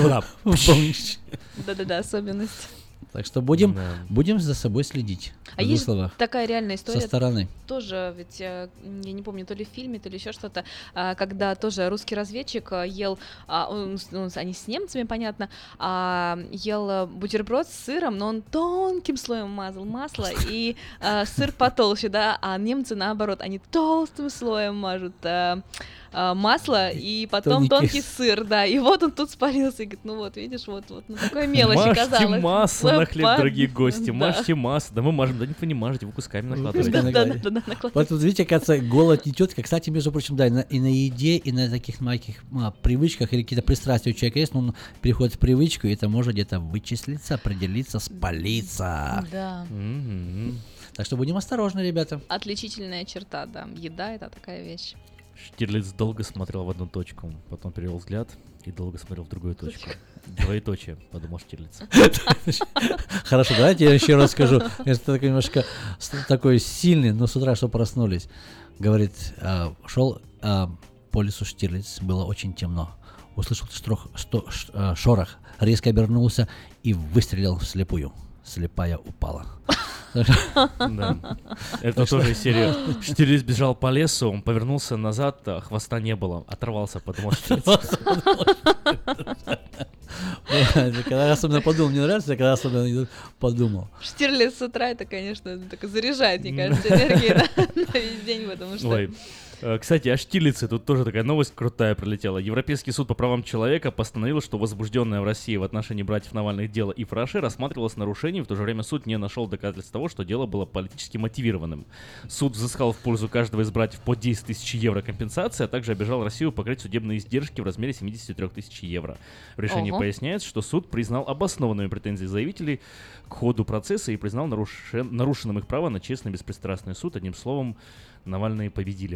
Да-да-да, особенность. Так что будем, Да. будем за собой следить. А в есть словах. такая реальная история. Со стороны. Тоже, ведь э, я не помню, то ли в фильме, то ли еще что-то, а, когда тоже русский разведчик а, ел, а, он, он, они с немцами, понятно, а, ел а, бутерброд с сыром, но он тонким слоем мазал масло, и а, сыр потолще, да, а немцы наоборот, они толстым слоем мажут а, а, масло, и потом Тоненький тонкий сыр, да, и вот он тут спалился, и говорит, ну вот, видишь, вот, вот, ну такой мелочи Мажьте казалось. масло на хлеб, По- дорогие гости, да. мажьте масло. Да мы мажем, да нет, вы не мажете, вы кусками накладываете. Да, да, да, да, накладывайте. Вот вот видите, кажется, голод не тетка. Кстати, между прочим, да, и на, и на еде, и на таких маленьких а, привычках или какие-то пристрастия у человека есть, но он переходит в привычку, и это может где-то вычислиться, определиться, спалиться. Да. М-м-м. Так что будем осторожны, ребята. Отличительная черта, да. Еда — это такая вещь. Штирлиц долго смотрел в одну точку, потом перевел взгляд и долго смотрел в другую точку. Двоеточие, подумал Штирлиц. Хорошо, давайте я еще раз скажу. Это такой немножко с- такой сильный, но с утра, что проснулись. Говорит, а, шел а, по лесу Штирлиц, было очень темно. Услышал штрох- что- ш- а, шорох, резко обернулся и выстрелил вслепую. Слепая упала. Да. Это тоже из серии. Штирлиц бежал по лесу, он повернулся назад, а хвоста не было, оторвался, потому что... Когда я особенно подумал, мне нравится, когда особенно подумал. Штирлиц с утра — это, конечно, так заряжает, мне кажется, энергией на на весь день, потому что... Ой. Э, Кстати, о Штирлице тут тоже такая новость крутая прилетела. Европейский суд по правам человека постановил, что возбужденное в России в отношении братьев Навальных дело и Фраши рассматривалось нарушением, в то же время суд не нашел доказательств того, что дело было политически мотивированным. Суд взыскал в пользу каждого из братьев по десять тысяч евро компенсации, а также обязал Россию покрыть судебные издержки в размере семьдесят три тысячи евро. В решении Ого. поясняется, что суд признал обоснованными претензии заявителей к ходу процесса и признал нарушен- нарушенным их право на честный беспристрастный суд. Одним словом, Навальные победили.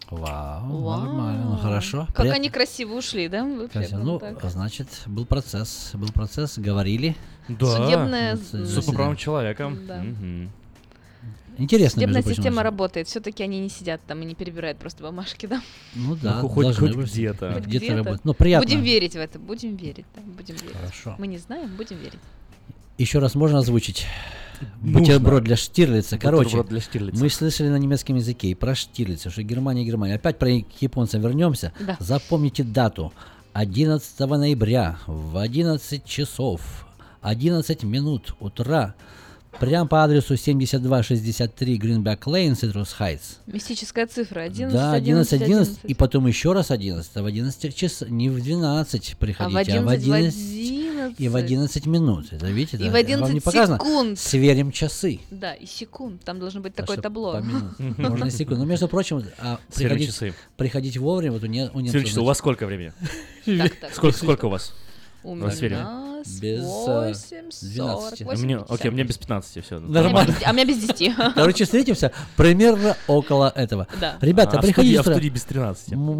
Вау, Вау. нормально, ну хорошо. Как Прият- они красиво ушли, да? Вообще, Красиво. прям Ну, так. значит, был процесс, был процесс, говорили. Да, Судебная Вот, суд по да. правам человека. Да. Мгм. Интересно, Судебная между прочим, система очень. работает. Все-таки они не сидят там и не перебирают просто бумажки, да? Ну да, Ну, хоть- должны хоть быть. где-то. Хоть Хоть где-то где-то. работать. Ну, приятно. Будем верить в это, будем верить, да, будем верить. Хорошо. Мы не знаем, будем верить. Еще раз можно озвучить? Нужно. Бутерброд для Штирлица. Короче, Бутерброд для Штирлица. мы слышали на немецком языке и про Штирлица, что Германия, Германия. Опять про японцев вернемся. Да. Запомните дату. одиннадцатого ноября в одиннадцать часов одиннадцать минут утра. Прям по адресу семьдесят два шестьдесят три Greenback Lane, Citrus Heights. Мистическая цифра. одиннадцать, Да, одиннадцать, одиннадцать, одиннадцать. и потом еще раз одиннадцать. А в одиннадцать часов, не в двенадцать приходите, А в одиннадцать, в одиннадцать одиннадцать. и в одиннадцать минут. Это видите, И да, в вам одиннадцать не показано. секунд. Сверим часы. Да, и секунд. Там должно быть Так такое что табло. по минут. Можно и секунд. Но, между прочим, а, Сверим приходить, часы. приходить вовремя, вот у, не, у немцев, Сверим часы. У значит, вас сколько времени? Так, так. Сколько, сколько у вас? У Сверим. нас Без, восемь, двенадцати. сорок, У меня, восемь, окей, у меня без пятнадцати все. Нормально. А у меня без десяти. Короче, встретимся примерно около этого. Да. Ребята, а приходите. в студии, а в с утра. студии без тринадцати. М,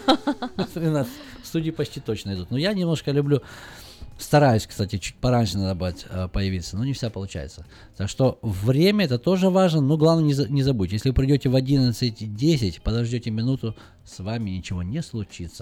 без тринадцати. В студии почти точно идут. Но я немножко люблю, стараюсь, кстати, чуть пораньше надо быть, э, появиться, но не вся получается. Так что время это тоже важно, но главное не, за- не забудьте. Если вы придете в одиннадцать десять, подождете минуту, с вами ничего не случится.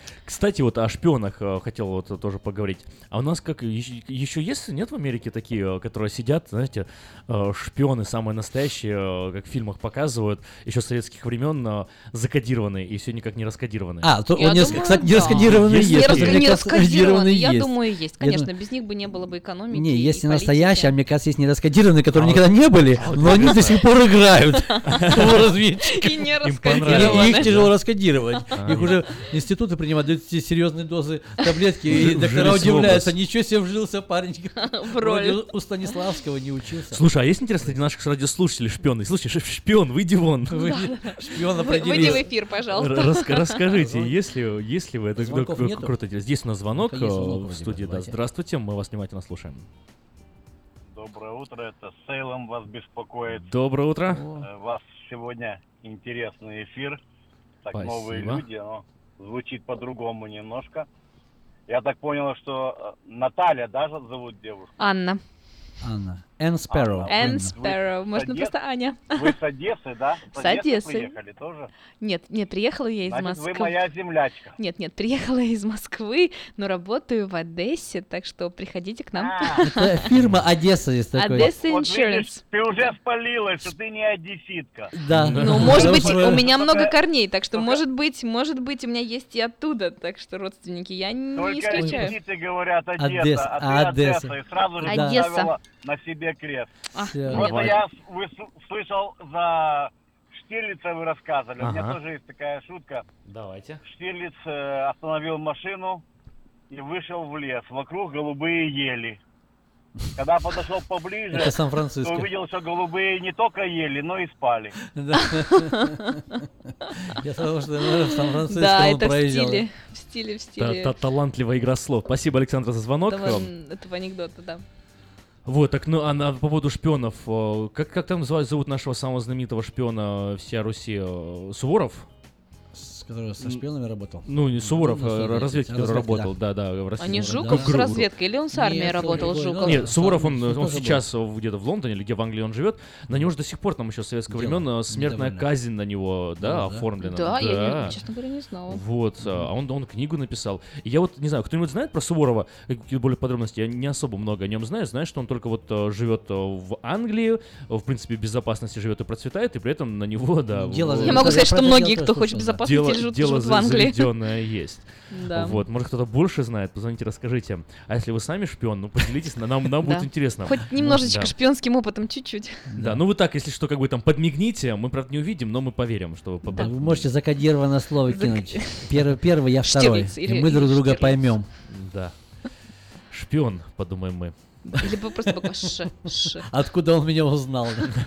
Кстати, вот о шпионах э, хотел вот тоже поговорить. А у нас как еще, еще есть, нет в Америке такие, которые сидят, знаете, э, шпионы самые настоящие, э, как в фильмах показывают, еще с советских времен, э, закодированные и все никак не раскодированные. А, то он, думаю, кстати, не раскодированные есть. Не, есть. раска- не раскодированные, я есть. думаю, есть. Конечно, я без них бы не было бы экономики. Не, есть и, и настоящие, а мне кажется, есть не раскодированные, которые а никогда не были, а но они до сих пор играют. И не раскодированные. Их тяжело раскодировать. Их уже институты принимают, дают серьезные дозы таблетки, и доктора удивляются, ничего себе вжился парень. Вроде у Станиславского не учился. Слушай, а есть интересно среди наших радиослушателей шпионы? Слушай, шпион, выйди вон. Шпион определись. Выйди в эфир, пожалуйста. Расскажите, если, если вы, это круто. Здесь у нас звонок в студии. Да, здравствуйте, мы вас внимательно слушаем. Доброе утро, это Сейлом вас беспокоит. Доброе утро. У вас сегодня интересный эфир. Так, Спасибо. Новые люди, но звучит по-другому немножко. Я так понял, что Наталья даже зовут девушку. Анна. Анна. Энн Спэрроу. Энн Спэрроу. Можно просто Аня. Вы с Одессы, да? С, с Одессы. Приехали тоже? Нет, нет, приехала я из Значит, Москвы. Вы моя землячка. Нет, нет, приехала я из Москвы, но работаю в Одессе, так что приходите к нам. Это фирма Одесса есть такой. Одесса Insurance. Ты уже спалилась, что ты не одесситка. Да. Ну, может быть, у меня много корней, так что, может быть, может быть, у меня есть и оттуда, так что родственники, я не исключаю. Только одесситы говорят Одесса, а ты Одесса, и сразу же поставила на себе крест. Вот я слышал за Штирлица, вы рассказывали. Ага. У меня тоже есть такая шутка. Давайте. Штирлиц э, остановил машину и вышел в лес. Вокруг голубые ели. Когда подошел поближе, это Сан-Франциско, то увидел, что голубые не только ели, но и спали. Я сказал, что в Сан-Франциско да, это в стиле, в стиле, в стиле. Талантливая игра слов. Спасибо, Александр, за звонок. Этого анекдота, да. Вот, так, ну, а на, по поводу шпионов, как, как там называют, зовут нашего самого знаменитого шпиона всея Руси, Суворов? Который со шпионами работал? Ну, не Суворов, ну, разведки, который работал, да, да. В а не Жуков да. с разведкой, или он с армией Нет, работал, Жуков? Нет, Суворов, он, он сейчас был. где-то в Лондоне, или где в Англии он живет, на него же до сих пор там еще с советских времен смертная Довольно. казнь на него, да, да оформлена. Да, да, я, честно говоря, не знала. Вот, а он, он книгу написал. И я вот, не знаю, кто-нибудь знает про Суворова, какие более подробности, я не особо много о нем знаю, знаю, что он только вот живет в Англии, в принципе, в безопасности живет и процветает, и при этом на него, да... Дело, в... Я могу сказать, что многие, кто хочет безопасности, живут, живут в Англии. Заведенное есть. Да. Вот, может, кто-то больше знает, позвоните, расскажите. А если вы сами шпион, ну поделитесь, нам, нам будет интересно. Хоть немножечко да. шпионским опытом, чуть-чуть. Да. да, ну вы так, если что, как бы там подмигните, мы, правда, не увидим, но мы поверим, что вы да, вы можете закодированное слово кинуть. Первый, первый, я второй. И мы друг друга поймем. Да. Шпион, подумаем мы. Или просто буква Ш. Ш. Откуда он меня узнал?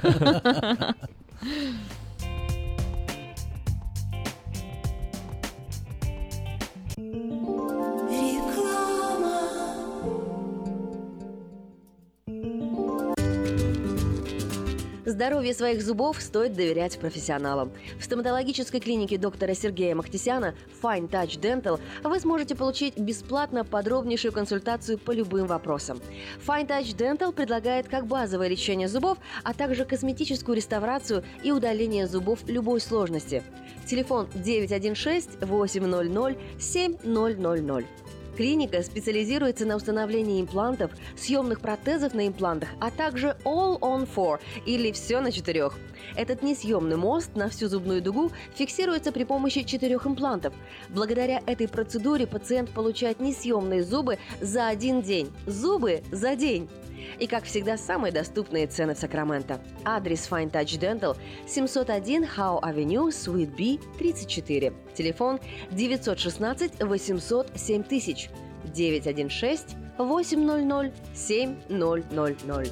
Здоровье своих зубов стоит доверять профессионалам. В стоматологической клинике доктора Сергея Махтисяна Fine Touch Dental вы сможете получить бесплатно подробнейшую консультацию по любым вопросам. Fine Touch Dental предлагает как базовое лечение зубов, а также косметическую реставрацию и удаление зубов любой сложности. Телефон девять один шесть восемь ноль ноль семь ноль ноль ноль. Клиника специализируется на установлении имплантов, съемных протезов на имплантах, а также All on Four или все на четырех. Этот несъемный мост на всю зубную дугу фиксируется при помощи четырех имплантов. Благодаря этой процедуре пациент получает несъемные зубы за один день. Зубы за день! И, как всегда, самые доступные цены в Сакраменто. Адрес Fine Touch Dental семьсот один Howe Avenue, Suite B, тридцать четыре. Телефон девять один шесть восемьсот семь тысяч. девять один шесть восемь ноль ноль семь ноль ноль ноль.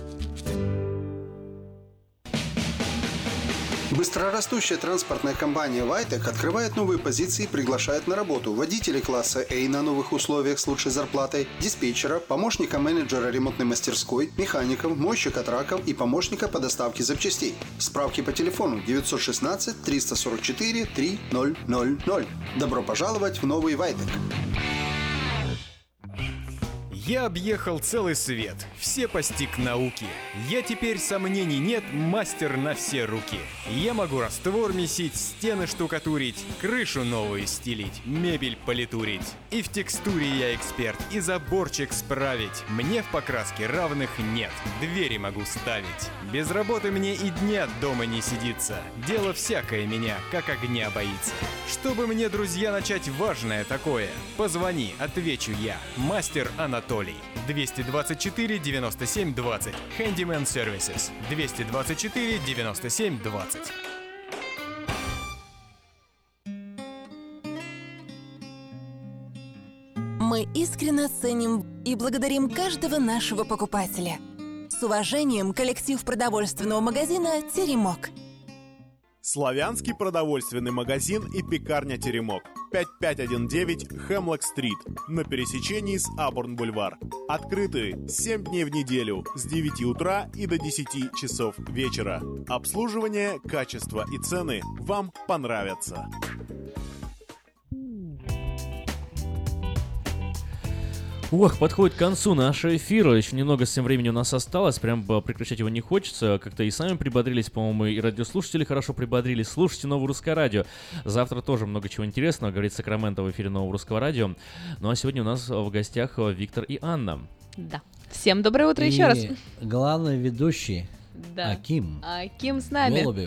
Быстрорастущая транспортная компания Вайтек открывает новые позиции и приглашает на работу водителей класса А на новых условиях с лучшей зарплатой, диспетчера, помощника менеджера ремонтной мастерской, механиков, мойщика траков и помощника по доставке запчастей. Справки по телефону девять один шесть триста сорок четыре три ноль ноль ноль. Добро пожаловать в новый Вайтек! Я объехал целый свет, все постиг науки. Я теперь, сомнений нет, мастер на все руки. Я могу раствор месить, стены штукатурить, крышу новую стелить, мебель политурить. И в текстуре я эксперт, и заборчик справить. Мне в покраске равных нет, двери могу ставить. Без работы мне и дня дома не сидится. Дело всякое меня, как огня боится. Чтобы мне, друзья, начать важное такое, позвони, отвечу я. Мастер Анатолий. двести двадцать четыре девяносто семь двадцать. Handyman Services. двести двадцать четыре девяносто семь двадцать. Мы искренне ценим и благодарим каждого нашего покупателя. С уважением, коллектив продовольственного магазина «Теремок». Славянский продовольственный магазин и пекарня «Теремок». пять пять один девять Хемлок-стрит на пересечении с Абурн-бульвар. Открыты семь дней в неделю с девяти утра и до десяти часов вечера. Обслуживание, качество и цены вам понравятся. Ох, подходит к концу наш эфир, еще немного с тем времени у нас осталось, прям прекращать его не хочется, как-то и сами прибодрились, по-моему, и радиослушатели хорошо прибодрились. Слушайте Новое Русское Радио, завтра тоже много чего интересного, говорит Сакраменто в эфире Нового Русского Радио. Ну а сегодня у нас в гостях Виктор и Анна. Да, всем доброе утро и еще раз. Главный ведущий. Да. Аким. Аким с нами. Голубев.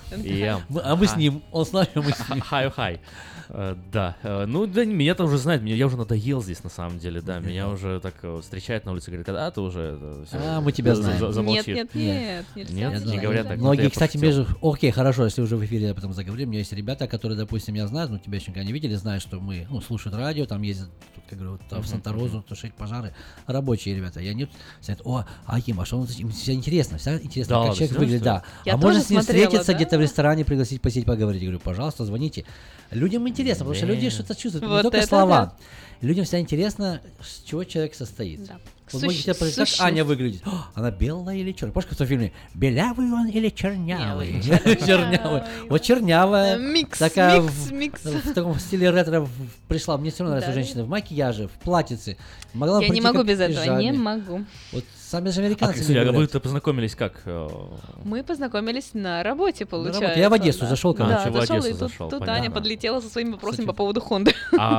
Я. А мы с ним, он с нами, мы с ним. Хай-хай. Uh, да, uh, ну да, меня-то уже знают, меня, я уже надоел здесь на самом деле, да, меня уже так uh, встречают на улице, говорят, когда ты уже uh, все, а, мы тебя знаем. За- замолчи. Нет, нет, нет, нет, нет, не говорят так. Многие, кстати, между... Окей, хорошо, если уже в эфире я потом заговорим, у меня есть ребята, которые, допустим, меня знают, но тебя еще никогда не видели, знают, что мы, ну, слушают радио, там ездят, тут, как говорю, вот, в Санта-Розу тушить пожары, рабочие ребята, и они говорят, о, Аким, а что он, им все интересно, все интересно, да, как человек выглядит, да. Я а можно с ним смотрела, встретиться да? где-то в ресторане, пригласить посидеть, поговорить, я говорю, пожалуйста, звоните. Людям интересно, потому что люди что-то чувствуют, Вот не только это слова. да. Людям всегда интересно, с чего человек состоит. Да. Вот Сущ- многие тебя спрашивают, как сущность. Аня выглядит? О, она белая или черная? Помнишь, как в том фильме? Белявый он или чернявый? Чернявый. Чернявый. Вот чернявая. Микс, такая микс, в- микс. В таком стиле ретро в- пришла. Мне все равно нравится Да. женщина в макияже, в платьице. Могла Я прийти не могу как без в этого, не пижаме. могу. Вот сами же А, американцы. кстати, а любят. вы-то познакомились как? э, Мы познакомились на работе, получается. работе. Я в Одессу да. зашел, Да, короче. А, в зашел, Одессу и тут, зашел, тут понятно. Аня подлетела со своими вопросами Кстати. по поводу Хонды.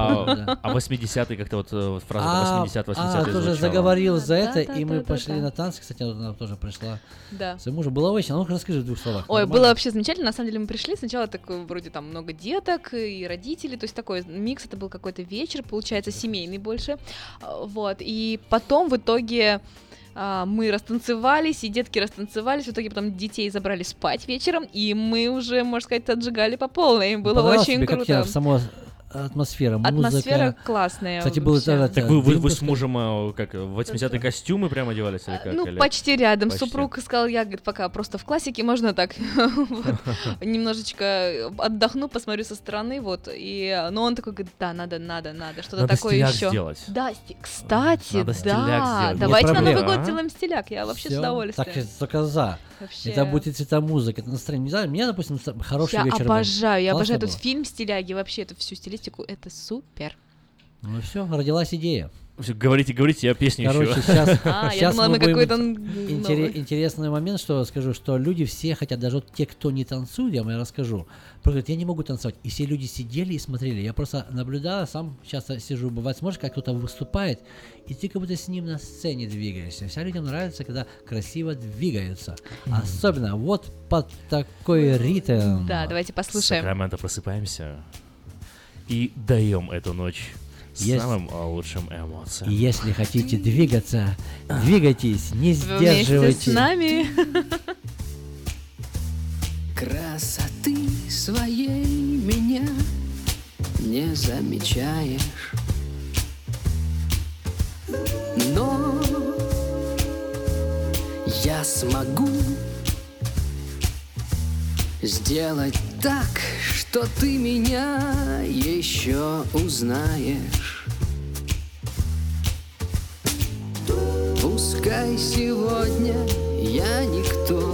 А, а восьмидесятые как-то вот э, фраза А, восьмидесятые, а, восьмидесятые тоже звучала. заговорил за Да, это, да, и мы да, да, пошли да. на танцы. Кстати, она тоже пришла. Да. Своему мужу было очень. Ну, расскажи в двух словах. Ой, Нормально? было вообще замечательно. На самом деле мы пришли, сначала такой, вроде там много деток и родителей, то есть такой микс, это был какой-то вечер, получается, семейный больше. А, Вот, и потом в итоге а, мы растанцевались, и детки растанцевались, в итоге потом детей забрали спать вечером, и мы уже, можно сказать, отжигали по полной, было Понравилось очень тебе, как тебе круто. само атмосфера, музыка? Атмосфера классная. Кстати, было вообще. тогда- Так вы, вы, Дым вы с пускай. мужем э, как, в восьмидесятые костюмы прям одевались или как? Ну, или- почти рядом. Почти. Супруг сказал, я, говорит, пока просто в классике, можно так вот, немножечко отдохну, посмотрю со стороны, вот. И, но он такой говорит, да, надо, надо, надо, что-то Надо такое стиляк еще. сделать. Да, сти- кстати, Надо стиляк да. сделать. Давайте Нет на Новый проблем. год А? сделаем стиляк, я вообще с Всё. удовольствием. Так, только за. Вообще. Это будет и цвета музыка, это настроение. Не знаю, мне, допустим, с- хороший Я вечер был. обожаю, я Классно обожаю этот было? фильм «Стиляги», вообще эту всю стилистику, это супер. Ну все, родилась идея. Всё, говорите, говорите, я песню Короче, еще. сейчас, А, я сейчас думала, мы будем- какой-то интере- новый. интересный момент, что скажу, что люди все хотят, даже вот те, кто не танцует, я вам расскажу, просто говорят, я не могу танцевать. И все люди сидели и смотрели. Я просто наблюдал, сам часто сижу, бывает, смотришь, как кто-то выступает, и ты как будто с ним на сцене двигаешься. Вся людям нравится, когда красиво двигаются. Особенно вот под такой ритм. Да, давайте послушаем. Сакраменто, просыпаемся и даем эту ночь с Есть. самым а, лучшим эмоциям. И если хотите двигаться, двигайтесь, не Вместе сдерживайте. с нами. Красоты своей меня не замечаешь, но я смогу сделать так, что ты меня еще узнаешь. Пускай сегодня я никто,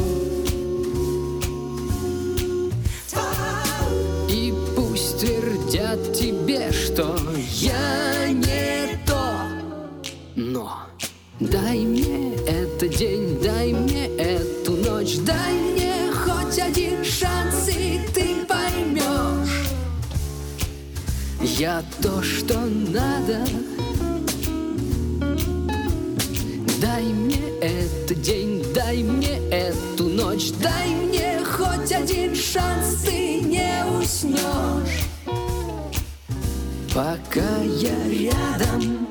и пусть твердят тебе, что я не то, но Я то, что надо. Дай мне этот день, дай мне эту ночь, дай мне хоть один шанс, ты не уснешь, пока я рядом.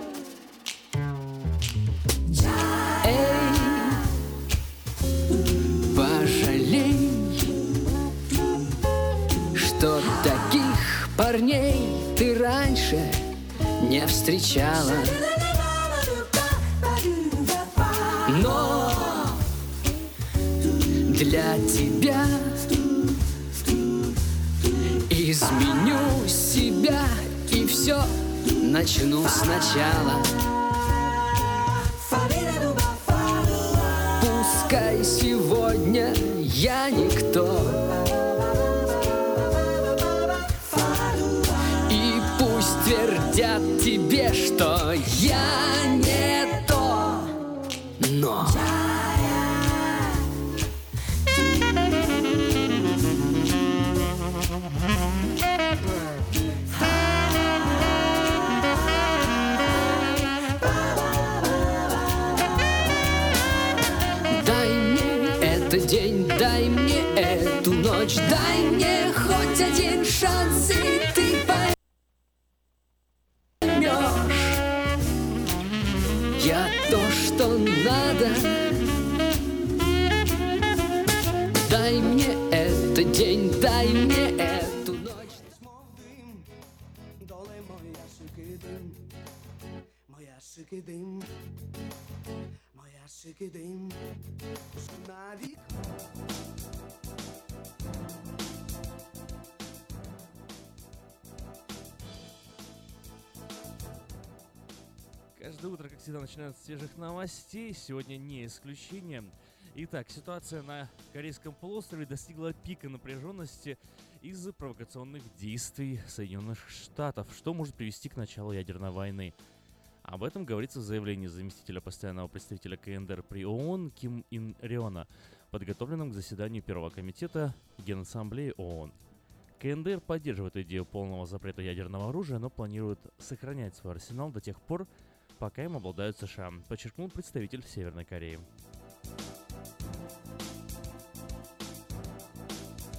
Эй, пожалей, что таких парней ты раньше не встречала. Но для тебя изменю себя и все начну сначала. Пускай сегодня я никто, и пусть твердят тебе, что я не то, но дай мне этот день, дай мне эту ночь, дай мне хоть один шанс, и ты поймешь, я то, что надо. Дай мне этот день, дай мне эту ночь. Каждое утро, как всегда, начинают с свежих новостей. Сегодня не исключение. Итак, ситуация на Корейском полуострове достигла пика напряженности из-за провокационных действий Соединенных Штатов, что может привести к началу ядерной войны. Об этом говорится в заявлении заместителя постоянного представителя КНДР при ООН Ким Ин Рёна, подготовленном к заседанию Первого комитета Генассамблеи ООН. КНДР поддерживает идею полного запрета ядерного оружия, но планирует сохранять свой арсенал до тех пор, пока им обладают США, подчеркнул представитель Северной Кореи.